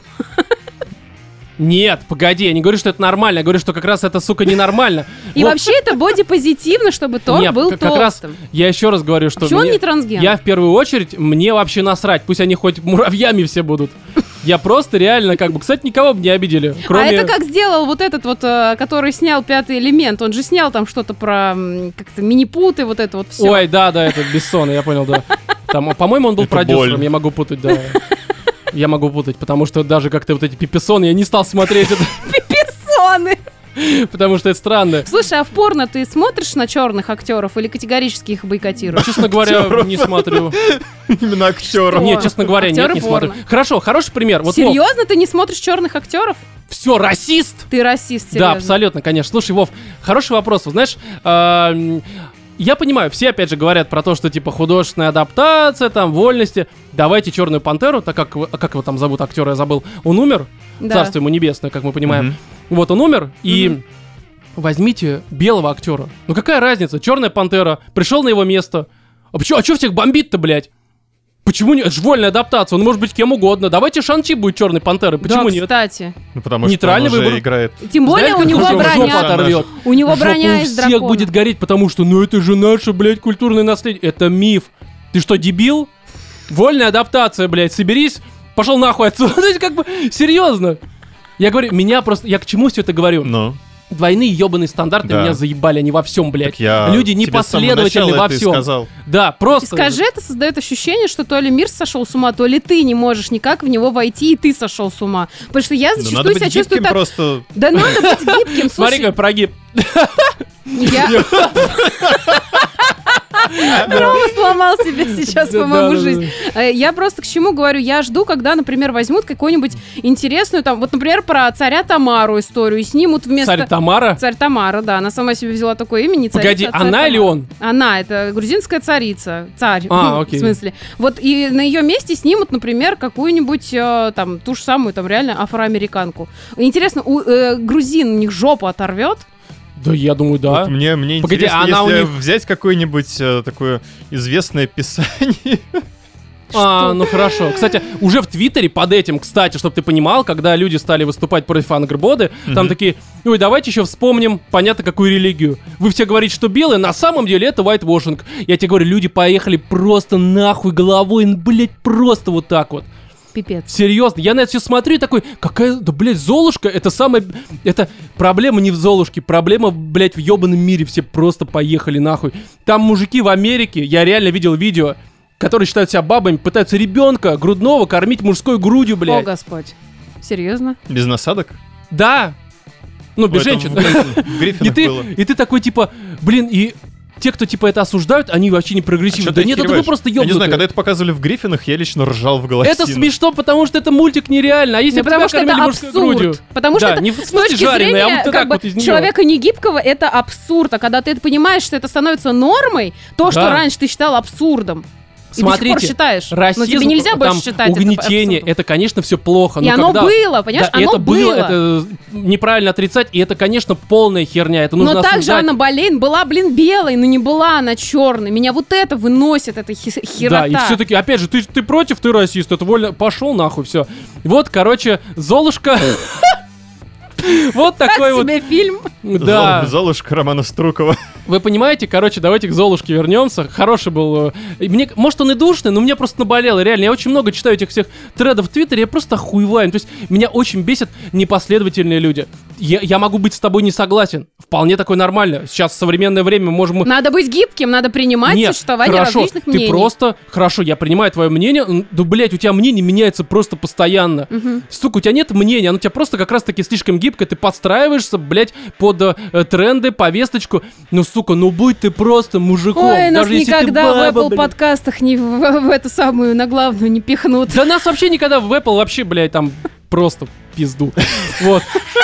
Speaker 1: нет, погоди, я не говорю, что это нормально, я говорю, что как раз это, сука, ненормально.
Speaker 3: И
Speaker 1: Вот,
Speaker 3: вообще это бодипозитивно, чтобы Тор
Speaker 1: нет,
Speaker 3: был
Speaker 1: как- как раз
Speaker 3: толстым.
Speaker 1: я еще раз говорю, что...
Speaker 3: Почему он
Speaker 1: мне-
Speaker 3: не трансген?
Speaker 1: Я в первую очередь, мне вообще насрать, пусть они хоть муравьями все будут. Я просто реально, как бы, кстати, никого бы не обидели, кроме...
Speaker 3: А это как сделал вот этот вот, э, который снял «Пятый элемент». Он же снял там что-то про м, как-то мини-путы, вот это вот все.
Speaker 1: Ой, да, да, это Бессон, я понял, да. Там, по-моему, он был
Speaker 2: Это
Speaker 1: продюсером,
Speaker 2: боль.
Speaker 1: я могу путать, да. Я могу путать, потому что даже как-то вот эти пиписоны, я не стал смотреть это,
Speaker 3: Пиписсоны!
Speaker 1: потому что это странно.
Speaker 3: Слушай, а в порно ты смотришь на черных актеров или категорически их бойкотируешь?
Speaker 1: Честно говоря,
Speaker 2: Актеров.
Speaker 1: не смотрю.
Speaker 2: Именно актером.
Speaker 3: О,
Speaker 1: Нет, честно говоря, нет,
Speaker 3: актеры
Speaker 1: не смотрю.
Speaker 3: порно.
Speaker 1: Хорошо, хороший пример. Вот,
Speaker 3: Серьезно, ты не смотришь черных актеров?
Speaker 1: все, расист!
Speaker 3: Ты расист,
Speaker 1: Да,
Speaker 3: серьезно.
Speaker 1: абсолютно, конечно. Слушай, Вов, хороший вопрос. Вот знаешь, а, м, я понимаю, все опять же говорят про то, что типа художественная адаптация, там, вольности. Давайте «Черную пантеру», так как, вы- как его там зовут, актера я забыл, он умер,
Speaker 3: Да.
Speaker 1: царство ему небесное, как мы понимаем.
Speaker 2: Мгм.
Speaker 1: Вот он умер, и
Speaker 3: Мгм.
Speaker 1: возьмите белого актера. Ну какая разница? «Черная пантера», пришел на его место. А почему, а чё всех бомбит-то, блядь? Почему нет? Это ж вольная адаптация, он может быть кем угодно. Давайте Шан-Чи будет «Черной пантерой», почему
Speaker 3: да,
Speaker 1: нет?
Speaker 3: кстати.
Speaker 2: Ну, потому
Speaker 1: Нейтральный
Speaker 2: что он уже
Speaker 1: выбор.
Speaker 2: играет.
Speaker 3: Тем более
Speaker 1: Знаешь,
Speaker 3: у
Speaker 1: как
Speaker 3: него
Speaker 1: жопу
Speaker 3: броня...
Speaker 1: оторвет?
Speaker 3: У него
Speaker 1: Жопа
Speaker 3: броня
Speaker 1: у
Speaker 3: из
Speaker 1: всех
Speaker 3: дракона.
Speaker 1: будет гореть, потому что, ну это же наше, блядь, культурное наследие. Это миф. Ты что, дебил? Вольная адаптация, блядь, соберись, пошел нахуй отсюда. То есть, как бы, серьезно. Я говорю, меня просто, я к чему все это говорю?
Speaker 2: Ну,
Speaker 1: Двойные ебаные стандарты
Speaker 2: Да.
Speaker 1: меня заебали, они во всем, блядь.
Speaker 2: так я
Speaker 1: Люди
Speaker 2: тебе с самого
Speaker 1: непоследовательны
Speaker 2: начала
Speaker 1: во
Speaker 2: это и
Speaker 1: всем.
Speaker 2: сказал.
Speaker 1: Да, просто.
Speaker 3: Скажи, это создает ощущение, что то ли мир сошел с ума, то ли ты не можешь никак в него войти, и ты сошел с ума. Потому что я
Speaker 2: Да
Speaker 3: зачастую
Speaker 2: надо быть
Speaker 3: себя чувствую
Speaker 2: гибким
Speaker 3: так...
Speaker 2: просто.
Speaker 3: Да надо быть гибким,
Speaker 1: Смотри,
Speaker 3: слушай.
Speaker 1: какой прогиб.
Speaker 3: Я... Рома сломал себе сейчас,
Speaker 1: Да,
Speaker 3: по-моему,
Speaker 1: да, да,
Speaker 3: жизнь. Э, Я просто к чему говорю, я жду, когда, например, возьмут какую-нибудь интересную, там, вот, например, про царя Тамару историю, и снимут вместо...
Speaker 1: Царь Тамара.
Speaker 3: Царь Тамара, да, она сама себе взяла такое имя, не царица,
Speaker 1: Погоди,
Speaker 3: а царь
Speaker 1: она
Speaker 3: Тамара.
Speaker 1: или он?
Speaker 3: Она, это грузинская царица, царь,
Speaker 1: А,
Speaker 3: в
Speaker 1: окей.
Speaker 3: смысле. Вот и на ее месте снимут, например, какую-нибудь, э, там, ту же самую, там, реально афроамериканку. Интересно, у э, грузин у них жопу оторвет?
Speaker 1: Да, я думаю, да.
Speaker 2: Вот мне, мне
Speaker 1: Погоди,
Speaker 2: интересно,
Speaker 1: она у
Speaker 2: если
Speaker 1: них-
Speaker 2: взять какое-нибудь э, такое известное писание.
Speaker 1: А, ну хорошо. Кстати, уже в Твиттере под этим, кстати, чтобы ты понимал, когда люди стали выступать против Ангрбоды, там
Speaker 2: Мгм.
Speaker 1: такие, ой, давайте еще вспомним, понятно, какую религию. Вы все говорите, что белые, на самом деле это whitewashing. Я тебе говорю, люди поехали просто нахуй головой, ну, блять, просто вот так вот.
Speaker 3: Пипец.
Speaker 1: Серьезно, я на это все смотрю и такой, какая, да, блядь, Золушка, это самая, это проблема не в Золушке, проблема, блядь, в ебаном мире, все просто поехали нахуй. Там мужики в Америке, я реально видел видео, которые считают себя бабами, пытаются ребенка грудного кормить мужской грудью, блядь.
Speaker 3: О, Господь. Серьезно?
Speaker 2: Без насадок?
Speaker 1: Да. Ну, без
Speaker 2: Это
Speaker 1: женщин.
Speaker 2: В, Гриффин- в
Speaker 1: И
Speaker 2: Гриффинах
Speaker 1: ты,
Speaker 2: было.
Speaker 1: и ты такой, типа, блин, и те, кто, типа, это осуждают, они вообще не прогрессивны.
Speaker 2: Чё
Speaker 1: Да
Speaker 2: ты
Speaker 1: нет, это вы
Speaker 2: охереваешь?
Speaker 1: просто
Speaker 2: Я не знаю,
Speaker 1: ёбнутые.
Speaker 2: когда это показывали в Гриффинах, я лично ржал в голосину.
Speaker 1: Это смешно, потому что это мультик нереально. А если
Speaker 3: Ну,
Speaker 1: бы тебя
Speaker 3: потому что это
Speaker 1: кормили мужской
Speaker 3: абсурд.
Speaker 1: грудью?
Speaker 3: Потому что
Speaker 1: Да,
Speaker 3: это
Speaker 1: не в
Speaker 3: с
Speaker 1: смысле
Speaker 3: точки
Speaker 1: жареный, а
Speaker 3: зрения
Speaker 1: вот так
Speaker 3: как бы,
Speaker 1: вот из неё.
Speaker 3: человека негибкого это абсурд. А когда ты это понимаешь, что это становится нормой, то, что
Speaker 1: Да.
Speaker 3: раньше ты считал абсурдом. И до сих пор
Speaker 1: Смотрите,
Speaker 3: считаешь.
Speaker 1: расизм,
Speaker 3: Но тебе нельзя
Speaker 1: там,
Speaker 3: больше считать это
Speaker 1: угнетение,
Speaker 3: абсурдом.
Speaker 1: это, конечно, все плохо.
Speaker 3: И
Speaker 1: но
Speaker 3: оно
Speaker 1: когда-
Speaker 3: было, понимаешь?
Speaker 1: Да,
Speaker 3: оно
Speaker 1: это было,
Speaker 3: было.
Speaker 1: это неправильно отрицать, и это, конечно, полная херня. Это нужно
Speaker 3: Но также
Speaker 1: осуждать.
Speaker 3: Анна Болейн была, блин, белой, но не была она черной. Меня вот это выносит, эта хи- херота.
Speaker 1: Да, и все-таки, опять же, ты, ты против, ты расист, это вольно, пошел нахуй, все. Вот, короче, Золушка. Вот такой
Speaker 3: Так
Speaker 1: вот.
Speaker 3: себе фильм.
Speaker 1: Да.
Speaker 2: Зол- Золушка Романа Струкова.
Speaker 1: Вы понимаете, короче, давайте к Золушке вернемся. Хороший был. э, Мне, может, он и душный, но мне просто наболело. Реально, я очень много читаю этих всех тредов в Твиттере, я просто охуеваю. То есть меня очень бесят непоследовательные люди. Я, я могу быть с тобой не согласен. Вполне такое нормально. Сейчас в современное время мы можем...
Speaker 3: Надо быть гибким, надо принимать
Speaker 1: Нет,
Speaker 3: существование
Speaker 1: хорошо,
Speaker 3: различных
Speaker 1: ты
Speaker 3: мнений.
Speaker 1: просто... Хорошо, я принимаю твое мнение. м, Да, блядь, у тебя мнение меняется просто постоянно.
Speaker 3: Мгм.
Speaker 1: Сука, у тебя нет мнения, оно у тебя просто как раз-таки слишком гибкое, ты подстраиваешься, блядь, под э, тренды, повесточку. Ну, сука, ну будь ты просто мужиком.
Speaker 3: Ой, нас
Speaker 1: даже если ты
Speaker 3: никогда в
Speaker 1: баба,
Speaker 3: Apple
Speaker 1: блядь.
Speaker 3: подкастах не в, в эту самую, на главную не пихнут.
Speaker 1: Да нас вообще никогда в Apple вообще, блядь, там просто пизду. Вот.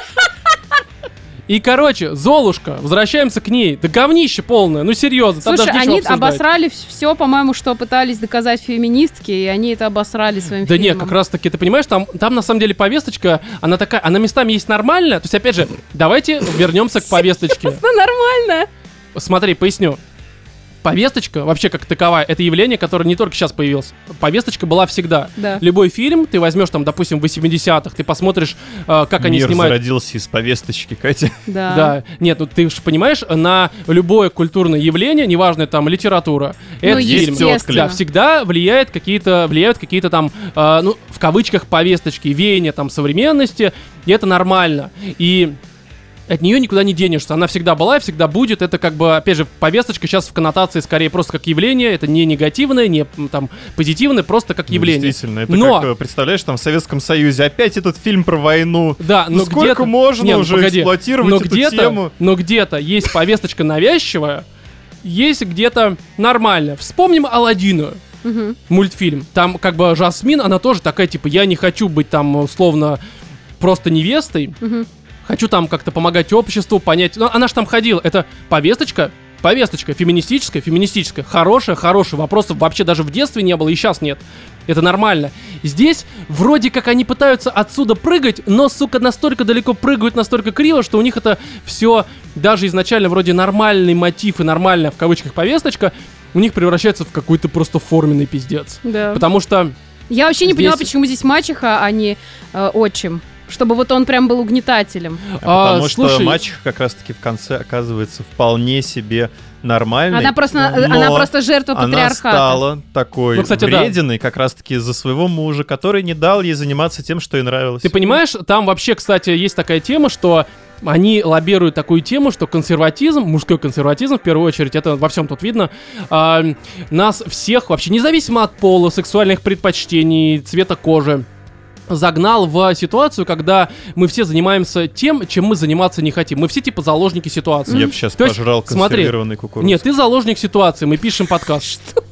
Speaker 1: И, короче, Золушка, возвращаемся к ней. Да говнище полное, ну серьезно, там
Speaker 3: Слушай,
Speaker 1: даже нечего
Speaker 3: они
Speaker 1: обсуждать.
Speaker 3: обосрали все, по-моему, что пытались доказать феминистки, и они это обосрали своим
Speaker 1: Да
Speaker 3: фильмом.
Speaker 1: нет, как раз таки, ты понимаешь, там, там на самом деле повесточка, она такая, она местами есть нормальная. То есть, опять же, давайте вернемся к повесточке.
Speaker 3: Ну, нормально.
Speaker 1: Смотри, поясню. Повесточка, вообще как таковая, это явление, которое не только сейчас появилось. Повесточка была всегда.
Speaker 3: Да.
Speaker 1: Любой фильм, ты возьмешь там, допустим, в восьмидесятых, ты посмотришь, э, как они
Speaker 2: Мир
Speaker 1: снимают.
Speaker 2: зародился из повесточки, Катя.
Speaker 3: Да.
Speaker 1: Да, нет, ну ты же понимаешь, на любое культурное явление, неважно там литература, это
Speaker 3: Ну,
Speaker 1: фильм,
Speaker 3: естественно.
Speaker 1: да, всегда влияет какие-то, влияют какие-то там, э, ну в кавычках повесточки, веяния там современности, и это нормально. И от нее никуда не денешься. Она всегда была и всегда будет. Это как бы, опять же, повесточка сейчас в коннотации скорее просто как явление. Это не негативное, не м, там позитивное, просто как
Speaker 2: Ну,
Speaker 1: явление.
Speaker 2: Действительно, это
Speaker 1: Но-
Speaker 2: как, э, представляешь, там в Советском Союзе опять этот фильм про войну.
Speaker 1: Да,
Speaker 2: Ну
Speaker 1: но
Speaker 2: сколько
Speaker 1: где-то-
Speaker 2: можно
Speaker 1: Не, ну
Speaker 2: уже
Speaker 1: погоди.
Speaker 2: эксплуатировать
Speaker 1: но
Speaker 2: эту
Speaker 1: где-то,
Speaker 2: тему?
Speaker 1: Но где-то есть повесточка навязчивая, есть где-то нормально. Вспомним Аладдина.
Speaker 3: Мгм.
Speaker 1: Мультфильм. Там как бы Жасмин, она тоже такая, типа, я не хочу быть там условно просто невестой.
Speaker 3: Мгм.
Speaker 1: Хочу там как-то помогать обществу, понять. Ну, она же там ходила. Это повесточка, повесточка, феминистическая, феминистическая. Хорошая, хорошая. Вопросов вообще даже в детстве не было, и сейчас нет. Это нормально. Здесь вроде как они пытаются отсюда прыгать, но, сука, настолько далеко прыгают, настолько криво, что у них это все, даже изначально вроде нормальный мотив и нормальная, в кавычках, повесточка, у них превращается в какой-то просто форменный пиздец.
Speaker 3: Да.
Speaker 1: Потому что...
Speaker 3: Я вообще не
Speaker 1: здесь-
Speaker 3: поняла, почему здесь мачеха, а не э, отчим. Чтобы вот он прям был угнетателем.
Speaker 1: а,
Speaker 2: Потому что
Speaker 1: слушай,
Speaker 2: мачеха как раз-таки в конце оказывается вполне себе нормальной.
Speaker 3: Она просто,
Speaker 2: но
Speaker 3: она просто жертва
Speaker 2: Она
Speaker 3: патриархата.
Speaker 2: стала такой
Speaker 1: Ну, кстати, да.
Speaker 2: врединой как раз-таки из-за своего мужа, который не дал ей заниматься тем, что ей нравилось.
Speaker 1: Ты понимаешь, там вообще, кстати, есть такая тема, что они лоббируют такую тему, что консерватизм, мужской консерватизм, в первую очередь, это во всем тут видно, а, нас всех, вообще независимо от пола, сексуальных предпочтений, цвета кожи, загнал в ситуацию, когда мы все занимаемся тем, чем мы заниматься не хотим. Мы все типа заложники ситуации.
Speaker 2: Я бы сейчас
Speaker 1: То есть,
Speaker 2: пожрал
Speaker 1: смотри,
Speaker 2: консервированный кукуруз.
Speaker 1: Нет, ты заложник ситуации, мы пишем подкаст. Что?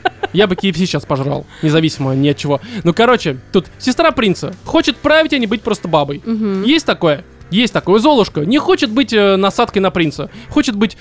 Speaker 1: Я бы кей эф си сейчас пожрал, независимо ни от чего. Ну, короче, тут сестра принца хочет править, а не быть просто бабой.
Speaker 3: Мгм.
Speaker 1: Есть такое? Есть такое. Золушка не хочет быть э, насадкой на принца. Хочет быть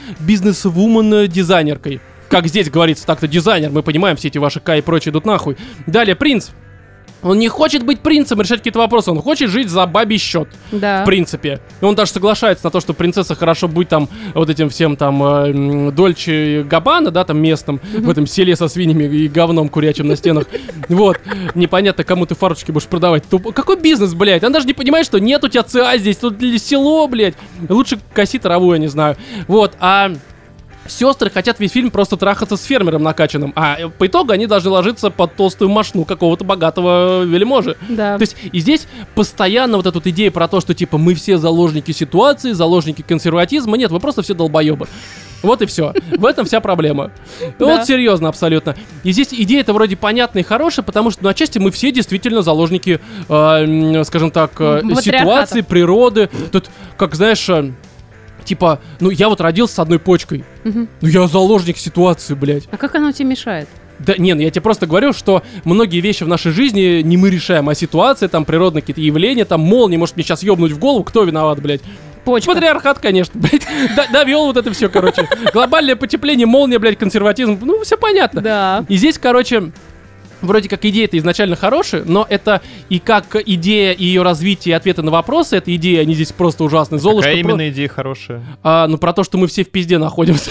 Speaker 1: бизнес-вумен-дизайнеркой. Как здесь говорится, так-то дизайнер, мы понимаем, все эти ваши К и прочие идут нахуй. Далее, принц. Он не хочет быть принцем, решать какие-то вопросы. Он хочет жить за бабий счет,
Speaker 3: Да.
Speaker 1: в принципе. И он даже соглашается на то, что принцесса хорошо будет там вот этим всем там э, м, Дольче Габбана, да, там местным, в этом селе со свиньями и говном курячим на стенах. Вот. Непонятно, кому ты фарточки будешь продавать. Туп- Какой бизнес, блядь? Он даже не понимает, что нет у тебя ЦА здесь, тут село, блядь. Лучше коси траву, я не знаю. Вот, а... Сестры хотят весь фильм просто трахаться с фермером накачанным, а по итогу они должны ложиться под толстую мошну какого-то богатого вельможи.
Speaker 3: Да.
Speaker 1: То есть и здесь постоянно вот эта вот идея про то, что типа мы все заложники ситуации, заложники консерватизма. Нет, вы просто все долбоебы. Вот и все. В этом вся проблема. Вот серьезно, абсолютно. И здесь идея-то вроде понятная и хорошая, потому что, ну, отчасти мы все действительно заложники, э, скажем так, э, ситуации, природы. Тут, как знаешь... Типа, ну я вот родился с одной почкой. Угу. Ну я заложник ситуации, блядь.
Speaker 3: А как оно тебе мешает?
Speaker 1: Да не, ну я тебе просто говорю, что многие вещи в нашей жизни не мы решаем, а ситуация, там природные какие-то явления, там молния может мне сейчас ёбнуть в голову, кто виноват, блядь?
Speaker 3: Почка.
Speaker 1: Патриархат, конечно, блядь. Довел вот это все, короче. Глобальное потепление, молния, блядь, консерватизм. Ну, все понятно.
Speaker 3: Да.
Speaker 1: И здесь, короче... Вроде как идея-то изначально хорошая, но это и как идея и ее развитие, и ответы на вопросы, эта идея, они здесь просто ужасные. Золушка.
Speaker 2: Какая именно
Speaker 1: про...
Speaker 2: идея хорошая?
Speaker 1: А, ну, про то, что мы все в пизде находимся.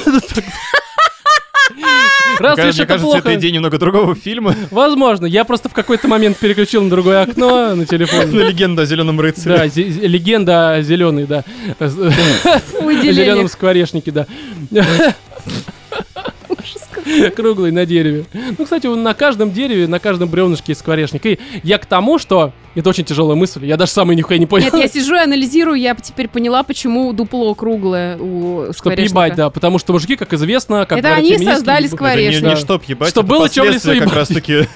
Speaker 1: Раз
Speaker 2: Мне
Speaker 1: уж это
Speaker 2: кажется,
Speaker 1: плохо...
Speaker 2: это идея немного другого фильма.
Speaker 1: Возможно. Я просто в какой-то момент переключил на другое окно на телефоне.
Speaker 2: На легенду о зеленом рыцаре.
Speaker 1: Да, зе- легенда о зеленой, да. О зеленом скворечнике, да. Круглый на дереве. Ну, кстати, на каждом дереве, на каждом бревнышке есть скворечник. И я к тому, что... Это очень тяжелая мысль. Я даже сам нихуя не понял.
Speaker 3: Нет, я сижу и анализирую, я теперь поняла, почему дупло круглое у
Speaker 1: Чтоб
Speaker 3: скворечника.
Speaker 1: ебать, да. Потому что мужики, как известно, как
Speaker 3: Это
Speaker 1: говорят
Speaker 3: они
Speaker 1: феминистки,
Speaker 3: создали
Speaker 1: ебут.
Speaker 3: скворечник.
Speaker 2: Не, не
Speaker 1: Да.
Speaker 2: чтоб ебать,
Speaker 1: Чтоб
Speaker 2: это
Speaker 1: было чё в лесу
Speaker 2: последствия как
Speaker 1: ебать.
Speaker 2: раз таки.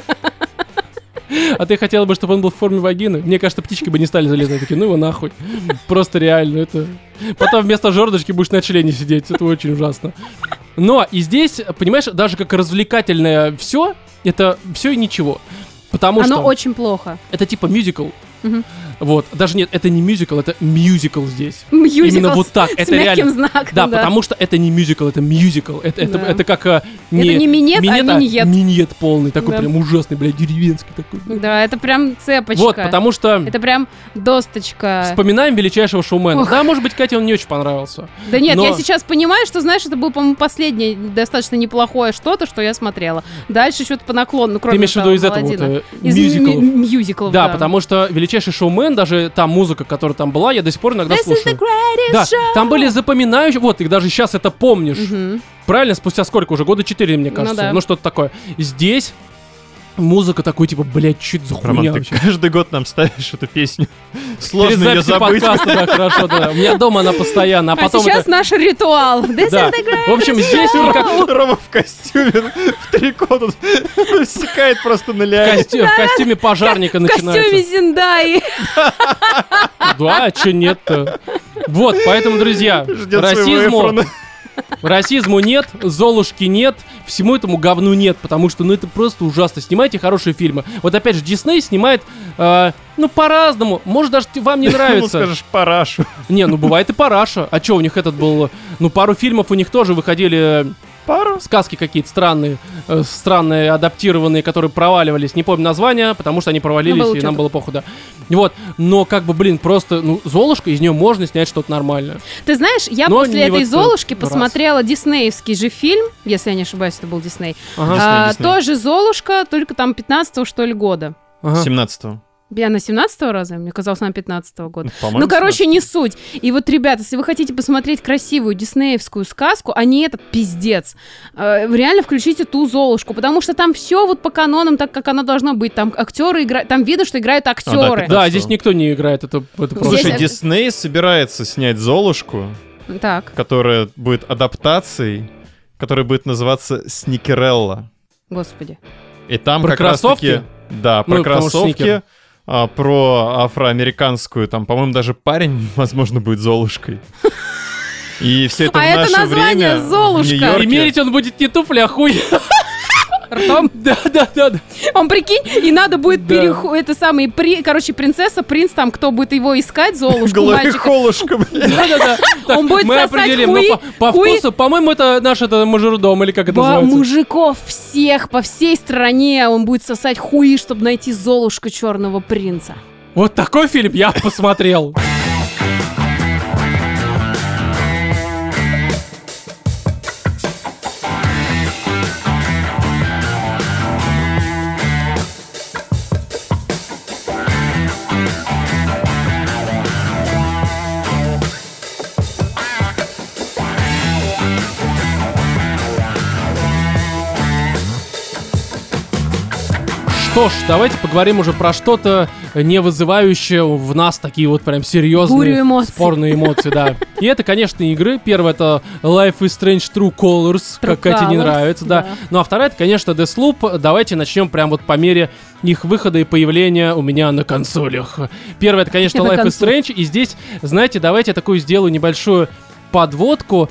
Speaker 1: А ты хотела бы, чтобы он был в форме вагины? Мне кажется, птички бы не стали залезать. Такие, ну его нахуй. Просто реально, это... Потом вместо жердочки будешь на члене сидеть. Это очень ужасно. Но и здесь, понимаешь, даже как развлекательное все, это все и ничего. Потому
Speaker 3: Оно
Speaker 1: что...
Speaker 3: очень плохо.
Speaker 1: Это типа мюзикл.
Speaker 3: Мгм.
Speaker 1: Вот. Даже нет, это не мюзикл, это мюзикл здесь.
Speaker 3: Мюзикл
Speaker 1: Именно вот так.
Speaker 3: с
Speaker 1: Это
Speaker 3: мягким
Speaker 1: реально.
Speaker 3: знаком,
Speaker 1: Да,
Speaker 3: да.
Speaker 1: потому что это не мюзикл, это мюзикл. Это, это,
Speaker 3: Да.
Speaker 1: это как а, не,
Speaker 3: Это не минет, а миньет.
Speaker 1: миньет полный, такой
Speaker 3: Да.
Speaker 1: прям ужасный, блядь, деревенский такой.
Speaker 3: Да, это прям цепочка.
Speaker 1: Вот, потому что
Speaker 3: Это прям досточка.
Speaker 1: вспоминаем величайшего шоумена.
Speaker 3: Ох.
Speaker 1: Да, может быть, Кате он не очень понравился.
Speaker 3: Да нет,
Speaker 1: Но-
Speaker 3: я сейчас понимаю, что, знаешь, это было, по-моему, последнее достаточно неплохое что-то, что я смотрела. Дальше что-то по наклону, ну,
Speaker 1: Ты
Speaker 3: кроме
Speaker 1: имеешь в виду из этого вот,
Speaker 3: Аладдина.
Speaker 1: э,
Speaker 3: Из
Speaker 1: мюзиклов?
Speaker 3: ми- мюзиклов,
Speaker 1: Да,
Speaker 3: да.
Speaker 1: потому что величайший шоумен, даже та музыка, которая там была, я до сих пор иногда
Speaker 3: This is the
Speaker 1: слушаю.
Speaker 3: greatest
Speaker 1: Да,
Speaker 3: show.
Speaker 1: там были запоминающие, вот, ты даже сейчас это помнишь.
Speaker 3: Мгм.
Speaker 1: Правильно, спустя сколько уже? Года четыре, мне кажется.
Speaker 3: да.
Speaker 1: Ну, что-то такое. Здесь музыка такой, типа, блядь, что это за хуйня
Speaker 2: Роман, ты
Speaker 1: вообще?
Speaker 2: каждый год нам ставишь эту песню. Сложно
Speaker 1: Перед
Speaker 2: ее
Speaker 1: записью
Speaker 2: забыть.
Speaker 1: подкаста, да, хорошо, да. У меня дома она постоянно, а
Speaker 3: А
Speaker 1: потом
Speaker 3: сейчас
Speaker 1: это...
Speaker 3: наш ритуал. This
Speaker 1: Да.
Speaker 3: is the greatest
Speaker 1: В общем, здесь
Speaker 3: show.
Speaker 1: никак...
Speaker 2: Рома в костюме, в трико тут секает просто на
Speaker 1: В,
Speaker 2: ляне.
Speaker 1: костю- в костюме пожарника
Speaker 3: В костюме
Speaker 1: начинается.
Speaker 3: Зиндаи.
Speaker 1: Да, а чё нет-то? Вот, поэтому, друзья,
Speaker 2: Ждет своего
Speaker 1: расизму,
Speaker 2: Эфрона.
Speaker 1: расизму нет, Золушки нет, всему этому говну нет, потому что, ну, это просто ужасно. Снимайте хорошие фильмы. Вот опять же, Дисней снимает, э, ну, по-разному. Может, даже т- вам не
Speaker 2: Ну,
Speaker 1: нравится.
Speaker 2: скажешь, парашу.
Speaker 1: Не, ну, бывает и параша. А чё, у них этот был... Ну, пару фильмов у них тоже выходили...
Speaker 2: Пару?
Speaker 1: Сказки какие-то странные, э, странные, адаптированные, которые проваливались. Не помню названия, потому что они провалились,
Speaker 3: Ну, было
Speaker 1: и
Speaker 3: что-то.
Speaker 1: нам было похуй, да. Вот, но как бы, блин, просто, ну, Золушка, из нее можно снять что-то нормальное.
Speaker 3: Ты знаешь, я
Speaker 1: Но
Speaker 3: после
Speaker 1: не
Speaker 3: этой
Speaker 1: вот
Speaker 3: Золушки
Speaker 1: раз.
Speaker 3: посмотрела диснеевский же фильм, если я не ошибаюсь, это был Дисней.
Speaker 1: Ага.
Speaker 2: Дисней,
Speaker 3: А,
Speaker 2: Дисней.
Speaker 3: тоже Золушка, только там пятнадцатого, что ли, года.
Speaker 1: Ага.
Speaker 2: семнадцатого.
Speaker 3: Я на семнадцатого раза? Мне казалось, на пятнадцатого года.
Speaker 2: По-моему,
Speaker 3: Ну, короче, не суть. И вот, ребята, если вы хотите посмотреть красивую диснеевскую сказку, а не этот пиздец, э, реально включите ту Золушку, потому что там все вот по канонам, так как оно должно быть. Там актеры играют, там видно, что играют актеры.
Speaker 1: Да, здесь никто не играет, это, это просто...
Speaker 3: Здесь
Speaker 2: Слушай,
Speaker 3: это-
Speaker 2: Дисней собирается снять Золушку,
Speaker 3: Так,
Speaker 2: которая будет адаптацией, которая будет называться Сникерелла.
Speaker 3: господи.
Speaker 2: И там
Speaker 1: Про
Speaker 2: как раз таки...
Speaker 1: кроссовки?
Speaker 2: Да, про
Speaker 1: Ну, потому что
Speaker 2: кроссовки,
Speaker 1: сникер.
Speaker 2: а, про афроамериканскую, там, по-моему, даже парень, возможно, будет Золушкой. И все это
Speaker 3: А
Speaker 2: в
Speaker 3: это
Speaker 2: наше
Speaker 3: название
Speaker 2: время в
Speaker 3: Золушка.
Speaker 2: Нью-Йорке.
Speaker 1: И мерить он будет не туфли, а хуй.
Speaker 3: Ртом.
Speaker 1: Да, да, да, да.
Speaker 3: Он, прикинь, и надо будет
Speaker 1: Да.
Speaker 3: переху... Это самый, при... короче, принцесса, принц там, кто будет его искать, Золушку,
Speaker 2: Голая
Speaker 3: мальчика.
Speaker 2: холушка, блядь.
Speaker 1: Да, да, да. Так,
Speaker 3: Он будет
Speaker 1: мы
Speaker 3: сосать
Speaker 1: определим,
Speaker 3: хуи-
Speaker 1: но по, по
Speaker 3: хуи-
Speaker 1: вкусу, по-моему, это наш это мажордом, или как это
Speaker 3: Ба-
Speaker 1: называется?
Speaker 3: мужиков всех по всей стране он будет сосать хуи, чтобы найти Золушку черного принца.
Speaker 1: Вот такой фильм я посмотрел. Что ж, давайте поговорим уже про что-то, не вызывающее в нас такие вот прям серьезные,
Speaker 3: бурю эмоций.
Speaker 1: спорные эмоции, да. И это, конечно, игры. Первая — это Life is Strange True Colors,
Speaker 3: True
Speaker 1: как Кате не
Speaker 3: Colors,
Speaker 1: нравится, да.
Speaker 3: да.
Speaker 1: Ну а вторая — это, конечно, Deathloop. Давайте начнем прям вот по мере их выхода и появления у меня на консолях. Первое — это, конечно,
Speaker 3: На
Speaker 1: Life is
Speaker 3: консоль.
Speaker 1: Strange. И здесь, знаете, давайте я такую сделаю небольшую подводку,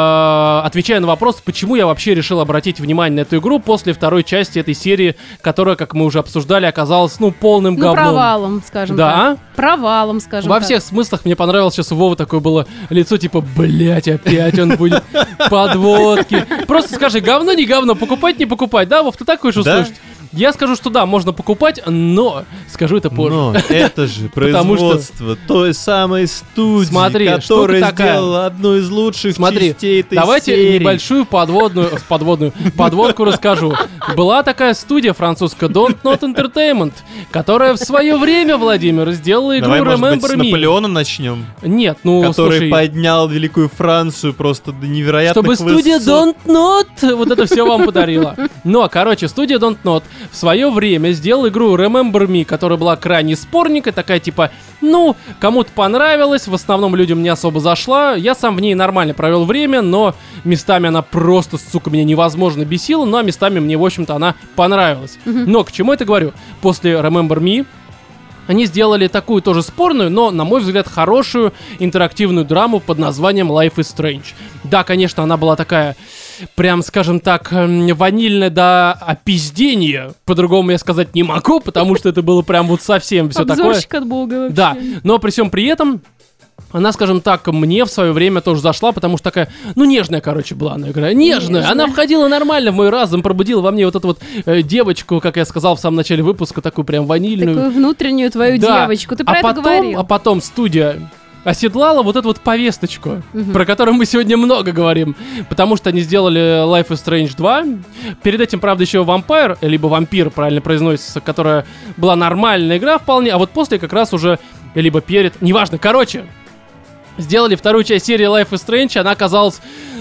Speaker 1: э, отвечая на вопрос, почему я вообще решил обратить внимание на эту игру после второй части этой серии, которая, как мы уже обсуждали, оказалась, ну, полным
Speaker 3: Ну,
Speaker 1: говном.
Speaker 3: провалом, скажем
Speaker 1: Да,
Speaker 3: так. Провалом, скажем
Speaker 1: Во
Speaker 3: так.
Speaker 1: всех смыслах мне понравилось, сейчас у Вовы такое было лицо, типа, блять, опять он будет подводки. Просто скажи, говно, не говно, покупать, не покупать, да, Вов, ты так хочешь
Speaker 2: Да.
Speaker 1: услышать? Я скажу, что да, можно покупать, но скажу это позже.
Speaker 2: Но это же
Speaker 1: Потому что-
Speaker 2: производство той самой студии,
Speaker 1: Смотри,
Speaker 2: которая
Speaker 1: штука такая.
Speaker 2: сделала одну из лучших
Speaker 1: Смотри,
Speaker 2: частей этой
Speaker 1: давайте
Speaker 2: серии.
Speaker 1: небольшую подводную, э, подводную, подводку расскажу. Была такая студия французская Don't Not Entertainment, которая в свое время, Владимир, сделала игру
Speaker 2: Давай, может быть, с
Speaker 1: Remember Me.
Speaker 2: Наполеона начнем,
Speaker 1: Нет, ну,
Speaker 2: который
Speaker 1: слушай,
Speaker 2: поднял Великую Францию просто до невероятных
Speaker 1: чтобы студия
Speaker 2: высот.
Speaker 1: Don't Not вот это все вам подарила. Но, короче, студия Don't Not в свое время сделала игру Remember Me, которая была крайне спорненькой, такая типа, ну, кому-то понравилась, в основном людям не особо зашла. Я сам в ней нормально провел время, но местами она просто, сука, меня невозможно бесила, но местами мне, в общем-то, она понравилась. Но к чему это говорю? После Remember Me они сделали такую тоже спорную, но, на мой взгляд, хорошую интерактивную драму под названием Life is Strange. Да, конечно, она была такая, прям, скажем так, эм, ванильная до опиздения. По-другому я сказать не могу, потому что это было прям вот совсем все такое.
Speaker 3: Обзорщик от бога вообще.
Speaker 1: Да, но при всем при этом она, скажем так, мне в свое время тоже зашла, потому что такая, ну, нежная, короче, была она игра. Нежная.
Speaker 3: Нежная.
Speaker 1: Она входила нормально в мой разум, пробудила во мне вот эту вот э, девочку, как я сказал в самом начале выпуска, такую прям ванильную.
Speaker 3: Такую внутреннюю твою
Speaker 1: Да.
Speaker 3: девочку. Ты
Speaker 1: а
Speaker 3: про это
Speaker 1: потом,
Speaker 3: говорил.
Speaker 1: А потом студия оседлала вот эту вот повесточку,
Speaker 3: Мгм.
Speaker 1: про которую мы сегодня много говорим, потому что они сделали Life is Strange два. Перед этим, правда, еще Vampire, либо Вампир, правильно произносится, которая была нормальная игра вполне, а вот после как раз уже, либо перед, неважно, короче, сделали вторую часть серии Life is Strange, она оказалась,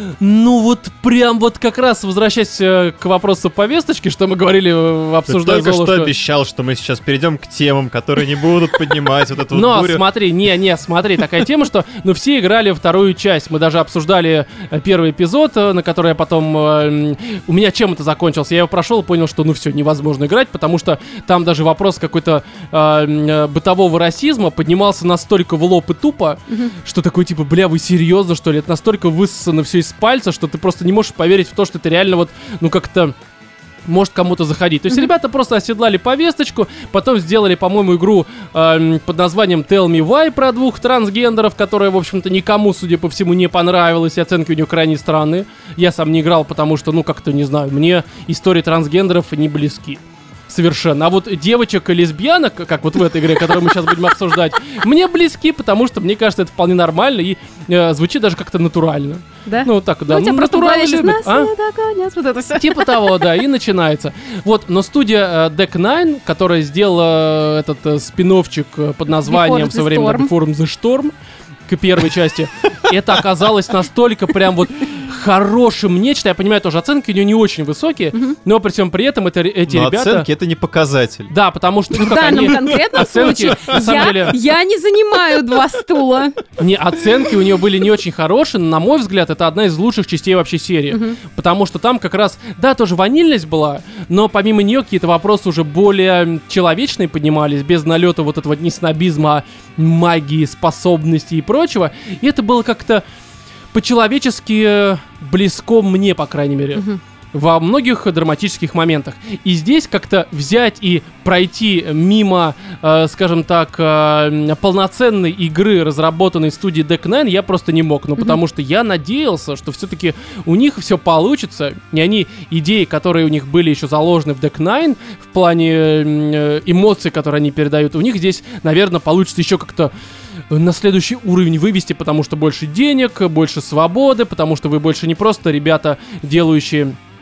Speaker 1: ну вот прям вот как раз возвращаясь э, к вопросу повесточки, что мы говорили, э,
Speaker 2: Ты
Speaker 1: обсуждая
Speaker 2: только что
Speaker 1: Золушку.
Speaker 2: обещал, что мы сейчас перейдем к темам, которые не будут поднимать вот эту вот
Speaker 1: Но
Speaker 2: бурю.
Speaker 1: смотри, не-не, смотри, такая тема, что ну все играли вторую часть. Мы даже обсуждали э, первый эпизод, э, на который я потом... э, м, у меня чем это закончился? Я его прошел и понял, что ну все, невозможно играть, потому что там даже вопрос какой-то э, м, э, бытового расизма поднимался настолько в лоб и тупо, что такой типа, бля, вы серьезно, что ли? Это настолько высосано все из пальца, что ты просто не можешь поверить в то, что это реально вот, ну как-то... может кому-то заходить. То есть ребята просто оседлали повесточку, потом сделали, по-моему, игру эм, под названием Tell Me Why про двух трансгендеров, которая, в общем-то, никому, судя по всему, не понравилась, и оценки у нее крайне странные. Я сам не играл, потому что, ну, как-то, не знаю, мне истории трансгендеров не близки. Совершенно. А вот девочек и лесбиянок, как вот в этой игре, которую мы сейчас будем обсуждать, мне близки, потому что, мне кажется, это вполне нормально и э, звучит даже как-то натурально.
Speaker 3: Да?
Speaker 1: Ну, вот так, да.
Speaker 3: Ну, у тебя
Speaker 1: Ну,
Speaker 3: просто в
Speaker 1: натуралы
Speaker 3: голове сейчас
Speaker 1: любят,
Speaker 3: нас
Speaker 1: а?
Speaker 3: не догонят, вот это все.
Speaker 1: Типа того, да, и начинается. Вот, но студия э, Deck Nine, которая сделала э, этот э, спин-оффчик э, под названием
Speaker 3: Before
Speaker 1: в
Speaker 3: the
Speaker 1: свое время
Speaker 3: Storm.
Speaker 1: Before the Storm, к первой части, это оказалось настолько прям вот хорошим нечто. Я понимаю, тоже оценки у нее не очень высокие, но при всем при этом это, эти
Speaker 2: Но
Speaker 1: ребята...
Speaker 2: оценки — это не показатель.
Speaker 1: Да, потому что, ну
Speaker 3: В
Speaker 1: как
Speaker 3: данном
Speaker 1: они...
Speaker 3: конкретном
Speaker 1: оценки,
Speaker 3: случае
Speaker 1: на самом
Speaker 3: я,
Speaker 1: деле-
Speaker 3: я не занимаю два стула.
Speaker 1: Не, оценки у нее были не очень хорошие, но, на мой взгляд, это одна из лучших частей вообще серии. Потому что там как раз, да, тоже ванильность была, но помимо нее какие-то вопросы уже более человечные поднимались, без налета вот этого не снобизма, а магии, способностей и прочего. И это было как-то по-человечески э, близко мне, по крайней мере. Во многих драматических моментах. И здесь как-то взять и пройти мимо, э, скажем так, э, полноценной игры, разработанной студией Deck Nine, я просто не мог. Ну,
Speaker 3: Мгм.
Speaker 1: потому что я надеялся, что все-таки у них все получится. И они, идеи, которые у них были еще заложены в Deck Nine, в плане э, эмоций, которые они передают, у них здесь, наверное, получится еще как-то на следующий уровень вывести, потому что больше денег, больше свободы, потому что вы больше не просто ребята, делающие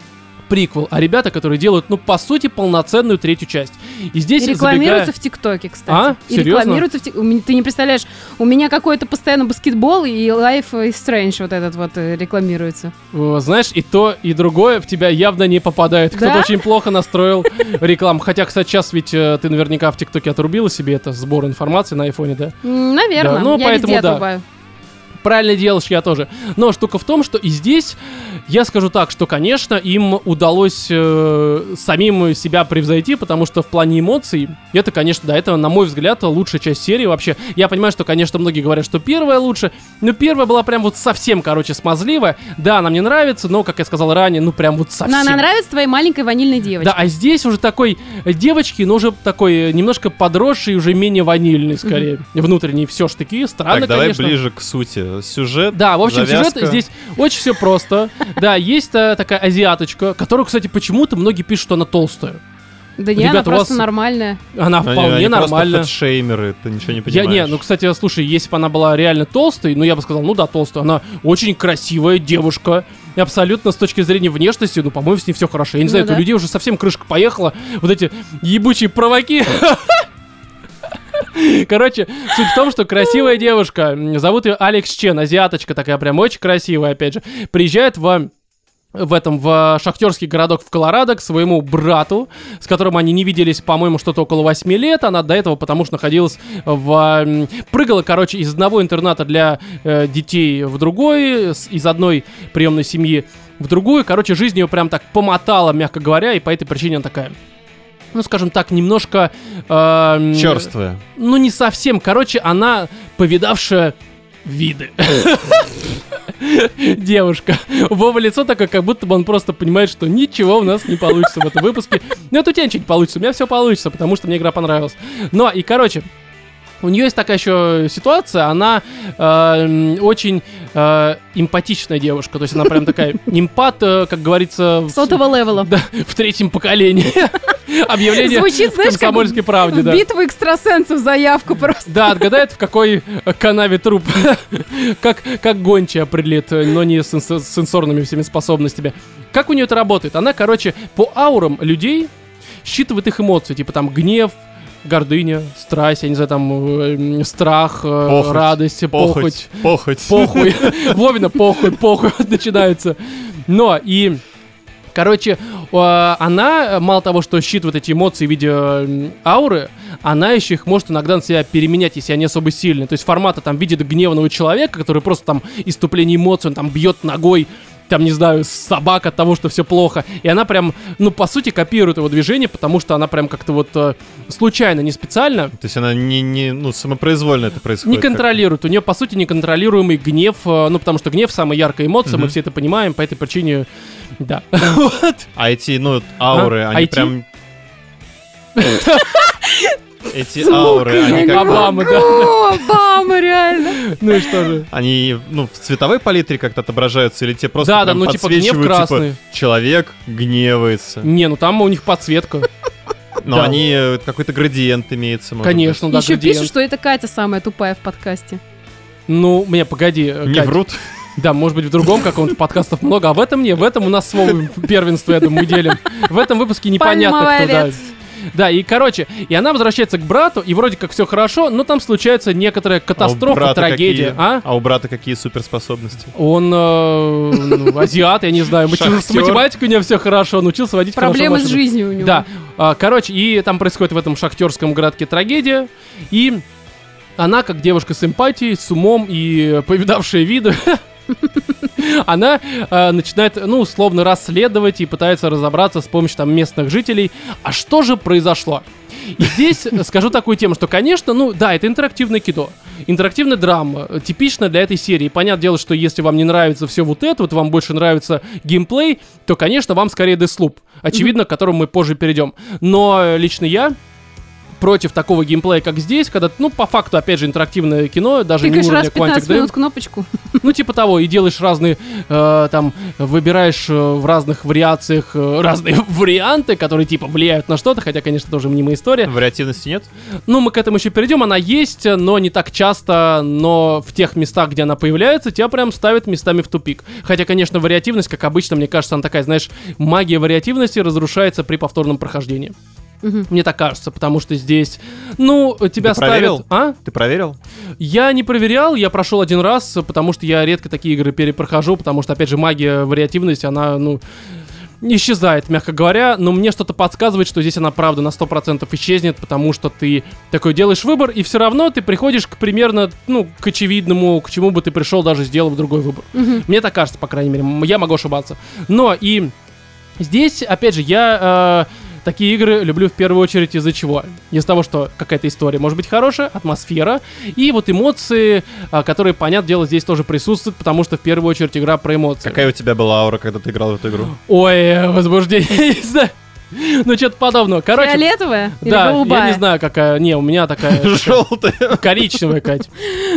Speaker 1: приквел, а ребята, которые делают, ну, по сути, полноценную третью часть. И здесь
Speaker 3: И рекламируется
Speaker 1: забегая...
Speaker 3: в ТикТоке, кстати.
Speaker 1: А?
Speaker 3: И
Speaker 1: Серьезно?
Speaker 3: рекламируется в ТикТоке. Ты не представляешь, у меня какой-то постоянно баскетбол, и Life is Strange вот этот вот э, рекламируется.
Speaker 1: Э, Знаешь, и то, и другое в тебя явно не попадает.
Speaker 3: Да?
Speaker 1: Кто-то очень плохо настроил рекламу. Хотя, кстати, сейчас ведь э, ты наверняка в ТикТоке отрубила себе это сбор информации на айфоне, да?
Speaker 3: М, Наверное,
Speaker 1: Да, ну,
Speaker 3: я
Speaker 1: поэтому
Speaker 3: везде
Speaker 1: да.
Speaker 3: отрубаю.
Speaker 1: Правильно делаешь, я тоже. Но штука в том, что и здесь, я скажу так, что, конечно, им удалось э, самим себя превзойти, потому что в плане эмоций, это, конечно, да, это, на мой взгляд, лучшая часть серии вообще. Я понимаю, что, конечно, многие говорят, что первая лучше, но первая была прям вот совсем, короче, смазливая. Да, она мне нравится, но, как я сказал ранее, ну прям вот совсем.
Speaker 3: Но она нравится твоей маленькой ванильной девочке.
Speaker 1: Да, а здесь уже такой девочки, но уже такой немножко подросший, уже менее ванильный, скорее. Внутренние все ж такие, странно,
Speaker 2: Так, давай
Speaker 1: конечно.
Speaker 2: ближе к сути. Сюжет,
Speaker 1: Да, в общем,
Speaker 2: завязка.
Speaker 1: сюжет здесь очень все просто. Да, есть э, такая азиаточка, которую, кстати, почему-то многие пишут, что она толстая.
Speaker 3: Да не,
Speaker 1: Ребята,
Speaker 3: она
Speaker 1: у
Speaker 3: просто
Speaker 1: вас-
Speaker 3: нормальная.
Speaker 1: Она
Speaker 2: Они-
Speaker 1: вполне
Speaker 2: они просто
Speaker 1: нормальная.
Speaker 2: фэтшеймеры, ты ничего не
Speaker 1: Я
Speaker 2: понимаешь.
Speaker 1: не, ну, кстати, слушай, если бы она была реально толстой, ну, я бы сказал, ну да, толстая, она очень красивая девушка. И абсолютно с точки зрения внешности, ну, по-моему, с ней все хорошо. Я не
Speaker 3: Ну
Speaker 1: знаю,
Speaker 3: да.
Speaker 1: у людей уже совсем крышка поехала. Вот эти ебучие провоки. Короче, суть в том, что красивая девушка, м, зовут ее Алекс Чен, азиаточка такая прям очень красивая, опять же, приезжает в... в этом, в шахтерский городок в Колорадо к своему брату, с которым они не виделись, по-моему, что-то около восьми лет. Она до этого, потому что находилась в... м, прыгала, короче, из одного интерната для э, детей в другой, с- из одной приемной семьи в другую. Короче, жизнь ее прям так помотала, мягко говоря, и по этой причине она такая... Ну, скажем так, немножко... эм,
Speaker 2: Черствая.
Speaker 1: ну, не совсем. Короче, она повидавшая виды. Девушка. Вова лицо такое, как будто бы он просто понимает, что ничего у нас не получится в этом выпуске. Ну, это у тебя ничего не получится, у меня все получится, потому что мне игра понравилась. Ну, и, короче, у нее есть такая еще ситуация, она э, очень э, эмпатичная девушка, то есть она прям такая импат, э, как говорится... в-
Speaker 3: Сотого левела.
Speaker 1: Да, в третьем поколении. Объявление
Speaker 3: Звучит,
Speaker 1: в
Speaker 3: знаешь, как
Speaker 1: «Комсомольской правде»,
Speaker 3: в
Speaker 1: да.
Speaker 3: битву экстрасенсов заявку просто.
Speaker 1: Да, отгадает, в какой э, канаве труп. как, как гончая определит, э, но не с, инс- с сенсорными всеми способностями. Как у нее это работает? Она, короче, по аурам людей считывает их эмоции, типа там гнев, гордыня, страсть, я не знаю, там э, страх, э,
Speaker 2: Похоть,
Speaker 1: радость, похоть.
Speaker 2: Похоть.
Speaker 1: Похуй. Вовина похуй, похуй начинается. Но и... Короче, э, она, мало того, что считывает эти эмоции в виде э, ауры, она еще их может иногда на себя переменять, если они особо сильные. То есть формата там видит гневного человека, который просто там иступление эмоций, он там бьет ногой, там, не знаю, собак от того, что все плохо. И она прям, ну, по сути, копирует его движение, потому что она прям как-то вот э, случайно, не специально
Speaker 2: То есть она не, не, ну, самопроизвольно это происходит.
Speaker 1: не контролирует. У нее, по сути, неконтролируемый гнев. э, Ну, потому что гнев самая яркая эмоция, мы
Speaker 2: Мгм.
Speaker 1: все это понимаем, по этой причине, да. Вот.
Speaker 2: как. А эти, ну, ауры,
Speaker 1: А?
Speaker 2: они
Speaker 1: ай ти?
Speaker 2: прям... Эти ауры, они как бы...
Speaker 1: Обама, да.
Speaker 3: О, Обама, реально.
Speaker 1: Ну и что же?
Speaker 2: Они, ну, в цветовой палитре как-то отображаются, или те просто
Speaker 1: Да, да,
Speaker 2: прям
Speaker 1: ну, типа, гнев
Speaker 2: подсвечивают,
Speaker 1: красный.
Speaker 2: типа, человек гневается.
Speaker 1: Не, ну там у них подсветка.
Speaker 2: Но
Speaker 1: Да.
Speaker 2: они, э, какой-то градиент имеется, может
Speaker 1: Конечно, да,
Speaker 3: Еще
Speaker 1: градиент.
Speaker 3: пишут, что это Катя самая тупая в подкасте.
Speaker 1: Ну, мне, погоди. э,
Speaker 2: быть. Не
Speaker 1: Кать.
Speaker 2: врут.
Speaker 1: Да, может быть, в другом каком-то подкастов много, а в этом не. В этом у нас с Вовой первенство, я думаю, мы делим. В этом выпуске непонятно, кто, да.
Speaker 3: Пальмовый
Speaker 1: Да, и, короче, и она возвращается к брату, и вроде как все хорошо, но там случается некоторая
Speaker 2: А у
Speaker 1: катастрофа,
Speaker 2: брата
Speaker 1: трагедия.
Speaker 2: какие-
Speaker 1: А?
Speaker 2: А у брата какие суперспособности?
Speaker 1: Он э, ну, азиат, я не знаю, матем- с
Speaker 2: Шахтер.
Speaker 1: математикой у него все хорошо, научился водить хорошо
Speaker 3: Проблемы с
Speaker 1: машину.
Speaker 3: жизнью у него.
Speaker 1: Да, а, короче, и там происходит в этом шахтерском городке трагедия, и она, как девушка с эмпатией, с умом и повидавшая виды, она э, начинает, ну, условно расследовать и пытается разобраться с помощью там местных жителей, а что же произошло. И здесь скажу такую тему, что, конечно, ну, да, это интерактивное кино, интерактивная драма, э, типично для этой серии. Понятное дело, что если вам не нравится все вот это, вот вам больше нравится геймплей, то, конечно, вам скорее Deathloop, очевидно, к которому мы позже перейдем. Но э, лично я против такого геймплея, как здесь, когда, ну, по факту, опять же, интерактивное кино, даже
Speaker 3: Тыкаешь
Speaker 1: не уровня
Speaker 3: раз пятнадцать
Speaker 1: Quantic Dream.
Speaker 3: минут кнопочку.
Speaker 1: Ну, типа того, и делаешь разные, э, там, выбираешь э, в разных вариациях э, разные варианты, которые, типа, влияют на что-то, хотя, конечно, тоже мнимая история.
Speaker 2: Вариативности нет?
Speaker 1: Ну, мы к этому еще перейдем, она есть, но не так часто, но в тех местах, где она появляется, тебя прям ставят местами в тупик. Хотя, конечно, вариативность, как обычно, мне кажется, она такая, знаешь, магия вариативности разрушается при повторном прохождении.
Speaker 3: Мгм.
Speaker 1: Мне так кажется, потому что здесь, ну, тебя
Speaker 2: Ты проверил?
Speaker 1: ставят... А?
Speaker 2: Ты проверил?
Speaker 1: Я не проверял, я прошел один раз, потому что я редко такие игры перепрохожу, потому что, опять же, магия вариативности, она, ну, не исчезает, мягко говоря, но мне что-то подсказывает, что здесь она, правда, на сто процентов исчезнет, потому что ты такой делаешь выбор, и все равно ты приходишь к примерно, ну, к очевидному, к чему бы ты пришел, даже сделав другой выбор.
Speaker 3: Мгм.
Speaker 1: Мне так кажется, по крайней мере, я могу ошибаться. Но и здесь, опять же, я... э, такие игры люблю в первую очередь из-за чего? Из-за того, что какая-то история может быть хорошая, атмосфера, и вот эмоции, а, которые, понятное дело, здесь тоже присутствуют, потому что в первую очередь игра про эмоции.
Speaker 2: Какая у тебя была аура, когда ты играл в эту игру?
Speaker 1: Ой, возбуждение, я не знаю. Ну, что-то подобного. Короче,
Speaker 3: Фиолетовая или
Speaker 1: да,
Speaker 3: голубая?
Speaker 1: я не знаю, какая. Не, у меня такая
Speaker 2: Желтая.
Speaker 1: коричневая, Кать.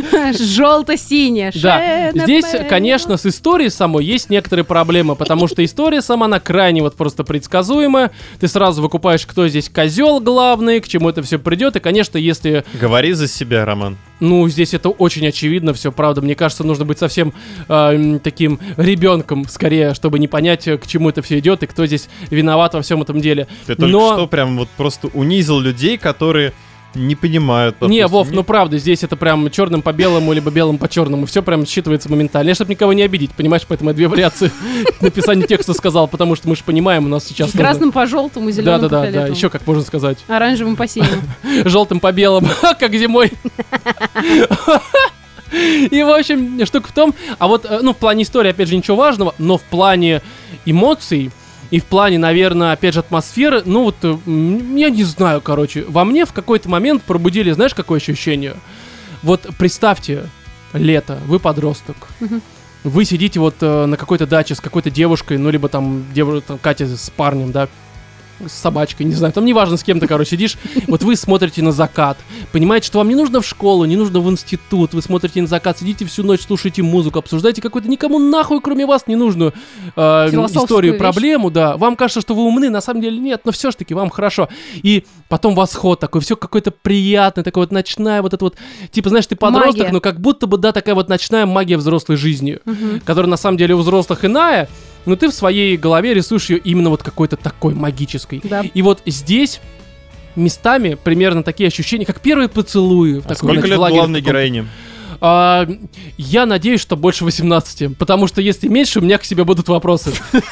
Speaker 3: Желто-синяя.
Speaker 1: Да,
Speaker 3: Шена
Speaker 1: здесь,
Speaker 3: Пэ.
Speaker 1: конечно, с историей самой есть некоторые проблемы, потому что история сама, она крайне вот просто предсказуема. Ты сразу выкупаешь, кто здесь козел главный, к чему это все придет. И, конечно, если,
Speaker 2: Говори за себя, Роман.
Speaker 1: ну, здесь это очень очевидно все, правда. Мне кажется, нужно быть совсем э, м, таким ребенком, скорее, чтобы не понять, э, к чему это все идет и кто здесь виноват во всем этом деле.
Speaker 2: Ты только
Speaker 1: Но-
Speaker 2: что прям вот просто унизил людей, которые не понимают.
Speaker 1: Не,
Speaker 2: допустим,
Speaker 1: Вов, ну правда, здесь это прям черным по белому, либо белым по черному. Все прям считывается моментально. Чтобы никого не обидеть, понимаешь, поэтому я две вариации написания текста сказал, потому что мы же понимаем, у нас сейчас...
Speaker 3: Красным по желтому, зеленым по
Speaker 1: Да-да-да, да,
Speaker 3: фиолетовому.
Speaker 1: еще как можно сказать.
Speaker 3: Оранжевым по синему.
Speaker 1: Желтым по белому, как зимой. И, в общем, штука в том, а вот, э, ну, в плане истории, опять же, ничего важного, но в плане эмоций и в плане, наверное, опять же, атмосферы, ну, вот, э, м, я не знаю, короче, во мне в какой-то момент пробудили, знаешь, какое ощущение? Вот представьте, лето, вы подросток,
Speaker 3: Мгм.
Speaker 1: вы сидите вот э, на какой-то даче с какой-то девушкой, ну, либо там, дев... там Катя с парнем, да, с собачкой, не знаю, там неважно с кем ты, короче, сидишь, вот вы смотрите на закат, понимаете, что вам не нужно в школу, не нужно в институт, вы смотрите на закат, сидите всю ночь, слушаете музыку, обсуждаете какую-то никому нахуй, кроме вас, ненужную э,
Speaker 3: Философскую
Speaker 1: историю,
Speaker 3: вещь.
Speaker 1: проблему, да, вам кажется, что вы умны, на самом деле нет, но все ж таки вам хорошо, и потом восход такой, все какое-то приятное, такое вот ночная, вот это вот, типа, знаешь, ты подросток,
Speaker 3: Магия.
Speaker 1: но как будто бы, да, такая вот ночная магия взрослой жизни,
Speaker 3: Мгм.
Speaker 1: которая на самом деле у взрослых иная, но ты в своей голове рисуешь ее именно вот какой-то такой магической.
Speaker 3: Да.
Speaker 1: И вот здесь местами примерно такие ощущения, как первые поцелуи. в
Speaker 2: А
Speaker 1: такой,
Speaker 2: сколько
Speaker 1: знаете,
Speaker 2: лет
Speaker 1: в лагере
Speaker 2: главной
Speaker 1: каком-то.
Speaker 2: героине?
Speaker 1: А, я надеюсь, что больше восемнадцати, потому что если меньше, у меня к себе будут вопросы.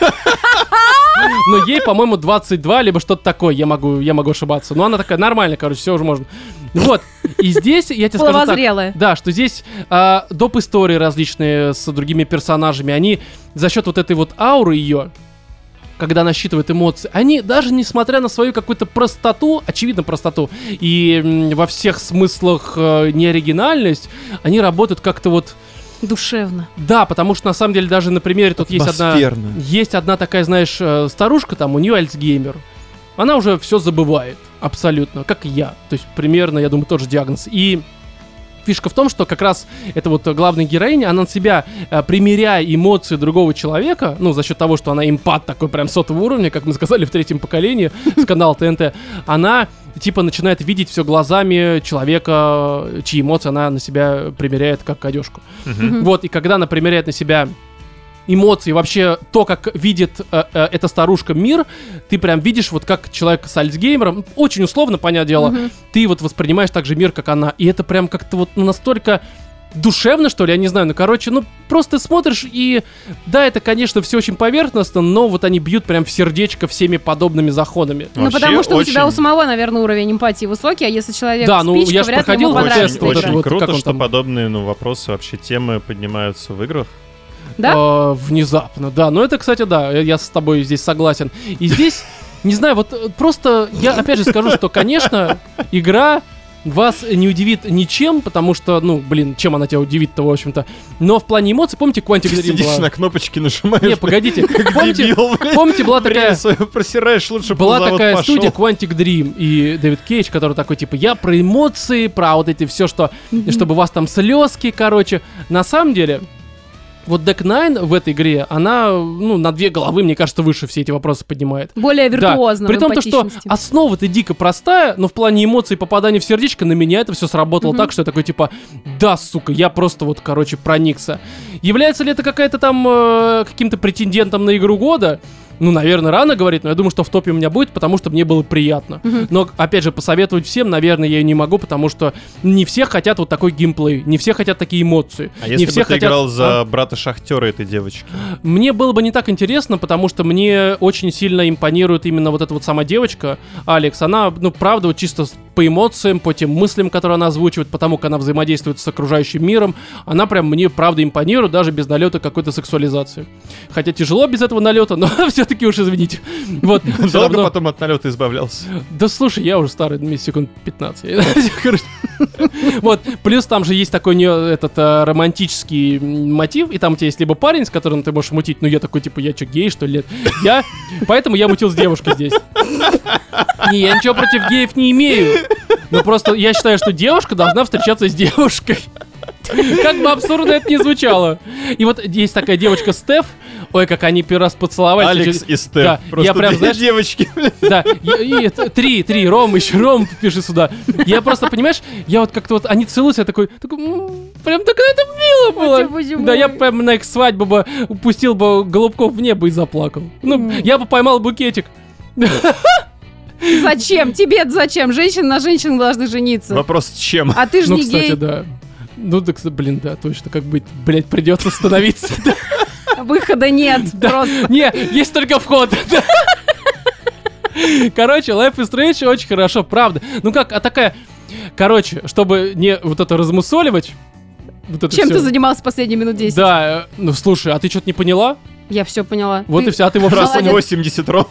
Speaker 1: Но ей, по-моему, двадцать два, либо что-то такое, я могу, я могу ошибаться. Но она такая нормальная, короче, все уже можно. Вот, и здесь, я тебе скажу так,
Speaker 3: Половозрелая.
Speaker 1: да, что здесь а, доп. Истории различные с другими персонажами, они за счет вот этой вот ауры ее, когда она считывает эмоции, они даже несмотря на свою какую-то простоту, очевидно простоту, и м, во всех смыслах э, неоригинальность, они работают как-то вот...
Speaker 3: Душевно.
Speaker 1: Да, потому что на самом деле даже на примере тут есть одна...
Speaker 2: Атмосферно.
Speaker 1: Есть одна такая, знаешь, э, старушка там, у нее Альцгеймер. Она уже все забывает, абсолютно, как и я. То есть примерно, я думаю, тоже диагноз. И фишка в том, что как раз эта вот главная героиня, она на себя, э, примеряя эмоции другого человека, ну, за счет того, что она эмпат такой прям сотого уровня, как мы сказали в третьем поколении, с канала ТНТ, она типа начинает видеть все глазами человека, чьи эмоции она на себя примеряет как одежку.
Speaker 2: Мгм.
Speaker 1: Вот, и когда она примеряет на себя эмоции, вообще то, как видит э, э, эта старушка мир, ты прям видишь вот как человек с Альцгеймером, очень условно, понятное дело,
Speaker 3: Мгм.
Speaker 1: ты вот воспринимаешь также мир, как она, и это прям как-то вот ну, настолько душевно, что ли, я не знаю, ну, короче, ну, просто смотришь и, да, это, конечно, все очень поверхностно, но вот они бьют прям в сердечко всеми подобными заходами.
Speaker 3: Ну,
Speaker 2: Вообще
Speaker 3: потому что у тебя
Speaker 2: очень-
Speaker 3: у самого, наверное, уровень эмпатии высокий, а если человек
Speaker 1: Да, ну,
Speaker 3: спичка,
Speaker 1: я ж
Speaker 3: вряд ли
Speaker 1: проходил
Speaker 3: ему
Speaker 1: вот
Speaker 3: понравится
Speaker 1: тест
Speaker 3: эта
Speaker 1: вот
Speaker 3: игра.
Speaker 1: этот
Speaker 2: Очень
Speaker 1: вот,
Speaker 2: круто,
Speaker 1: как он
Speaker 2: что
Speaker 1: там?
Speaker 2: подобные ну, вопросы, вообще темы поднимаются в играх.
Speaker 3: Да?
Speaker 1: Э, внезапно, да. Но это, кстати, да, я- я с тобой здесь согласен. И здесь, не знаю, вот э, просто я опять же скажу, что, конечно, игра вас не удивит ничем, потому что, ну, блин, чем она тебя удивит-то, в общем-то. Но в плане эмоций, помните, Quantic
Speaker 2: Ты
Speaker 1: Dream
Speaker 2: сидишь
Speaker 1: была?
Speaker 2: на кнопочки нажимаешь.
Speaker 1: Не, погодите.
Speaker 2: Как
Speaker 1: Помните,
Speaker 2: дебил, блядь.
Speaker 1: помните, была
Speaker 2: Время
Speaker 1: такая...
Speaker 2: свое просираешь, лучше бы
Speaker 1: Была
Speaker 2: на завод
Speaker 1: такая
Speaker 2: пошел.
Speaker 1: студия Quantic Dream и Дэвид Кейдж, который такой, типа, я про эмоции, про вот эти все, что... Чтобы у вас там слезки, короче. На самом деле... Вот Deck Nine в этой игре, она, ну, на две головы, мне кажется, выше все эти вопросы поднимает.
Speaker 3: Более виртуозно,
Speaker 1: Да. При
Speaker 3: в
Speaker 1: том, то, что
Speaker 3: эмпатичности.
Speaker 1: основа-то дико простая, но в плане эмоций и попадания в сердечко на меня это все сработало
Speaker 3: Мгм.
Speaker 1: так, что я такой, типа, да, сука, я просто вот, короче, проникся. Является ли это какая-то там э, каким-то претендентом на игру года? Ну, наверное, рано говорить, но я думаю, что в топе у меня будет, потому что мне было приятно.
Speaker 3: Мгм.
Speaker 1: Но, опять же, посоветовать всем, наверное, я и не могу, потому что не все хотят вот такой геймплей, не все хотят такие эмоции.
Speaker 2: А
Speaker 1: не
Speaker 2: если
Speaker 1: все
Speaker 2: бы ты
Speaker 1: хотят...
Speaker 2: играл за
Speaker 1: А?
Speaker 2: брата шахтера этой девочки?
Speaker 1: Мне было бы не так интересно, потому что мне очень сильно импонирует именно вот эта вот сама девочка, Алекс. Она, ну, правда, вот чисто с- по эмоциям, по тем мыслям, которые она озвучивает, потому как она взаимодействует с окружающим миром, она прям мне, правда, импонирует, даже без налета какой-то сексуализации. Хотя тяжело без этого налета, но все-таки уж извините. Вот, всё
Speaker 2: Долго
Speaker 1: равно-
Speaker 2: потом от налета избавлялся.
Speaker 1: Да слушай, я уже старый, мне секунд пятнадцать. Короче. Вот, плюс там же есть такой не, этот а, романтический м, мотив, и там у тебя есть либо парень, с которым ты можешь мутить, ну я такой, типа, я что, гей, что ли? Нет. Я, поэтому я мутил с девушкой здесь. Не, я ничего против геев не имею, но просто я считаю, что девушка должна встречаться с девушкой. Как бы абсурдно это ни звучало. И вот есть такая девочка Стеф, ой, как они первый раз поцеловались.
Speaker 2: Алекс
Speaker 1: Значит,
Speaker 2: и Стеф.
Speaker 1: да,
Speaker 2: Просто
Speaker 1: я прям,
Speaker 2: две
Speaker 1: знаешь,
Speaker 2: девочки.
Speaker 1: да, и, и это- три, три, Ром, еще Ром, пиши сюда. Я просто, понимаешь, я вот как-то вот, они целуются, я такой, такой м, прям так это мило было.
Speaker 3: Боже, боже
Speaker 1: Да, я
Speaker 3: мой.
Speaker 1: прям на их свадьбу бы упустил бы голубков в небо и заплакал. Ну,
Speaker 3: М.
Speaker 1: я бы поймал букетик.
Speaker 3: Зачем? Тебе зачем? Женщины на женщинах должны жениться.
Speaker 2: Вопрос, чем?
Speaker 3: А ты же
Speaker 1: Ну,
Speaker 3: не
Speaker 1: кстати,
Speaker 3: гей.
Speaker 1: да. Ну, так, блин, да, точно, как быть, блять, придется становиться.
Speaker 3: Выхода нет. Просто.
Speaker 1: Не, есть только вход. Короче, Life is Strange очень хорошо, правда. Ну как, а такая... Короче, чтобы не вот это размусоливать... Вот это
Speaker 3: Чем
Speaker 1: всё.
Speaker 3: ты занимался последние минут десять?
Speaker 1: Да, э, ну слушай, а ты что-то не поняла?
Speaker 3: Я все поняла.
Speaker 1: Вот
Speaker 3: ты,
Speaker 1: и все, а ты вовсе...
Speaker 2: Раз
Speaker 3: молодец.
Speaker 2: восемьдесят ром.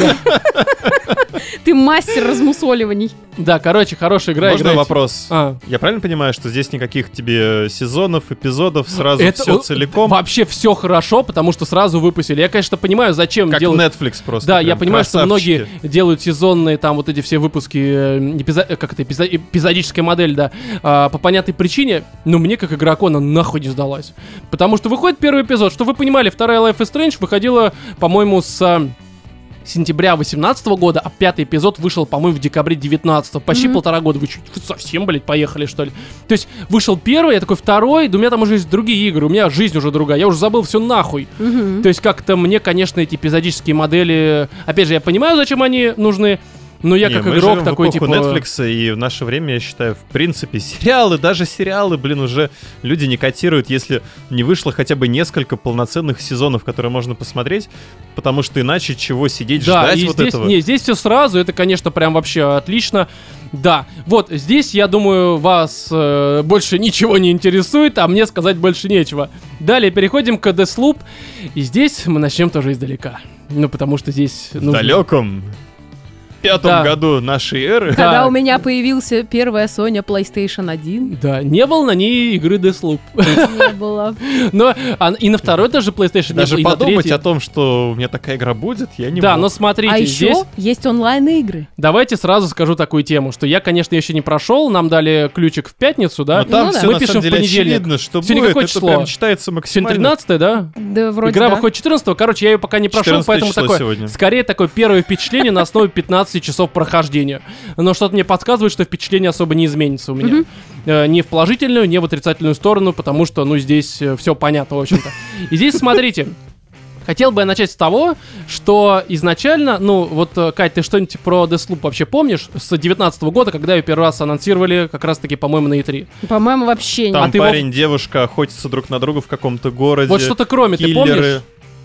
Speaker 3: ты мастер размусоливаний.
Speaker 1: Да, короче, хорошая игра.
Speaker 2: Можно
Speaker 1: играйте.
Speaker 2: вопрос?
Speaker 1: А.
Speaker 2: Я правильно понимаю, что здесь никаких тебе сезонов, эпизодов, сразу
Speaker 1: Это
Speaker 2: все
Speaker 1: о-
Speaker 2: целиком?
Speaker 1: Вообще все хорошо, потому что сразу выпусили. Я, конечно, понимаю, зачем
Speaker 2: Как
Speaker 1: делать...
Speaker 2: Netflix просто.
Speaker 1: Да,
Speaker 2: прям
Speaker 1: я понимаю, что
Speaker 2: красавчики.
Speaker 1: многие делают сезонные, там, вот эти все выпуски, э, эпизо- э, как это, эпизо- эпизодическая модель, да, а, по понятной причине, но мне, как игроку, она нахуй не сдалась. Потому что выходит первый эпизод, что вы понимали, вторая Life is Strange выходила, по-моему, с... а, сентября восемнадцатого года, а пятый эпизод вышел, по-моему, в декабре девятнадцатого. Почти
Speaker 3: Мгм.
Speaker 1: полтора года. Вы чё, вы совсем, блядь, поехали, что ли? То есть вышел первый, я такой второй, да у меня там уже есть другие игры, у меня жизнь уже другая, я уже забыл все нахуй.
Speaker 3: Мгм.
Speaker 1: То есть как-то мне, конечно, эти эпизодические модели... Опять же, я понимаю, зачем они нужны, но я
Speaker 2: Не,
Speaker 1: как
Speaker 2: мы
Speaker 1: игрок
Speaker 2: живем
Speaker 1: такой,
Speaker 2: в эпоху
Speaker 1: типа...
Speaker 2: Netflix, и в наше время, я считаю, в принципе, сериалы, даже сериалы, блин, уже люди не котируют, если не вышло хотя бы несколько полноценных сезонов, которые можно посмотреть, потому что иначе чего сидеть,
Speaker 1: Да,
Speaker 2: ждать
Speaker 1: и
Speaker 2: вот
Speaker 1: здесь,
Speaker 2: этого?
Speaker 1: не, здесь все сразу, это, конечно, прям вообще отлично. Да, вот здесь, я думаю, вас э, больше ничего не интересует, а мне сказать больше нечего. Далее переходим к Deathloop, и здесь мы начнем тоже издалека. Ну, потому что здесь...
Speaker 2: В
Speaker 1: нужно-
Speaker 2: далеком пятом
Speaker 1: Да.
Speaker 2: году нашей эры.
Speaker 1: Да.
Speaker 3: Когда у меня появился первая Sony PlayStation один,
Speaker 1: Да, не было на ней игры Deathloop.
Speaker 3: не было.
Speaker 1: Но а, и на второй даже PlayStation не
Speaker 2: Даже
Speaker 1: было, и на
Speaker 2: подумать
Speaker 1: третьей.
Speaker 2: о том, что у меня такая игра будет, я не
Speaker 1: Да,
Speaker 2: мог.
Speaker 1: но смотрите,
Speaker 3: А
Speaker 1: здесь...
Speaker 3: еще есть онлайн-игры.
Speaker 1: Давайте сразу скажу такую тему, что я, конечно, еще не прошел, нам дали ключик в пятницу, да?
Speaker 2: Но там
Speaker 3: Ну да.
Speaker 2: все
Speaker 1: Мы
Speaker 2: на
Speaker 1: пишем
Speaker 2: самом
Speaker 1: в
Speaker 2: деле
Speaker 1: понедельник.
Speaker 2: очевидно, что
Speaker 1: Сегодня
Speaker 2: будет.
Speaker 1: какое
Speaker 2: Это
Speaker 1: число?
Speaker 2: прям читается
Speaker 1: Сегодня
Speaker 2: максимально.
Speaker 1: тринадцатое, да?
Speaker 3: Да, вроде
Speaker 1: Игра
Speaker 3: да.
Speaker 1: выходит четырнадцатого, короче, я ее пока не прошел,
Speaker 2: четырнадцатое
Speaker 1: поэтому
Speaker 2: число
Speaker 1: такое,
Speaker 2: сегодня.
Speaker 1: скорее такое первое впечатление на основе пятнадцати часов прохождения. Но что-то мне подсказывает, что впечатление особо не изменится у меня.
Speaker 3: Мгм.
Speaker 1: Э, ни в положительную, ни в отрицательную сторону, потому что, ну, здесь все понятно, в общем-то. И здесь, смотрите, хотел бы я начать с того, что изначально, ну, вот, э, Кать, ты что-нибудь про Deathloop вообще помнишь? С девятнадцатого года, когда ее первый раз анонсировали, как раз-таки, по-моему, на и три.
Speaker 3: По-моему, вообще не.
Speaker 2: Там
Speaker 1: А ты,
Speaker 2: парень, девушка охотятся друг на друга в каком-то городе.
Speaker 1: Вот что-то кроме, ты
Speaker 2: киллеры.
Speaker 1: помнишь?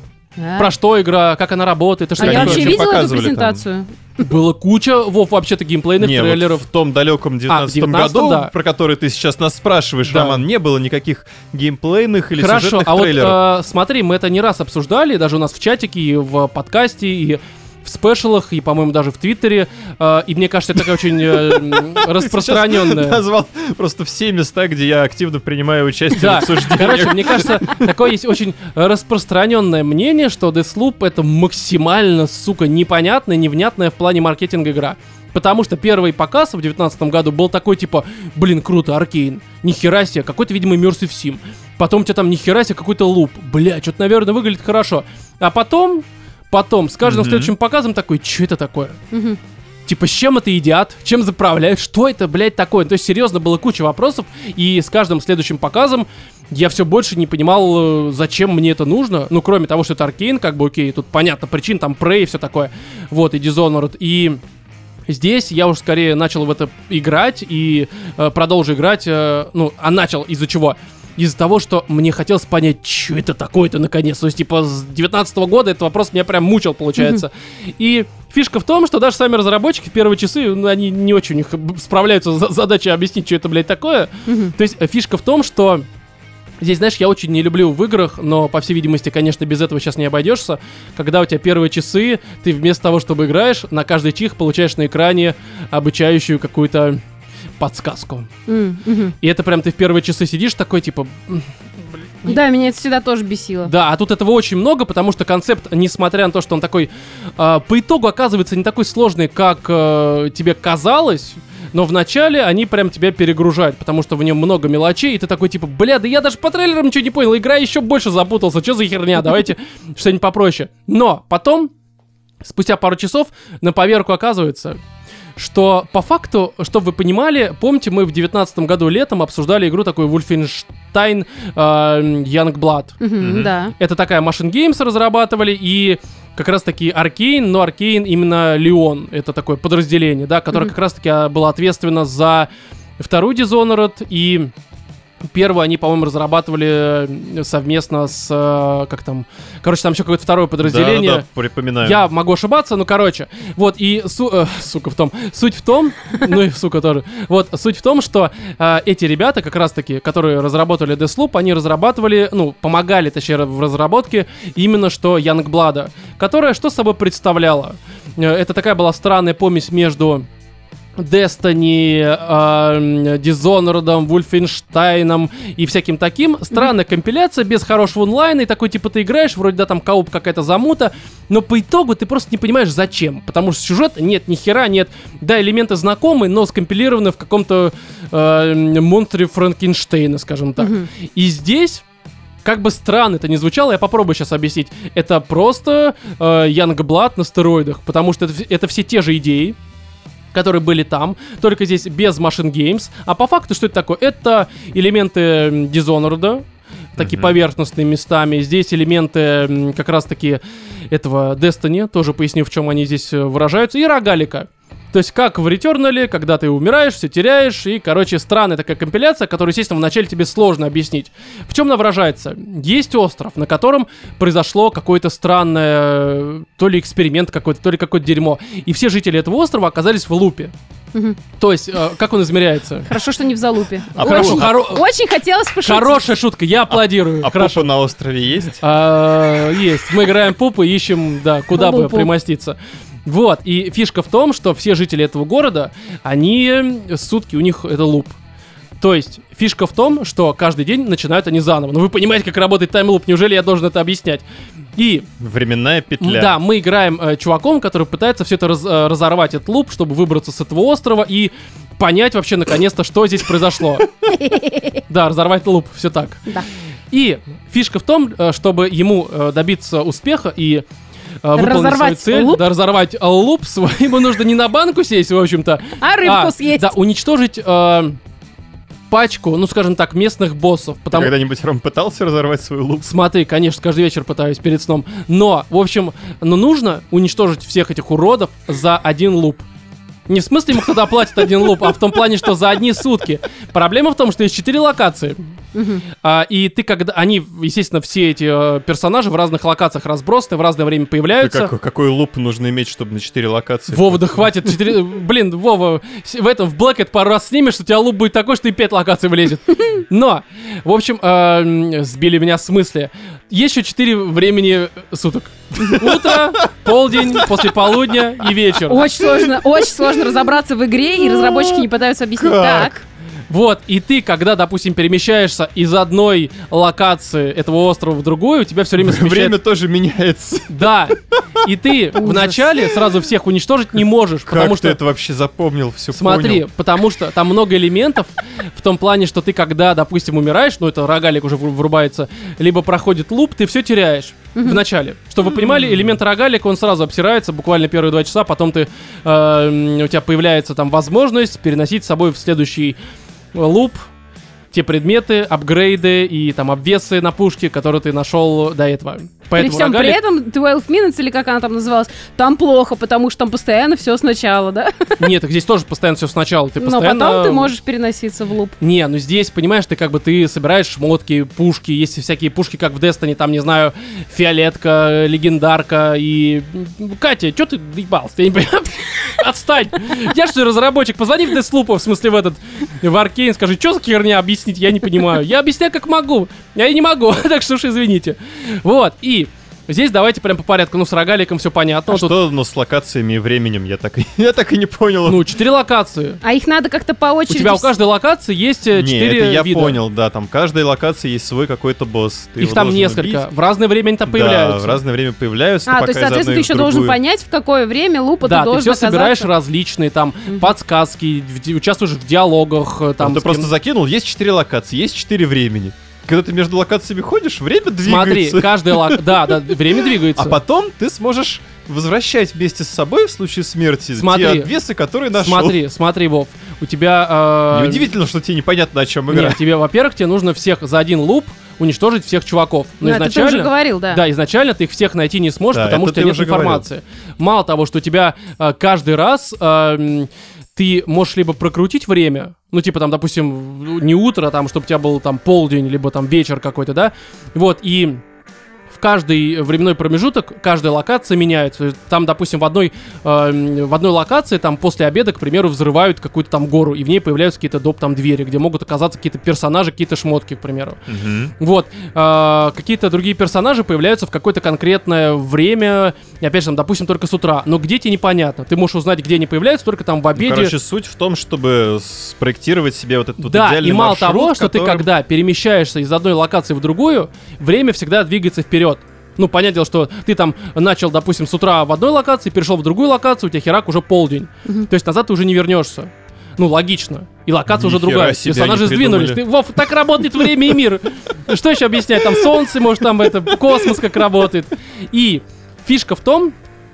Speaker 3: А?
Speaker 1: Про что игра, как она работает, и что
Speaker 3: А я
Speaker 2: Они
Speaker 3: вообще
Speaker 2: вообще
Speaker 3: видела эту
Speaker 2: показывали там.
Speaker 3: презентацию?
Speaker 1: Было куча, Вов, вообще-то геймплейных
Speaker 2: Не, вот
Speaker 1: трейлеров.
Speaker 2: в том далеком девятнадцатом
Speaker 1: девятнадцатом,
Speaker 2: году,
Speaker 1: да.
Speaker 2: про который ты сейчас нас спрашиваешь,
Speaker 1: Да.
Speaker 2: Роман, не было никаких геймплейных или
Speaker 1: Хорошо,
Speaker 2: сюжетных
Speaker 1: а вот
Speaker 2: трейлеров.
Speaker 1: э, смотри, мы это не раз обсуждали, даже у нас в чатике, и в подкасте, и в спешалах и, по-моему, даже в Твиттере. Э, и мне кажется, это такая очень э, распространенная...
Speaker 2: назвал просто все места, где я активно принимаю участие
Speaker 1: Да,
Speaker 2: в обсуждении.
Speaker 1: короче, мне кажется, такое есть очень распространенное мнение, что Deathloop это максимально, сука, непонятная, невнятная в плане маркетинга игра. Потому что первый показ в девятнадцатом году был такой, типа, блин, круто, Аркейн, нихера себе, какой-то, видимо, Immersive Sim. Потом у тебя там нихера себе какой-то луп, бля, что-то, наверное, выглядит хорошо. А потом, потом, с каждым mm-hmm. следующим показом такой, что это такое?
Speaker 3: Мгм.
Speaker 1: Типа, с чем это едят, чем заправляют, что это, блядь, такое? То есть, серьезно, было куча вопросов, и с каждым следующим показом я все больше не понимал, э, зачем мне это нужно. Ну, кроме того, что это Аркейн, как бы, окей, тут понятно причин, там, Prey и все такое. Вот, и Dishonored, и... Здесь я уж скорее начал в это играть и э, продолжу играть, э, ну, а начал из-за чего? Из-за того, что мне хотелось понять, что это такое-то наконец. То есть, типа, с девятнадцатого года этот вопрос меня прям мучил, получается. Mm-hmm. И фишка в том, что даже сами разработчики в первые часы, ну, они не очень у них справляются с задачей объяснить, что это, блядь, такое. Mm-hmm. То есть, фишка в том, что... Здесь, знаешь, я очень не люблю в играх, но, по всей видимости, конечно, без этого сейчас не обойдешься. Когда у тебя первые часы, ты вместо того, чтобы играешь, на каждый чих получаешь на экране обучающую какую-то подсказку.
Speaker 3: Mm-hmm.
Speaker 1: И это прям ты в первые часы сидишь такой, типа...
Speaker 3: Да, меня это всегда тоже бесило.
Speaker 1: Да, а тут этого очень много, потому что концепт, несмотря на то, что он такой, э, по итогу оказывается не такой сложный, как э, тебе казалось, но вначале они прям тебя перегружают, потому что в нем много мелочей, и ты такой типа, бля, да я даже по трейлерам ничего не понял, игра еще больше запутался, что за херня, давайте что-нибудь попроще. Но потом, спустя пару часов, на поверку оказывается... Что по факту, чтобы вы понимали, помните, мы в девятнадцатом году летом обсуждали игру такую Wolfenstein э, Youngblood.
Speaker 3: Мгм,
Speaker 2: Мгм.
Speaker 3: Да.
Speaker 1: Это такая Machine Games разрабатывали, и как раз таки Arcane, но Arcane именно Леон, это такое подразделение, да, которое
Speaker 3: Мгм.
Speaker 1: как раз таки а, было ответственно за вторую Dishonored, и первую они, по-моему, разрабатывали совместно с, э, как там, короче, там еще какое-то второе подразделение.
Speaker 2: Да, да, припоминаю.
Speaker 1: Я могу ошибаться, но короче. Вот, и, су- э, сука, в том, суть в том, ну и сука тоже, вот, суть в том, что э, эти ребята, как раз-таки, которые разработали Deathloop, они разрабатывали, ну, помогали, точнее, в разработке именно что Youngblood, которая что собой представляла? Э, это такая была странная помесь между... Destiny, э, Dishonored, Wolfenstein и всяким таким. Странная mm-hmm. компиляция, без хорошего онлайна, и такой, типа, ты играешь, вроде, да, там кооп какая-то замута, но по итогу ты просто не понимаешь, зачем. Потому что сюжета нет, ни хера нет. Да, элементы знакомые, но скомпилированы в каком-то э, монстре Франкенштейна, скажем так. Mm-hmm. И здесь... Как бы странно это ни звучало, я попробую сейчас объяснить. Это просто э, Youngblood на стероидах, потому что это, это все те же идеи, которые были там, только здесь без Machine Games. А по факту, что это такое? Это элементы Dishonored, такие mm-hmm. поверхностные местами. Здесь элементы как раз-таки этого Destiny, тоже поясню, в чем они здесь выражаются, и рогалика. То есть как в Returnal, когда ты умираешь, все теряешь, и, короче, странная такая компиляция, которую, естественно, вначале тебе сложно объяснить. В чем она выражается? Есть остров, на котором произошло какое-то странное, то ли эксперимент какой-то, то ли какое-то дерьмо, и все жители этого острова оказались в лупе.
Speaker 3: Мгм.
Speaker 1: То есть, э, как он измеряется?
Speaker 3: Хорошо, что не в залупе.
Speaker 2: А
Speaker 1: Хорошо,
Speaker 3: очень,
Speaker 1: хоро-
Speaker 3: очень хотелось пошутить.
Speaker 1: Хорошая шутка, я аплодирую.
Speaker 2: А
Speaker 1: Хорошо.
Speaker 2: пупа на острове есть?
Speaker 1: А, есть. Мы играем пупы, ищем, да, куда бы
Speaker 3: Пупу.
Speaker 1: примоститься. Вот, и фишка в том, что все жители этого города, они сутки, у них это луп. То есть, фишка в том, что каждый день начинают они заново. Ну вы понимаете, как работает таймлуп, неужели я должен это объяснять? И,
Speaker 2: Временная петля.
Speaker 1: да, мы играем э, чуваком, который пытается все это раз- э, разорвать, этот луп, чтобы выбраться с этого острова и понять вообще наконец-то, что здесь произошло. Да, разорвать луп, все так.
Speaker 3: Да.
Speaker 1: И фишка в том, э, чтобы ему э, добиться успеха и э, выполнить свою
Speaker 3: Разорвать
Speaker 1: цель,
Speaker 3: луп?
Speaker 1: да, разорвать э, луп свой, ему нужно не на банку сесть, в общем-то,
Speaker 3: А рыбку
Speaker 1: а,
Speaker 3: съесть.
Speaker 1: да, уничтожить э, пачку, ну, скажем так, местных боссов.
Speaker 2: Ты
Speaker 1: Потому...
Speaker 2: когда-нибудь, Ром, пытался разорвать свой лук?
Speaker 1: Смотри, конечно, каждый вечер пытаюсь перед сном. Но, в общем, ну, нужно уничтожить всех этих уродов за один луп. Не в смысле ему кто-то оплатит один луп, а в том плане, что за одни сутки. Проблема в том, что есть четыре локации. Uh-huh. А, и ты когда... Они, естественно, все эти э, персонажи в разных локациях разбросаны, в разное время появляются.
Speaker 2: Как, какой луп нужно иметь, чтобы на четыре локации?
Speaker 1: Вова, да хватит. четыре... Блин, Вова, в этом, в Blackhead пару раз снимешь, что у тебя луп будет такой, что и пять локаций влезет. Но, в общем, э, сбили меня с мысли. Есть еще четыре времени суток. Утро, полдень, после полудня и вечер.
Speaker 3: Очень сложно, очень сложно разобраться в игре, и разработчики не пытаются объяснить.
Speaker 2: Как?
Speaker 3: Так.
Speaker 1: Вот, и ты, когда, допустим, перемещаешься из одной локации этого острова в другую, у тебя все время смещается...
Speaker 2: Время тоже меняется.
Speaker 1: Да, и ты вначале сразу всех уничтожить не можешь,
Speaker 2: Как
Speaker 1: потому
Speaker 2: ты
Speaker 1: что...
Speaker 2: это вообще запомнил, все
Speaker 1: Смотри,
Speaker 2: понял.
Speaker 1: потому что там много элементов в том плане, что ты, когда, допустим, умираешь, ну это рогалик уже врубается, либо проходит луп, ты все теряешь в начале. Чтобы вы понимали, элемент рогалика, он сразу обсирается буквально первые два часа, потом ты, э, у тебя появляется там возможность переносить с собой в следующий луп те предметы, апгрейды и там обвесы на пушке, которые ты нашел до этого.
Speaker 3: При всем
Speaker 1: рогалик...
Speaker 3: при этом двенадцать minutes, или как она там называлась, там плохо, потому что там постоянно все сначала, да?
Speaker 1: Нет, так здесь тоже постоянно все сначала. Ты
Speaker 3: Но
Speaker 1: постоянно...
Speaker 3: потом ты можешь переноситься в луп.
Speaker 1: Не, ну здесь, понимаешь, ты как бы ты собираешь шмотки, пушки, есть всякие пушки, как в Destiny, там, не знаю, фиолетка, легендарка и... Катя, что ты доебался? Я не понимаю. Отстань! Я что, разработчик? Позвони в Deathloop, в смысле в этот, в Аркейн, скажи, что за херня объяснить? Я не понимаю. Я объясняю, как могу. Я и не могу, так что уж извините. Вот, и... Здесь давайте прям по порядку. Ну, с рогаликом все понятно.
Speaker 2: А
Speaker 1: вот
Speaker 2: что
Speaker 1: тут...
Speaker 2: ну, с локациями и временем? Я так, и, я так и не понял.
Speaker 1: Ну, четыре локации.
Speaker 3: А их надо как-то по очереди...
Speaker 1: У тебя у каждой локации есть четыре
Speaker 2: Не, это я
Speaker 1: вида.
Speaker 2: понял, да. Там в каждой локации есть свой какой-то босс. Ты
Speaker 1: Их
Speaker 2: его
Speaker 1: там
Speaker 2: должен
Speaker 1: несколько.
Speaker 2: убить.
Speaker 1: В разное время они там появляются.
Speaker 2: Да, в разное время появляются.
Speaker 3: А,
Speaker 2: ты
Speaker 3: то есть,
Speaker 2: пока из
Speaker 3: соответственно, ты
Speaker 2: одной
Speaker 3: еще
Speaker 2: в
Speaker 3: должен
Speaker 2: другую.
Speaker 3: понять, в какое время лупа
Speaker 1: Да,
Speaker 3: ты
Speaker 1: ты
Speaker 3: должен
Speaker 1: все
Speaker 3: оказаться.
Speaker 1: собираешь различные там подсказки, в ди- участвуешь в диалогах. Там,
Speaker 2: Там ты
Speaker 1: с
Speaker 2: просто
Speaker 1: кем-
Speaker 2: закинул, есть четыре локации, есть четыре времени. Когда ты между локациями ходишь, время
Speaker 1: Смотри,
Speaker 2: двигается.
Speaker 1: каждая лок... Да, да, время двигается.
Speaker 2: А потом ты сможешь возвращать вместе с собой в случае смерти
Speaker 1: Смотри.
Speaker 2: те обвесы, которые нашел.
Speaker 1: Смотри, смотри, Вов, у тебя... э,
Speaker 2: Неудивительно, что тебе непонятно, о чем игра.
Speaker 1: Нет, тебе, во-первых, тебе нужно всех за один луп уничтожить всех чуваков. Но
Speaker 3: Ну, это ты
Speaker 1: изначально...
Speaker 3: уже говорил, да.
Speaker 1: Да, изначально ты их всех найти не сможешь,
Speaker 2: Да,
Speaker 1: потому
Speaker 2: это
Speaker 1: что у тебя
Speaker 2: ты
Speaker 1: нет
Speaker 2: уже говорил.
Speaker 1: информации. Мало того, что у тебя э, каждый раз э, м, ты можешь либо прокрутить время, ну, типа там, допустим, не утро, там, чтобы у тебя был там полдень, либо там вечер какой-то, да, вот, и в каждый временной промежуток каждая локация меняется. То есть там, допустим, в одной, э, в одной локации там после обеда, к примеру, взрывают какую-то там гору, и в ней появляются какие-то доп. Там двери, где могут оказаться какие-то персонажи, какие-то шмотки, к примеру.
Speaker 2: Мгм.
Speaker 1: Вот. э, какие-то другие персонажи появляются в какое-то конкретное время, и опять же, там, допустим, только с утра. Но где тебе непонятно. Ты можешь узнать, где они появляются, только там в
Speaker 2: Ну,
Speaker 1: обеде.
Speaker 2: короче, суть в том, чтобы спроектировать себе вот этот вот
Speaker 1: Да,
Speaker 2: идеальный
Speaker 1: и мало
Speaker 2: маршрут,
Speaker 1: того, что ты
Speaker 2: которым-
Speaker 1: когда перемещаешься из одной локации в другую, время всегда двигается вперед. Ну, понятное дело, что ты там начал, допустим, с утра в одной локации, перешел в другую локацию, у тебя херак уже полдень. То есть назад ты уже не вернешься. Ну, логично. И локация уже
Speaker 2: Нихера
Speaker 1: другая.
Speaker 2: себе
Speaker 1: Персонажи
Speaker 2: они
Speaker 1: сдвинулись.
Speaker 2: придумали.
Speaker 1: Ты, Вов, так работает время и мир. Что еще объяснять? Там солнце, может, там это, космос как работает. И фишка в том,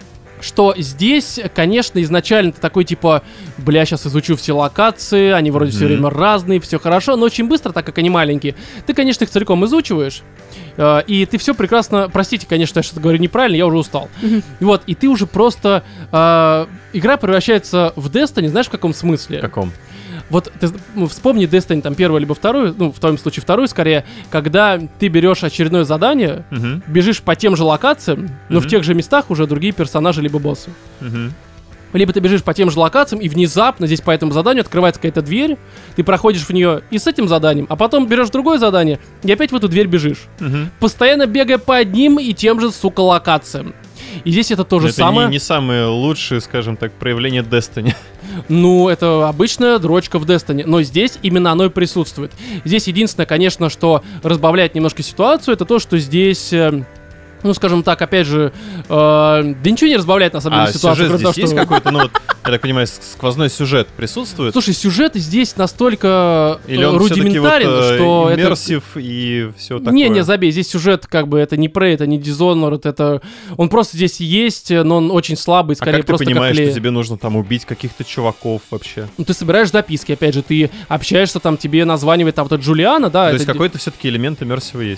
Speaker 1: что здесь, конечно, изначально ты такой, типа, бля, сейчас изучу все локации, они вроде все
Speaker 2: Мгм.
Speaker 1: время разные, все хорошо, но очень быстро, так как они маленькие, ты, конечно, их целиком изучиваешь, э, и ты все прекрасно, простите, конечно, я что-то говорю неправильно, я уже устал. Вот, и ты уже просто, э, игра превращается в Destiny, знаешь, в каком смысле?
Speaker 2: В каком?
Speaker 1: Вот ты ну, вспомни Destiny, там, первую либо вторую, ну, в твоем случае вторую, скорее, когда ты берешь очередное задание,
Speaker 2: Мгм.
Speaker 1: бежишь по тем же локациям, но в
Speaker 2: Мгм.
Speaker 1: тех же местах уже другие персонажи либо боссы.
Speaker 2: Мгм.
Speaker 1: Либо ты бежишь по тем же локациям, и внезапно здесь по этому заданию открывается какая-то дверь, ты проходишь в нее и с этим заданием, а потом берешь другое задание, и опять в эту дверь бежишь.
Speaker 2: Мгм.
Speaker 1: Постоянно бегая по одним и тем же, сука, локациям. И здесь это то же
Speaker 2: Это
Speaker 1: самое.
Speaker 2: не, не самые лучшие, скажем так, проявления Destiny.
Speaker 1: Ну, это обычная дрочка в Destiny, но здесь именно оно и присутствует. Здесь единственное, конечно, что разбавляет немножко ситуацию, это то, что здесь... э, Ну, скажем так, опять же, э, да ничего не разбавляет, на самом деле,
Speaker 2: А
Speaker 1: ситуацию.
Speaker 2: сюжет
Speaker 1: кроме
Speaker 2: здесь
Speaker 1: того,
Speaker 2: есть
Speaker 1: что-
Speaker 2: какой-то, ну вот, я так понимаю, с- сквозной сюжет присутствует?
Speaker 1: Слушай, сюжет здесь настолько э,
Speaker 2: Или он
Speaker 1: рудиментарен,
Speaker 2: все-таки вот,
Speaker 1: что
Speaker 2: э,
Speaker 1: это...
Speaker 2: иммерсив и все такое?
Speaker 1: Не, не, забей, здесь сюжет как бы, это не Prey, это не Dishonored, это... Он просто здесь есть, но он очень слабый,
Speaker 2: А
Speaker 1: скорее
Speaker 2: как ты
Speaker 1: просто
Speaker 2: понимаешь,
Speaker 1: как
Speaker 2: что
Speaker 1: клей.
Speaker 2: тебе нужно там убить каких-то чуваков вообще?
Speaker 1: Ну, ты собираешь записки, опять же, ты общаешься, там тебе названивает там вот Джулиана, да,
Speaker 2: То
Speaker 1: это
Speaker 2: есть
Speaker 1: ди-
Speaker 2: какой-то все-таки элемент иммерсива есть?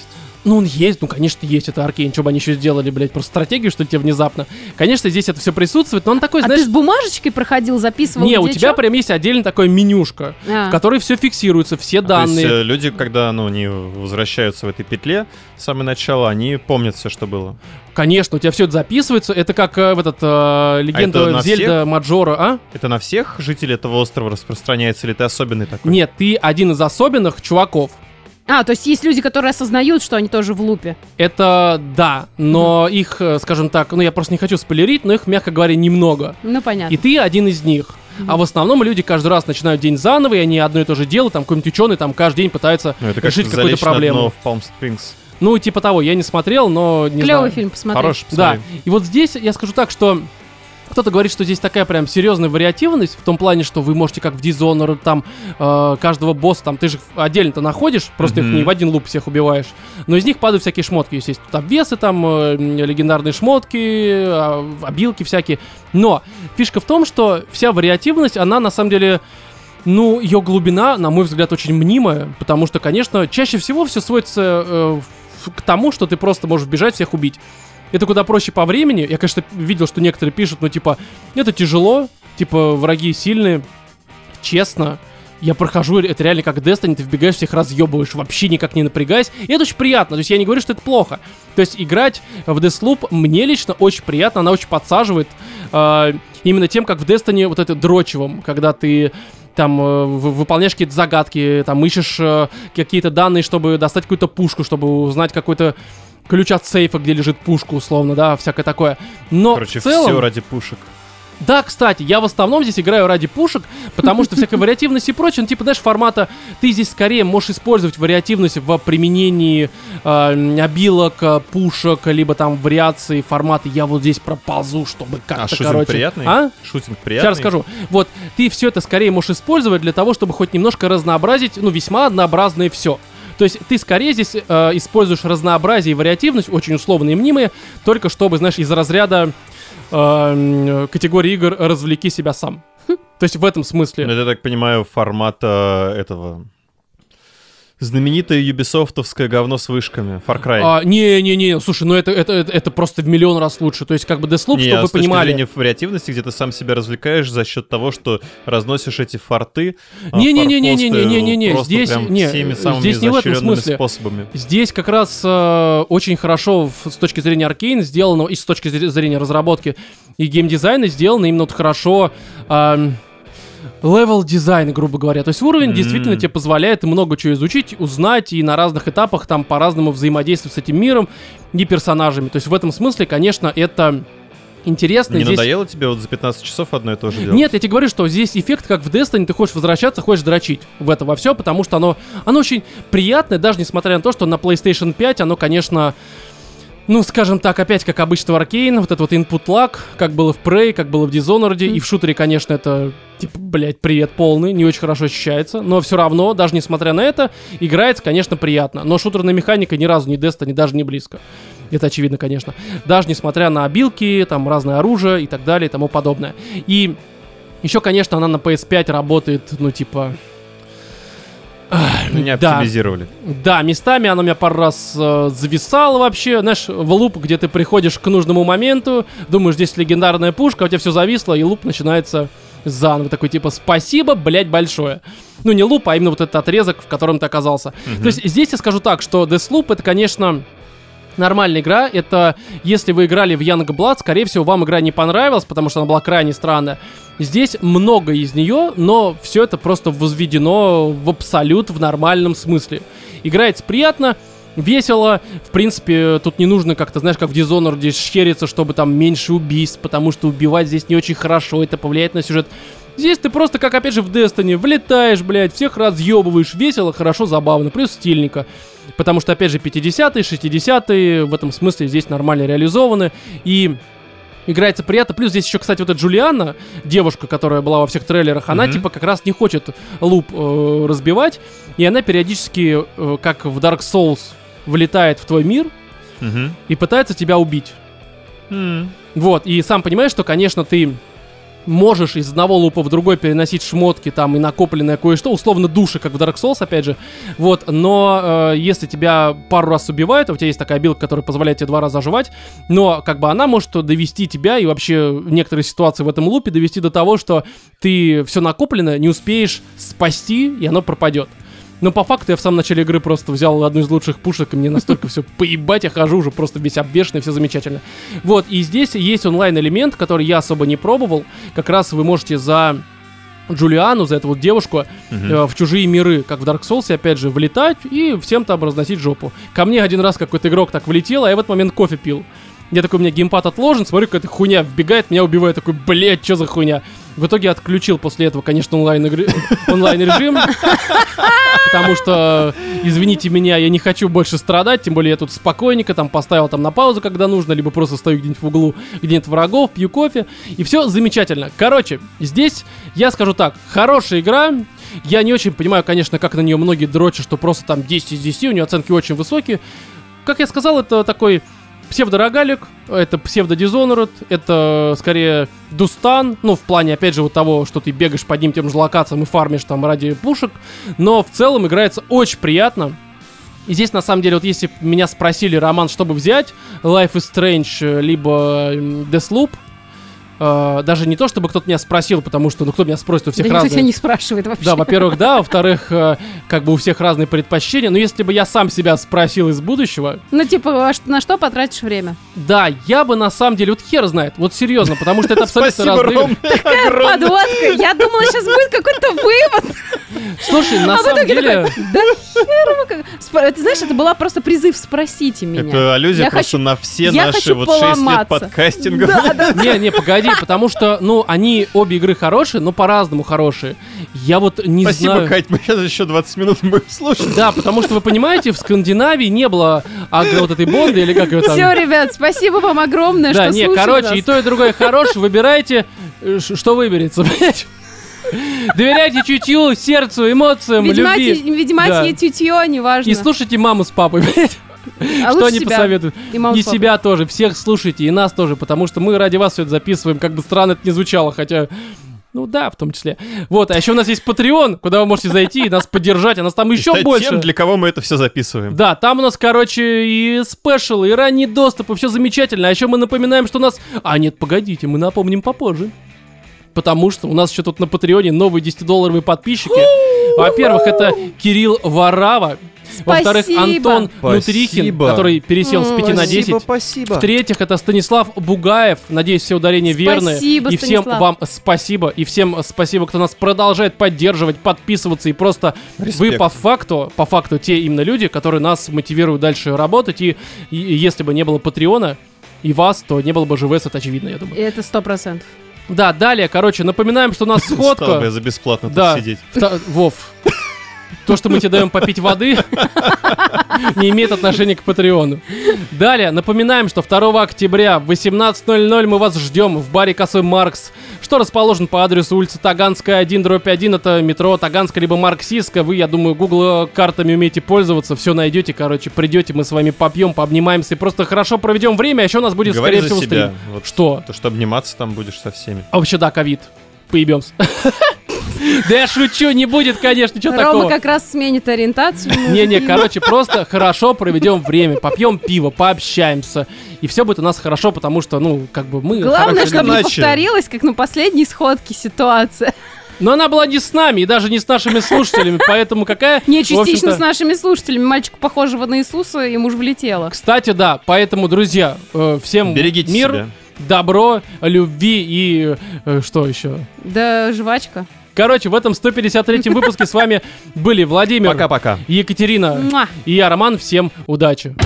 Speaker 1: Ну, он есть, ну, конечно, есть, это Аркейн. Что бы они еще сделали, блядь, просто стратегию, что ли, тебе внезапно? Конечно, здесь это все присутствует, но он такой,
Speaker 3: А
Speaker 1: знаешь...
Speaker 3: ты с бумажечкой проходил, записывал?
Speaker 1: Не, у
Speaker 3: где
Speaker 1: тебя
Speaker 3: чё?
Speaker 1: прям есть отдельно такое менюшка,
Speaker 3: А.
Speaker 1: в которой все фиксируется, все
Speaker 2: То есть
Speaker 1: данные.
Speaker 2: э, люди, когда, ну, они возвращаются в этой петле, с самого начала, они помнят все, что было.
Speaker 1: Конечно, у тебя все это записывается. Это как э, в этот э, легенда
Speaker 2: это на
Speaker 1: Зельда
Speaker 2: всех?
Speaker 1: Маджора, а?
Speaker 2: Это на всех жителей этого острова распространяется, или ты особенный такой?
Speaker 1: Нет, ты один из особенных чуваков.
Speaker 3: А, то есть есть люди, которые осознают, что они тоже в лупе.
Speaker 1: Это да, но их, э, скажем так, ну я просто не хочу спойлерить, но их, мягко говоря, немного.
Speaker 3: Ну, понятно.
Speaker 1: И ты один из них. А в основном люди каждый раз начинают день заново, и они одно и то же делают. Там какой-нибудь ученый там каждый день пытается
Speaker 2: Ну, это как
Speaker 1: решить какую-то
Speaker 2: залечь на
Speaker 1: проблему.
Speaker 2: дно в Palm Springs.
Speaker 1: Ну, типа того, я не смотрел, но не
Speaker 3: Клевый
Speaker 1: знаю.
Speaker 3: фильм, посмотри.
Speaker 2: Хороший,
Speaker 1: Да,
Speaker 2: посмотри.
Speaker 1: и вот здесь я скажу так, что кто-то говорит, что здесь такая прям серьезная вариативность, в том плане, что вы можете как в Dishonored, там, э, каждого босса, там, ты же их отдельно-то находишь, просто их
Speaker 2: Мгм.
Speaker 1: не в один луп всех убиваешь, но из них падают всякие шмотки, есть тут обвесы, там, э, легендарные шмотки, э, обилки всякие, но фишка в том, что вся вариативность, она на самом деле... Ну, ее глубина, на мой взгляд, очень мнимая, потому что, конечно, чаще всего все сводится э, в- к тому, что ты просто можешь бежать, всех убить. Это куда проще по времени. Я, конечно, видел, что некоторые пишут, ну, типа, это тяжело, типа, враги сильные. Честно, я прохожу, это реально как Destiny, ты вбегаешь, всех разъебываешь, вообще никак не напрягаясь. И это очень приятно, то есть я не говорю, что это плохо. То есть играть в Deathloop мне лично очень приятно, она очень подсаживает. э, именно тем, как в Destiny вот это дрочевом, когда ты... там э, вы- выполняешь какие-то загадки, там ищешь э, какие-то данные, чтобы достать какую-то пушку, чтобы узнать какой-то ключ от сейфа, где лежит пушка, условно, да, всякое такое. Но
Speaker 2: Короче,
Speaker 1: в целом...
Speaker 2: все ради пушек.
Speaker 1: Да, кстати, я в основном здесь играю ради пушек, потому что всякая вариативность и прочее, ну, типа, знаешь, формата, ты здесь скорее можешь использовать вариативность в применении э, обилок, э, пушек, либо там вариации формата «я вот здесь проползу, чтобы как-то,
Speaker 2: А шутинг
Speaker 1: короче...»
Speaker 2: приятный?
Speaker 1: А?
Speaker 2: Шутинг приятный?
Speaker 1: Сейчас расскажу. Вот, ты все это скорее можешь использовать для того, чтобы хоть немножко разнообразить, ну, весьма однообразное все. То есть ты скорее здесь э, используешь разнообразие и вариативность, очень условные и мнимые, только чтобы, знаешь, из разряда э, категории игр «развлеки себя сам». То есть в этом смысле.
Speaker 2: Ну, это, я так понимаю, формата этого... Знаменитое юбисофтовское говно с вышками. Far Cry.
Speaker 1: А, Не-не-не, слушай, ну это, это, это, это просто в миллион раз лучше. То есть как бы Deathloop,
Speaker 2: Не,
Speaker 1: чтобы
Speaker 2: а
Speaker 1: вы
Speaker 2: с точки
Speaker 1: понимали...
Speaker 2: зрения вариативности, где ты сам себя развлекаешь за счет того, что разносишь эти форты, а,
Speaker 1: Не-не-не-не-не-не-не-не,
Speaker 2: форпосты
Speaker 1: здесь-
Speaker 2: просто прям
Speaker 1: не,
Speaker 2: всеми самыми
Speaker 1: здесь не в этом
Speaker 2: изощренными
Speaker 1: смысле.
Speaker 2: способами.
Speaker 1: Здесь как раз э, очень хорошо в- с точки зрения Аркейн сделано, и с точки зре- зрения разработки и геймдизайна сделано именно вот хорошо левел дизайн, грубо говоря. То есть уровень
Speaker 2: М.
Speaker 1: действительно тебе позволяет много чего изучить, узнать и на разных этапах там по-разному взаимодействовать с этим миром и персонажами. То есть в этом смысле, конечно, это интересно.
Speaker 2: Не
Speaker 1: Здесь-
Speaker 2: надоело тебе вот за пятнадцать часов одно и то же делать?
Speaker 1: Нет, я тебе говорю, что здесь эффект, как в Destiny, ты хочешь возвращаться, хочешь дрочить в это во все, потому что оно, оно очень приятное, даже несмотря на то, что на PlayStation пять оно, конечно, ну, скажем так, опять как обычно в Arcane, вот этот вот input lag, как было в Prey, как было в Dishonored, и в шутере, конечно, это, типа, блядь, привет полный, не очень хорошо ощущается, но все равно, даже несмотря на это, играется, конечно, приятно. Но шутерная механика ни разу не Destiny, даже не близко. Это очевидно, конечно. Даже несмотря на обилки, там, разное оружие и так далее и тому подобное. И еще, конечно, она на пи эс пять работает, ну, типа...
Speaker 2: Ну, не
Speaker 1: да.
Speaker 2: оптимизировали.
Speaker 1: Да, местами она у меня пару раз э, зависала вообще, знаешь, в луп, где ты приходишь к нужному моменту, думаешь, здесь легендарная пушка, а у тебя все зависло, и луп начинается заново. Такой типа, спасибо, блять, большое. Ну, не луп, а именно вот этот отрезок, в котором ты оказался.
Speaker 2: Мгм.
Speaker 1: То есть здесь я скажу так, что Deathloop это, конечно... Нормальная игра, это если вы играли в Youngblood, скорее всего, вам игра не понравилась, потому что она была крайне странная. Здесь много из нее, но все это просто возведено в абсолют, в нормальном смысле. Играется приятно, весело, в принципе, тут не нужно как-то, знаешь, как в Dishonored, здесь щериться, чтобы там меньше убийств, потому что убивать здесь не очень хорошо, это повлияет на сюжет. Здесь ты просто, как опять же в Destiny, влетаешь, блядь, всех разъебываешь, весело, хорошо, забавно, плюс стильненько. Потому что, опять же, пятидесятые, шестидесятые в этом смысле здесь нормально реализованы. И играется приятно. Плюс здесь еще, кстати, вот эта Джулиана, девушка, которая была во всех трейлерах, она
Speaker 2: Мгм.
Speaker 1: типа как раз не хочет луп э, разбивать. И она периодически, э, как в Dark Souls, влетает в твой мир
Speaker 2: Мгм.
Speaker 1: и пытается тебя убить.
Speaker 2: М.
Speaker 1: Вот, и сам понимаешь, что, конечно, ты можешь из одного лупа в другой переносить шмотки там и накопленное кое-что, условно души, как в Dark Souls, опять же, вот, но э, если тебя пару раз убивают, у тебя есть такая билка, которая позволяет тебе два раза оживать, но как бы она может довести тебя и вообще некоторые ситуации в этом лупе довести до того, что ты все накопленное не успеешь спасти, и оно пропадет. Но по факту я в самом начале игры просто взял одну из лучших пушек, и мне настолько все поебать, я хожу уже просто весь обвешанный, все замечательно. Вот, и здесь есть онлайн-элемент, который я особо не пробовал. Как раз вы можете за Джулиану, за эту вот девушку, uh-huh. э, в чужие миры, как в Dark Souls, опять же, влетать и всем там разносить жопу. Ко мне один раз какой-то игрок так влетел, а я в этот момент кофе пил. Я такой, у меня геймпад отложен, смотрю, какая-то хуйня вбегает, меня убивает, такой, блядь, что за хуйня? В итоге отключил после этого, конечно, онлайн-режим, онлайн-режим, потому что, извините меня, я не хочу больше страдать, тем более я тут спокойненько там поставил там на паузу, когда нужно, либо просто стою где-нибудь в углу, где нет врагов, пью кофе, и все замечательно. Короче, здесь я скажу так, хорошая игра. Я не очень понимаю, конечно, как на нее многие дрочат, что просто там десять из десяти, у нее оценки очень высокие. Как я сказал, это такой псевдорогалик, это псевдо-Dishonored, это скорее Дустан, ну, в плане, опять же, вот того, что ты бегаешь по одним тем же локациям и фармишь там ради пушек, но в целом играется очень приятно. И здесь, на самом деле, вот если меня спросили, Роман, чтобы взять, Life is Strange, либо Deathloop, Uh, даже не то, чтобы кто-то меня спросил, потому что, ну, кто меня спросит, у всех
Speaker 3: да
Speaker 1: разные...
Speaker 3: никто тебя не спрашивает вообще.
Speaker 1: Да, во-первых, да, во-вторых, uh, как бы у всех разные предпочтения, но если бы я сам себя спросил из будущего...
Speaker 3: Ну, типа, на что потратишь время?
Speaker 1: Да, я бы на самом деле, вот хер знает, вот серьезно, потому что это абсолютно разные...
Speaker 3: Такая подводка, я думала, сейчас будет какой-то вывод.
Speaker 1: Слушай, на самом деле...
Speaker 3: Да хер вы... Ты знаешь, это была просто призыв «спросите меня».
Speaker 2: Это аллюзия просто на все наши вот шесть лет подкастинга.
Speaker 1: Не, не, погоди. Потому что, ну, они, обе игры хорошие, но по-разному хорошие. Я вот не
Speaker 2: Спасибо,
Speaker 1: знаю...
Speaker 2: Кать, мы сейчас еще двадцать минут будем слушать.
Speaker 1: Да, потому что, вы понимаете, в Скандинавии не было агро вот этой Бонды, или как ее там...
Speaker 3: Все, ребят, спасибо вам огромное,
Speaker 1: да,
Speaker 3: что
Speaker 1: не,
Speaker 3: слушали
Speaker 1: короче,
Speaker 3: нас.
Speaker 1: И то, и другое хорошее. Выбирайте, что выберется, блядь. Доверяйте чутью, сердцу, эмоциям, любви.
Speaker 3: Ведьматье да. Чутье, неважно.
Speaker 1: И слушайте маму с папой, блядь.
Speaker 3: А
Speaker 1: что они себя. Посоветуют?
Speaker 3: И,
Speaker 1: и себя тоже, всех слушайте, и нас тоже, потому что мы ради вас все это записываем, как бы странно это ни звучало, хотя... Ну да, в том числе. Вот, а еще у нас есть Patreon, куда вы можете зайти и нас поддержать, а нас там еще больше.
Speaker 2: Тем, для кого мы это все записываем.
Speaker 1: Да, там у нас, короче, и спешл, и ранний доступ, и все замечательно. А еще мы напоминаем, что у нас... А нет, погодите, мы напомним попозже. Потому что у нас еще тут на Патреоне новые десятидолларовые подписчики. Во-первых, это Кирилл Варава. Во-вторых, Антон Нутрихин, который пересел с пяти на десять.
Speaker 2: Спасибо.
Speaker 1: В-третьих, это Станислав Бугаев. Надеюсь, все ударения верные.
Speaker 3: Спасибо,
Speaker 1: и всем
Speaker 3: Станислав.
Speaker 1: вам спасибо. И всем спасибо, кто нас продолжает поддерживать, подписываться. И просто Респект. Вы по факту, по факту те именно люди, которые нас мотивируют дальше работать. И, и, и если бы не было Патреона и вас, то не было бы ЖВС, это очевидно, я думаю.
Speaker 3: Это сто процентов.
Speaker 1: Да, далее, короче, напоминаем, что у нас сходка.
Speaker 2: Стал бы за бесплатно тут
Speaker 1: да,
Speaker 2: сидеть.
Speaker 1: Вта- Вов, то, что мы тебе даем попить воды, не имеет отношения к Патреону. Далее, напоминаем, что второго октября в восемнадцать ноль ноль мы вас ждем в баре Косой Маркс, что расположен по адресу улица Таганская, один дробь один, это метро Таганская, либо Марксистская. Вы, я думаю, Google картами умеете пользоваться, все найдете, короче, придете, мы с вами попьем, пообнимаемся и просто хорошо проведем время, а еще у нас будет,
Speaker 2: Говори
Speaker 1: скорее всего,
Speaker 2: себя.
Speaker 1: стрим.
Speaker 2: Вот
Speaker 1: что?
Speaker 2: То, что обниматься там будешь со всеми.
Speaker 1: А вообще, да, ковид. Поебемся. Да я шучу, не будет, конечно, ничего такого.
Speaker 3: Рома как раз сменит ориентацию.
Speaker 1: Не-не, короче, просто хорошо проведем время, попьем пиво, пообщаемся, и все будет у нас хорошо, потому что, ну, как бы мы...
Speaker 3: Главное, чтобы не
Speaker 2: иначе.
Speaker 3: повторилась, как на последней сходке ситуация.
Speaker 1: Но она была не с нами, и даже не с нашими слушателями, поэтому какая...
Speaker 3: Не, частично с нашими слушателями. Мальчику, похожего на Иисуса, ему же влетело.
Speaker 1: Кстати, да, поэтому, друзья, э, всем
Speaker 2: Берегите
Speaker 1: мир,
Speaker 2: себя.
Speaker 1: Добро, любви и... Э, что еще?
Speaker 3: Да, жвачка.
Speaker 1: Короче, в этом сто пятьдесят третьем выпуске с вами были Владимир,
Speaker 2: Пока-пока.
Speaker 1: Екатерина
Speaker 3: Муа.
Speaker 1: и я, Роман. Всем удачи.